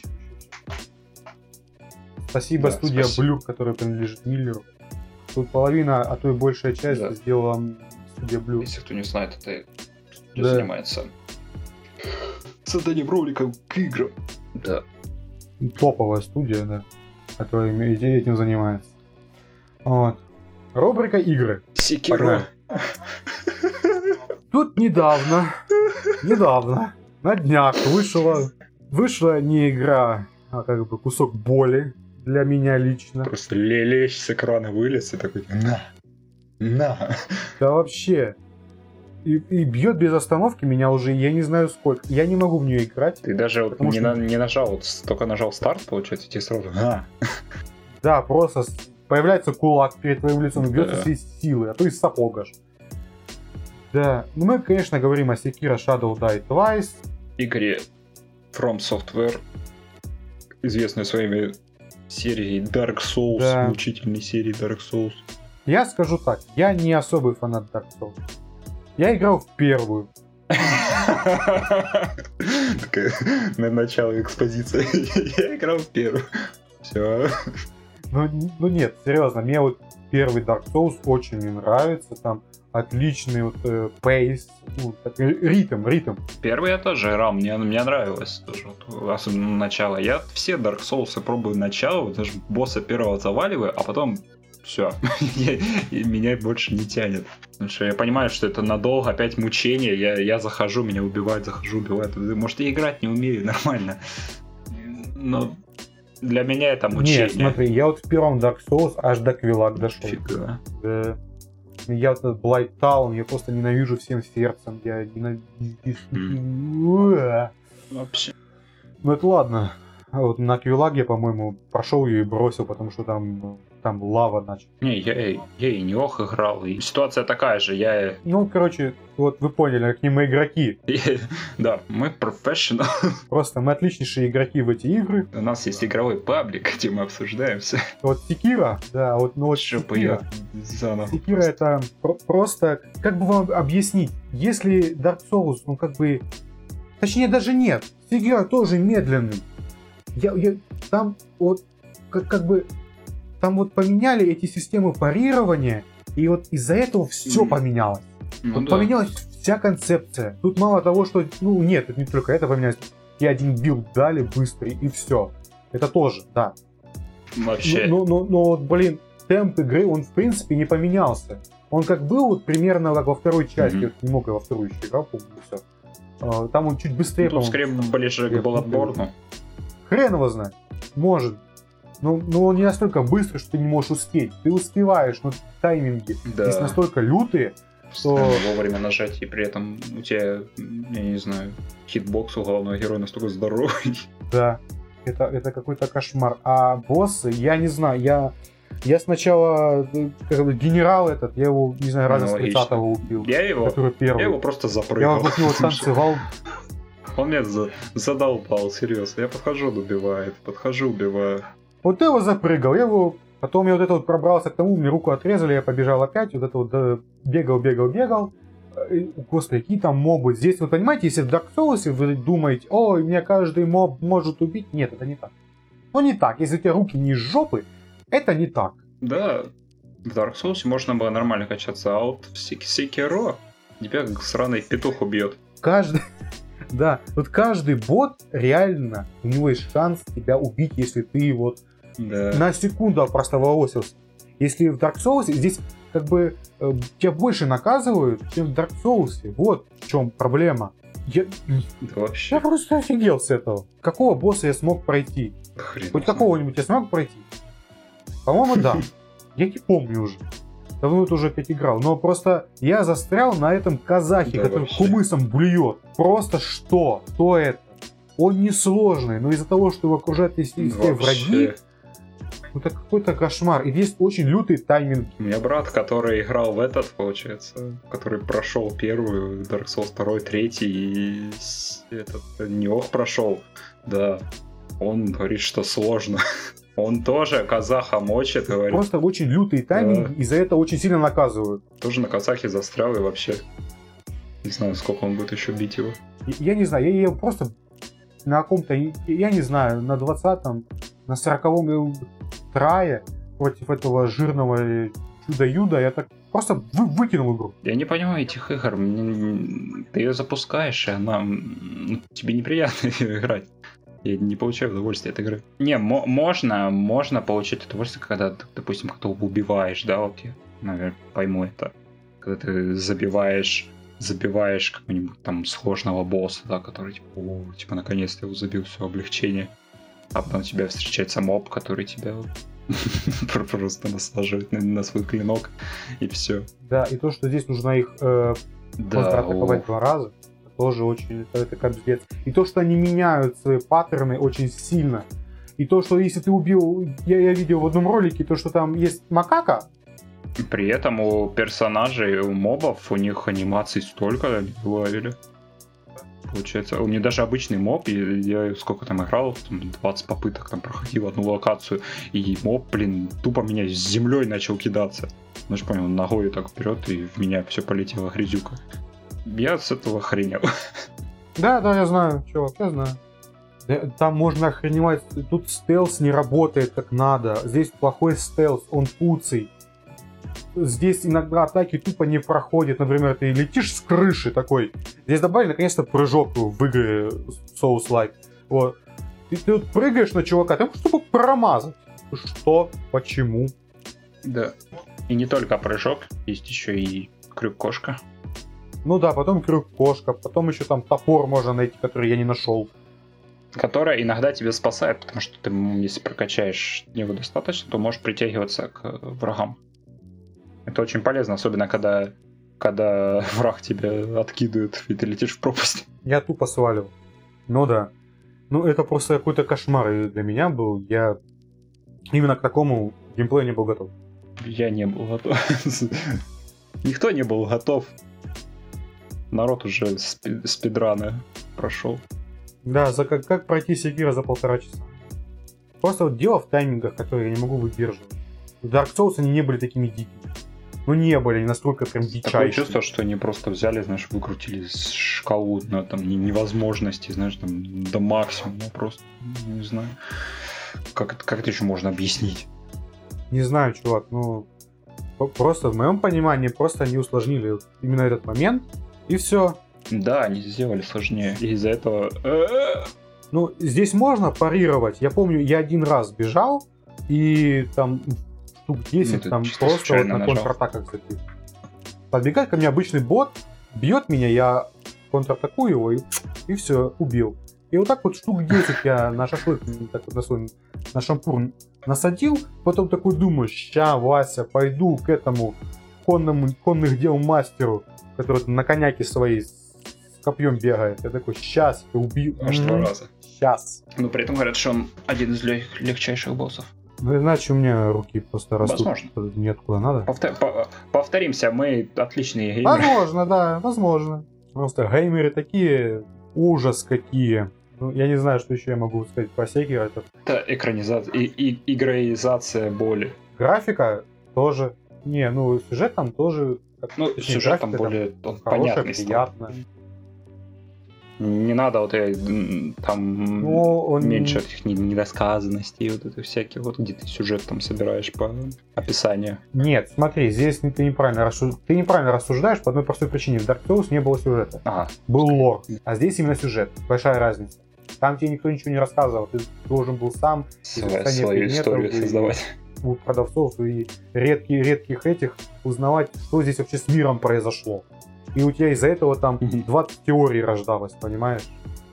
Спасибо, студия Blur, которая принадлежит Миллеру. Тут половина, а то и большая часть сделала студия Blur. Если кто не знает, это занимается созданием роликов к играм. Да. Топовая студия, да, которая этим занимается. Вот. Рубрика игры. Секиро. Тут недавно, на днях вышла не игра, а как бы кусок боли для меня лично. Просто лещ с экрана вылез и такой на. Да вообще. И бьет без остановки меня уже, я не знаю сколько. Я не могу в нее играть. Ты даже вот не нажал, вот только нажал старт, получается, тебе сразу Да, просто появляется кулак перед твоим лицом, бьется с силы, а то и с сапога. Да, ну мы, конечно, говорим о Sekiro Shadow Die Twice. Игре From Software, известной своими серией Dark Souls, мучительной серией Dark Souls. Я скажу так, я не особый фанат Dark Souls. Я играл в первую. На начало экспозиции. Я играл в первую. Все. Ну нет, серьезно, мне вот первый Dark Souls очень не нравится. Там отличный вот пейс, ритм. Первый я тоже играл, мне нравилось тоже, особенно начало. Я все Dark Souls пробую начало, вот даже босса первого заваливаю, а потом все, меня больше не тянет. Потому что я понимаю, что это надолго, опять мучение, я захожу, меня убивают, захожу, убивают. Может, я играть не умею нормально, но для меня это мучение. Нет, смотри, я вот в первом Dark Souls аж до Квилак дошел. Фига. Да. Я вот этот Blight Town, я просто ненавижу всем сердцем. Я ненавижу. Вообще. Ну это ладно. А вот на Квилаге, по-моему, прошел ее и бросил, потому что там лава начала. Не, я и не ох играл. И ситуация такая же, Ну, короче, вот вы поняли, какие мы игроки. Да, мы профессионал. Просто мы отличнейшие игроки в эти игры. У нас есть игровой паблик, где мы обсуждаем все. Вот Секира, да, вот, ну вот Секира это просто, как бы вам объяснить, если Dark Souls, ну как бы, точнее даже нет, Секира тоже медленный. Там вот, как бы, там вот поменяли эти системы парирования, и вот из-за этого все поменялось. Ну, вот да. Поменялась вся концепция. Тут мало того, что, ну нет, это не только это поменялось. И один билд дали быстрый, и все. Это тоже, да. Вообще. Но вот, блин, темп игры, он в принципе не поменялся. Он как был вот примерно как во второй части, вот не мог я во вторую еще играл, помню, все. Там он чуть быстрее, Тут скорее ближе к Bloodborne. Хрен его знает. Может. Но он не настолько быстрый, что ты не можешь успеть. Ты успеваешь, но тайминги здесь настолько лютые, что... Вовремя нажать, и при этом у тебя, я не знаю, хитбокс у главного героя настолько здоровый. Да, это какой-то кошмар. А боссы, я не знаю, я сначала, генерал этот, я его, не знаю, раза с 30-го убил. Я его просто запрыгал. Я вокруг него танцевал. Он меня задолбал, серьезно. Я подхожу, убиваю. Вот я его запрыгал, потом я вот это вот пробрался к тому, мне руку отрезали, я побежал опять, вот это вот бегал. Господи, какие там мобы. Здесь, вы понимаете, если в Dark Souls вы думаете, ой, меня каждый моб может убить, нет, это не так. Ну не так, если у тебя руки не из жопы, это не так. Да, в Dark Souls можно было нормально качаться, а вот в Sekiro тебя сраный петух убьет. Да, вот каждый бот реально, у него есть шанс тебя убить, если ты вот на секунду опростоволосился. Если в Dark Souls здесь как бы тебя больше наказывают, чем в Dark Souls. Вот в чем проблема. Я просто офигел с этого. Какого босса я смог пройти? Хоть какого-нибудь я смог пройти? По-моему, да. Я не помню уже. Давно это уже опять играл. Но просто я застрял на этом казахе, который кумысом блюет. Просто что? Кто это? Он несложный, но из-за того, что его окружают все враги, это какой-то кошмар. И есть очень лютый тайминг. У меня брат, который играл в этот, получается, который прошел первую, Dark Souls 2, 3 и этот Неох прошел. Да, он говорит, что сложно. Он тоже казаха мочит, говорит. Просто очень лютый тайминг, и за это очень сильно наказывают. Тоже на казахе застрял и вообще не знаю, сколько он будет еще бить его. Я не знаю, я просто на каком-то, я не знаю, на 20-м, на 40-м трае против этого жирного чудо-юда я так просто выкинул игру. Я не понимаю этих игр. Ты ее запускаешь, и она... тебе неприятно играть. Я не получаю удовольствия от игры. Не, можно получить удовольствие, когда ты, допустим, кто-то убиваешь, да, вот я, наверное, пойму это. Когда ты забиваешь какого-нибудь там сложного босса, да, который типа наконец-то его забил, все, облегчение. А потом тебя встречается моб, который тебя просто насаживает на свой клинок, и все. Да, и то, что здесь нужно их контратаковать 2 раза, тоже очень, это капец. И то, что они меняют свои паттерны очень сильно. И то, что если ты убил, я видел в одном ролике, то, что там есть макака. При этом у персонажей, у мобов, у них анимаций столько добавили. Получается, у меня даже обычный моб, я сколько там играл, 20 попыток там проходил одну локацию, и моб, тупо меня с землей начал кидаться. Ну, же понял, ногой так вперед, и в меня все полетело грязюка. Я с этого охренел. Да, я знаю, чувак, я знаю. Там можно охреневать, тут стелс не работает как надо, здесь плохой стелс, он пуцый. Здесь иногда атаки тупо не проходят, например, ты летишь с крыши такой. Здесь добавили наконец-то прыжок в игре Souls-like. Вот. Ты вот прыгаешь на чувака, там чтобы промазать. Что? Почему? Да. И не только прыжок, есть еще и крюк-кошка. Ну да, потом крюк-кошка, потом еще там топор можно найти, который я не нашел. Которая иногда тебя спасает, потому что ты, если прокачаешь его достаточно, то можешь притягиваться к врагам. Это очень полезно, особенно когда враг тебя откидывает, и ты летишь в пропасть. Я тупо сваливал. Ну да. Ну это просто какой-то кошмар для меня был. Я именно к такому геймплею не был готов. Я не был готов. Никто не был готов. Народ уже спидраны прошел. Да, как пройти Sekiro за 1,5 часа. Просто вот дело в таймингах, которые я не могу выдерживать. В Dark Souls они не были такими дикими. Ну не были, они настолько прям дичайшие. Такое чувство, что они просто взяли, знаешь, выкрутили шкалу на там невозможности, знаешь, там до максимума просто. Не знаю. Как это еще можно объяснить? Не знаю, чувак, ну... Просто в моем понимании просто они усложнили именно этот момент, и все. Да, они сделали сложнее. И из-за этого... Ну, здесь можно парировать. Я помню, я один раз бежал, и там штук 10 там просто вот на контратаках забил. Подбегает ко мне обычный бот, бьет меня, я контратакую его, и все, убил. И вот так вот штук 10 я на шашлык, так вот на шампур насадил, потом такой думаю, ща, Вася, пойду к этому конных дел мастеру, который на коняке своей копьем бегает. Я такой, сейчас я убью. Аж 2 раза. Сейчас. Но при этом говорят, что он один из легчайших боссов. Ну, иначе у меня руки просто растут. Возможно. Нет, куда надо. Повторимся, мы отличные геймеры. Возможно, да, возможно. Просто геймеры такие, ужас какие. Ну, я не знаю, что еще я могу сказать про Sekiro. Это экранизация, игроизация боли. Графика тоже. Не, ну сюжет там тоже. Ну, сюжет там более понятный, приятно. Не надо вот там меньше этих недосказанностей, вот это всякие, вот где ты сюжет там собираешь по описанию. Нет, смотри, здесь ты неправильно рассуждаешь по одной простой причине. В Dark Souls не было сюжета. Был лор, а здесь именно сюжет. Большая разница. Там тебе никто ничего не рассказывал, ты должен был сам свою историю создавать. У продавцов и редких этих узнавать, что здесь вообще с миром произошло. И у тебя из-за этого там 20 теорий рождалось, понимаешь?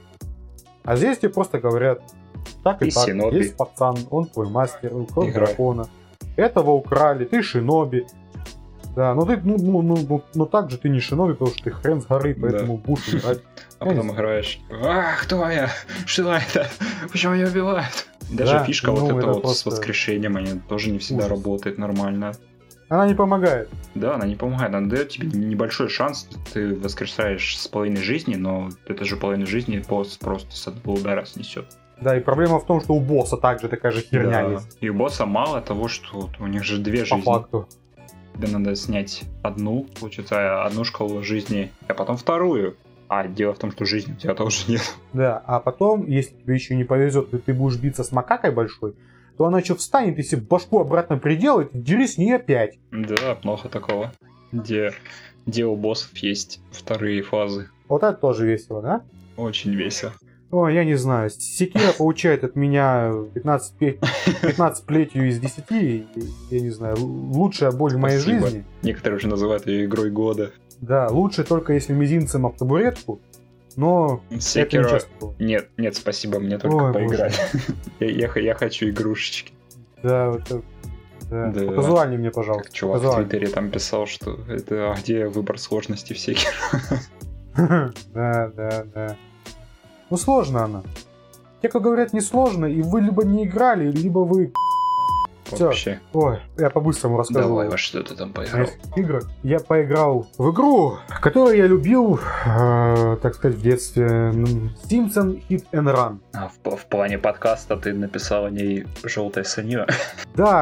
А здесь тебе просто говорят, так и так, Шиноби. Есть пацан, он твой мастер, кровь дракона. Этого украли, ты шиноби. Да, но ты, ну так же ты не шиноби, потому что ты хрен с горы, поэтому будешь играть. А потом играешь, кто я? Что это? Почему меня убивают? Даже фишка вот эта вот с воскрешением, они тоже не всегда работает нормально. Она не помогает. Да, она не помогает. Она дает тебе небольшой шанс. Ты воскрешаешь с половиной жизни, но это же половина жизни босс просто с одного удара снесет. Да, и проблема в том, что у босса также такая же херня есть. И у босса мало того, что у них же 2 жизни. По факту. Тебе надо снять одну шкалу жизни, а потом вторую. А дело в том, что жизни у тебя тоже нет. Да, а потом, если тебе еще не повезет, и ты будешь биться с макакой большой, то она еще встанет и себе башку обратно приделает, и дерись с ней опять. Да, плохо такого. Где у боссов есть вторые фазы. Вот это тоже весело, да? Очень весело. Ой, я не знаю. Sekiro получает от меня 15 плетью из 10. Я не знаю, лучшая боль в моей жизни. Некоторые уже называют ее игрой года. Да, лучше только если мизинцем об табуретку. Но Sekiro... Нет, спасибо, мне только поиграть. Я хочу игрушечки. Да, показуальнее мне, пожалуйста. Как чувак в Твиттере там писал, что это а где выбор сложности в Sekiro? Да. Ну сложно она. Те, кто говорят не сложно, и вы либо не играли, либо вы... Вообще. Ой, я по-быстрому расскажу. Давай, во что ты там поиграл? Игры. Я поиграл в игру, которую я любил, так сказать, в детстве. Simpson Hit and Run. В плане подкаста ты написал о ней «Желтая санина». Да,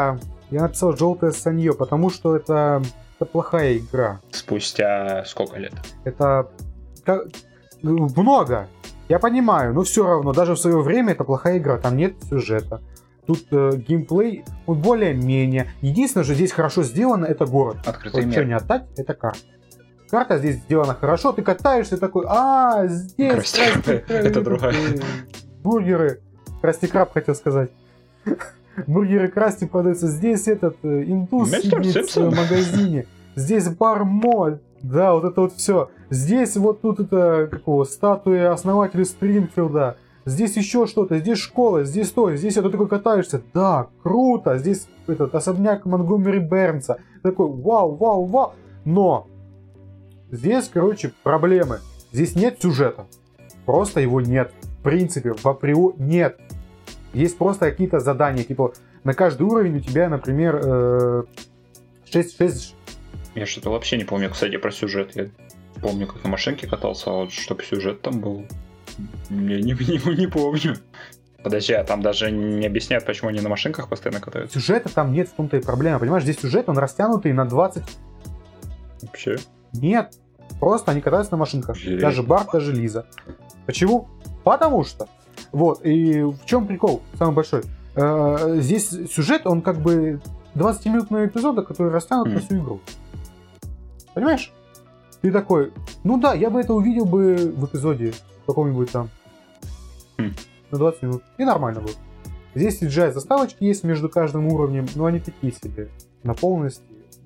Я написал «Желтое санье», потому что это плохая игра. Спустя сколько лет? Это много, я понимаю, но все равно, даже в свое время это плохая игра, там нет сюжета. Тут геймплей, он более-менее. Единственное, что здесь хорошо сделано, это город. Открытый мир. Что не отдать, это карта. Карта здесь сделана хорошо, ты катаешься такой, здесь... Это другая. Бургеры, Красти Краб хотел сказать. Бургеры Красти продаются. Здесь индус сидит в магазине. Здесь бар-моль. Да, вот это вот все. Здесь вот тут статуя основателя Спрингфилда. Здесь еще что-то, здесь школа, здесь то, здесь ты такой катаешься. Да, круто. Здесь особняк Монгомери Бернса. Такой, вау. Но здесь, проблемы. Здесь нет сюжета. Просто его нет. В принципе, в априори нет. Есть просто какие-то задания, типа на каждый уровень у тебя, например, 6... Я что-то вообще не помню, кстати, про сюжет. Я помню, как на машинке катался, а вот чтобы сюжет там был, я не помню. Подожди, а там даже не объясняют, почему они на машинках постоянно катаются? Сюжета там нет, в том-то и проблема. Понимаешь, здесь сюжет, он растянутый на 20... Вообще? Нет, просто они катаются на машинках. Жалеть. Даже Барт, даже Лиза. Почему? Потому что. Вот, и в чем прикол самый большой? Здесь сюжет, он 20-минутные эпизоды, которые растянут на всю игру. Понимаешь? Ты такой, я бы это увидел бы в эпизоде каком-нибудь там на 20 минут. И нормально будет. Здесь CGI заставочки есть между каждым уровнем, но они такие себе. На полности.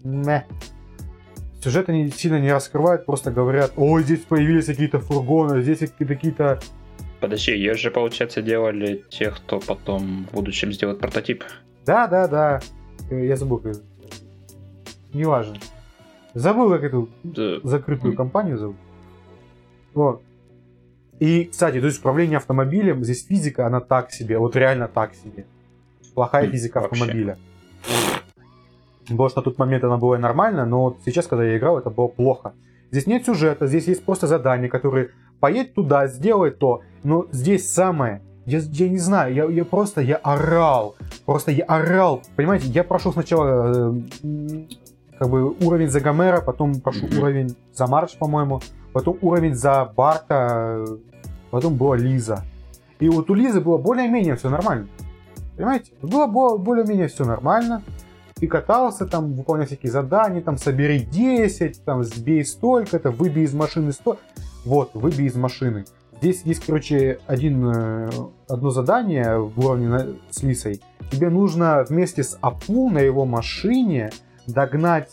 Сюжет они сильно не раскрывают, просто говорят, ой, здесь появились какие-то фургоны, здесь какие-то... Подожди, ее же, получается, делали те, кто потом в будущем сделает прототип. Да. Я забыл, как... Неважно. Забыл, как эту закрытую компанию зовут. Вот. И, кстати, то есть управление автомобилем, здесь физика, она так себе, вот реально так себе. Плохая физика автомобиля. Потому что на тот момент она была нормальная, но вот сейчас, когда я играл, это было плохо. Здесь нет сюжета, здесь есть просто задания, которые поедь туда, сделай то. Но здесь самое, я не знаю, я орал. Просто я орал. Понимаете, я прошел сначала уровень за Гомера, потом прошел уровень за Марш, по-моему, потом уровень за Барта, потом была Лиза. И вот у Лизы было более-менее все нормально. Понимаете? Было более-менее все нормально. Ты катался, там, выполнял всякие задания, там, собери 10, там, сбей столько-то, выбей из машины 100. Вот, выбей из машины. Здесь есть, одно задание в уровне с Лисой. Тебе нужно вместе с Апу на его машине догнать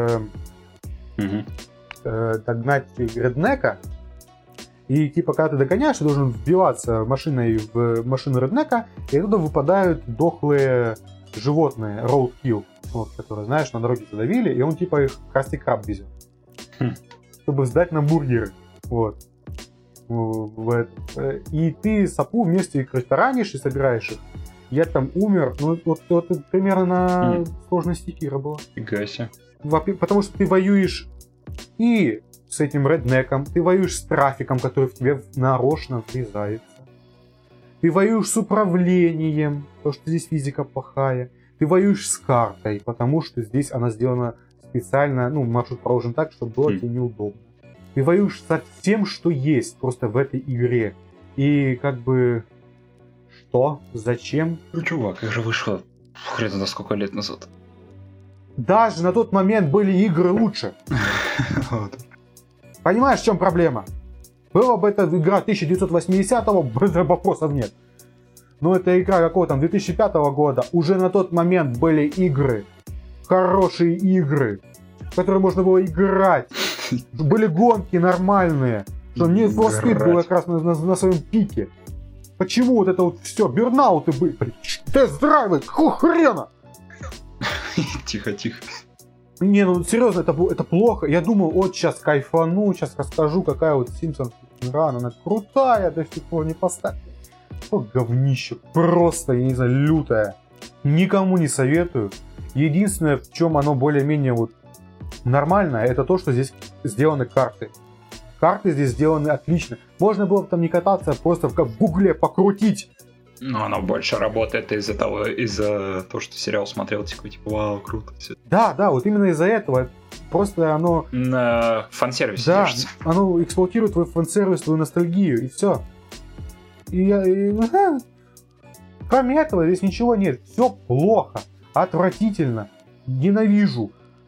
Реднека. И когда ты догоняешь, ты должен вбиваться машиной в машину Реднека, и оттуда выпадают дохлые животные, roadkill, которые, знаешь, на дороге задавили, и он их Красти Краб везет. Чтобы сдать на бургеры. Вот. И ты с Апу вместе ранишь и собираешь их. Я там умер, вот примерно на сложности Кира было. Фига себе. Потому что ты воюешь и с этим реднеком, ты воюешь с трафиком, который в тебе нарочно врезается. Ты воюешь с управлением, потому что здесь физика плохая. Ты воюешь с картой, потому что здесь она сделана специально, маршрут проложен так, чтобы было тебе неудобно. Ты воюешь со всем, что есть просто в этой игре. И что? Зачем? Чувак, игра вышла хрен на сколько лет назад. Даже на тот момент были игры лучше. Понимаешь, в чем проблема? Была бы эта игра 1980-го, вопросов нет. Но это игра какого там 2005 года. Уже на тот момент были игры. Хорошие игры. В которые можно было играть. Были гонки нормальные. Что Need for Speed был как раз на своем пике. Почему вот это вот все? Бёрнауты были. Тест-драйвы. Хрена! Тихо. Не, серьезно, это плохо. Я думал, вот сейчас кайфану, сейчас расскажу, какая вот Simpsons игра, она крутая, до сих пор не поставлю. Что говнище, просто, я не знаю, лютое. Никому не советую. Единственное, в чем оно более-менее нормальное, это то, что здесь сделаны карты. Карты здесь сделаны отлично. Можно было бы там не кататься, а просто в гугле покрутить Но оно больше работает из-за того, что сериал смотрел, типа, вау, круто. Все. Да, вот именно из-за этого. Просто оно... На фан-сервисе да, держится. Оно эксплуатирует твой фан-сервис, твою ностальгию, и все. Кроме этого здесь ничего нет. Все плохо, отвратительно, ненавижу.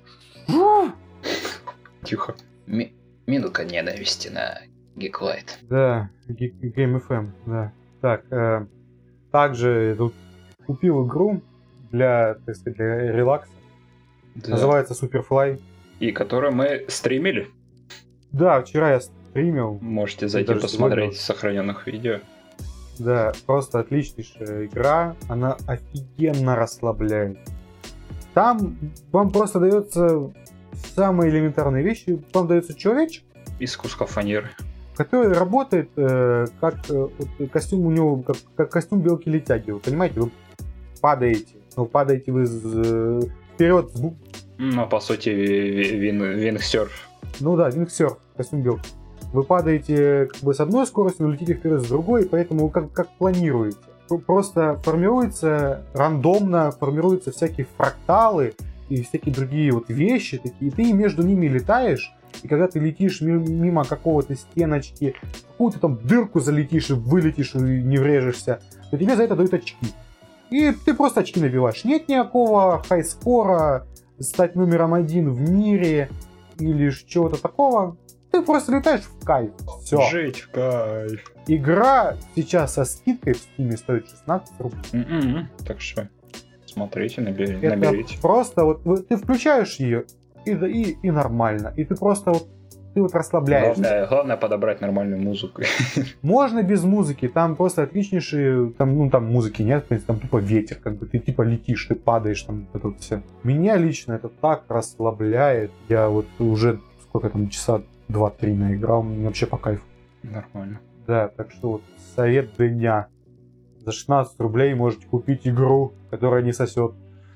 Тихо. Минутка ненависти на Geeklight. Да, Game FM, да. Так, также я тут купил игру для, так сказать, для релакса. Да. Называется Superfly. И которую мы стримили. Да, вчера я стримил. Можете зайти посмотреть в сохраненных видео. Да, просто отличнейшая игра. Она офигенно расслабляет. Там вам просто дается самые элементарные вещи. Вам дается человечек. Из куска фанеры. Который работает как костюм у него, как костюм белки-летяги. Вы понимаете, вы падаете. Ну, падаете вы вперед. Ну, по сути, вингсерф. Ну да, вингсерф, костюм белки. Вы падаете как бы с одной скоростью, летите вперед с другой, поэтому как планируете. Просто рандомно формируются всякие фракталы и всякие другие вот вещи такие, и ты между ними летаешь, и когда ты летишь мимо какого-то стеночки, какую-то там дырку залетишь и вылетишь и не врежешься, то тебе за это дают очки. И ты просто очки набиваешь. Нет никакого хайскора, стать номером 1 в мире или чего-то такого. Ты просто летаешь в кайф. Все. Жить в кайф. Игра сейчас со скидкой в Steam стоит 16 рублей. Так что смотрите, наберите. Это просто вот ты включаешь ее и нормально. И ты просто ты расслабляешься. Главное подобрать нормальную музыку. Можно без музыки, там просто отличнейшие, там музыки нет, там тупо ветер, как бы ты типа летишь, ты падаешь, там это вот все. Меня лично это так расслабляет. Я вот уже сколько там, часа 2-3 наиграл, мне вообще по кайфу. Нормально. Да, так что вот совет дня. За 16 рублей можете купить игру, которая не сосет.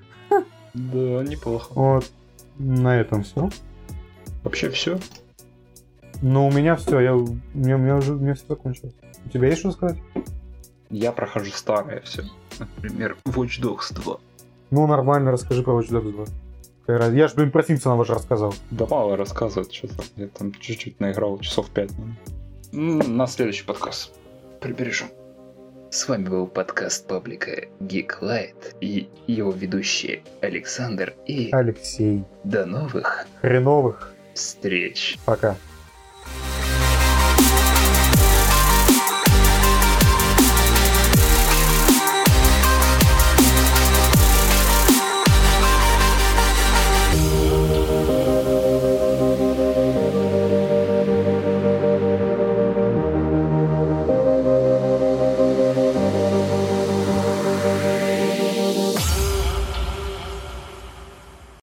Да, неплохо. Вот. На этом все. Вообще все. Ну, у меня все, у меня все закончилось. У тебя есть что сказать? Я прохожу старое все. Например, Watch Dogs 2. Ну, нормально, расскажи про Watch Dogs 2. Я же, про Симпсонова же рассказал. Да мало рассказывать, что-то. Я там чуть-чуть наиграл, часов 5. На следующий подкаст прибережем. С вами был подкаст паблика Geeklight и его ведущие Александр и Алексей. До новых хреновых встреч. Пока.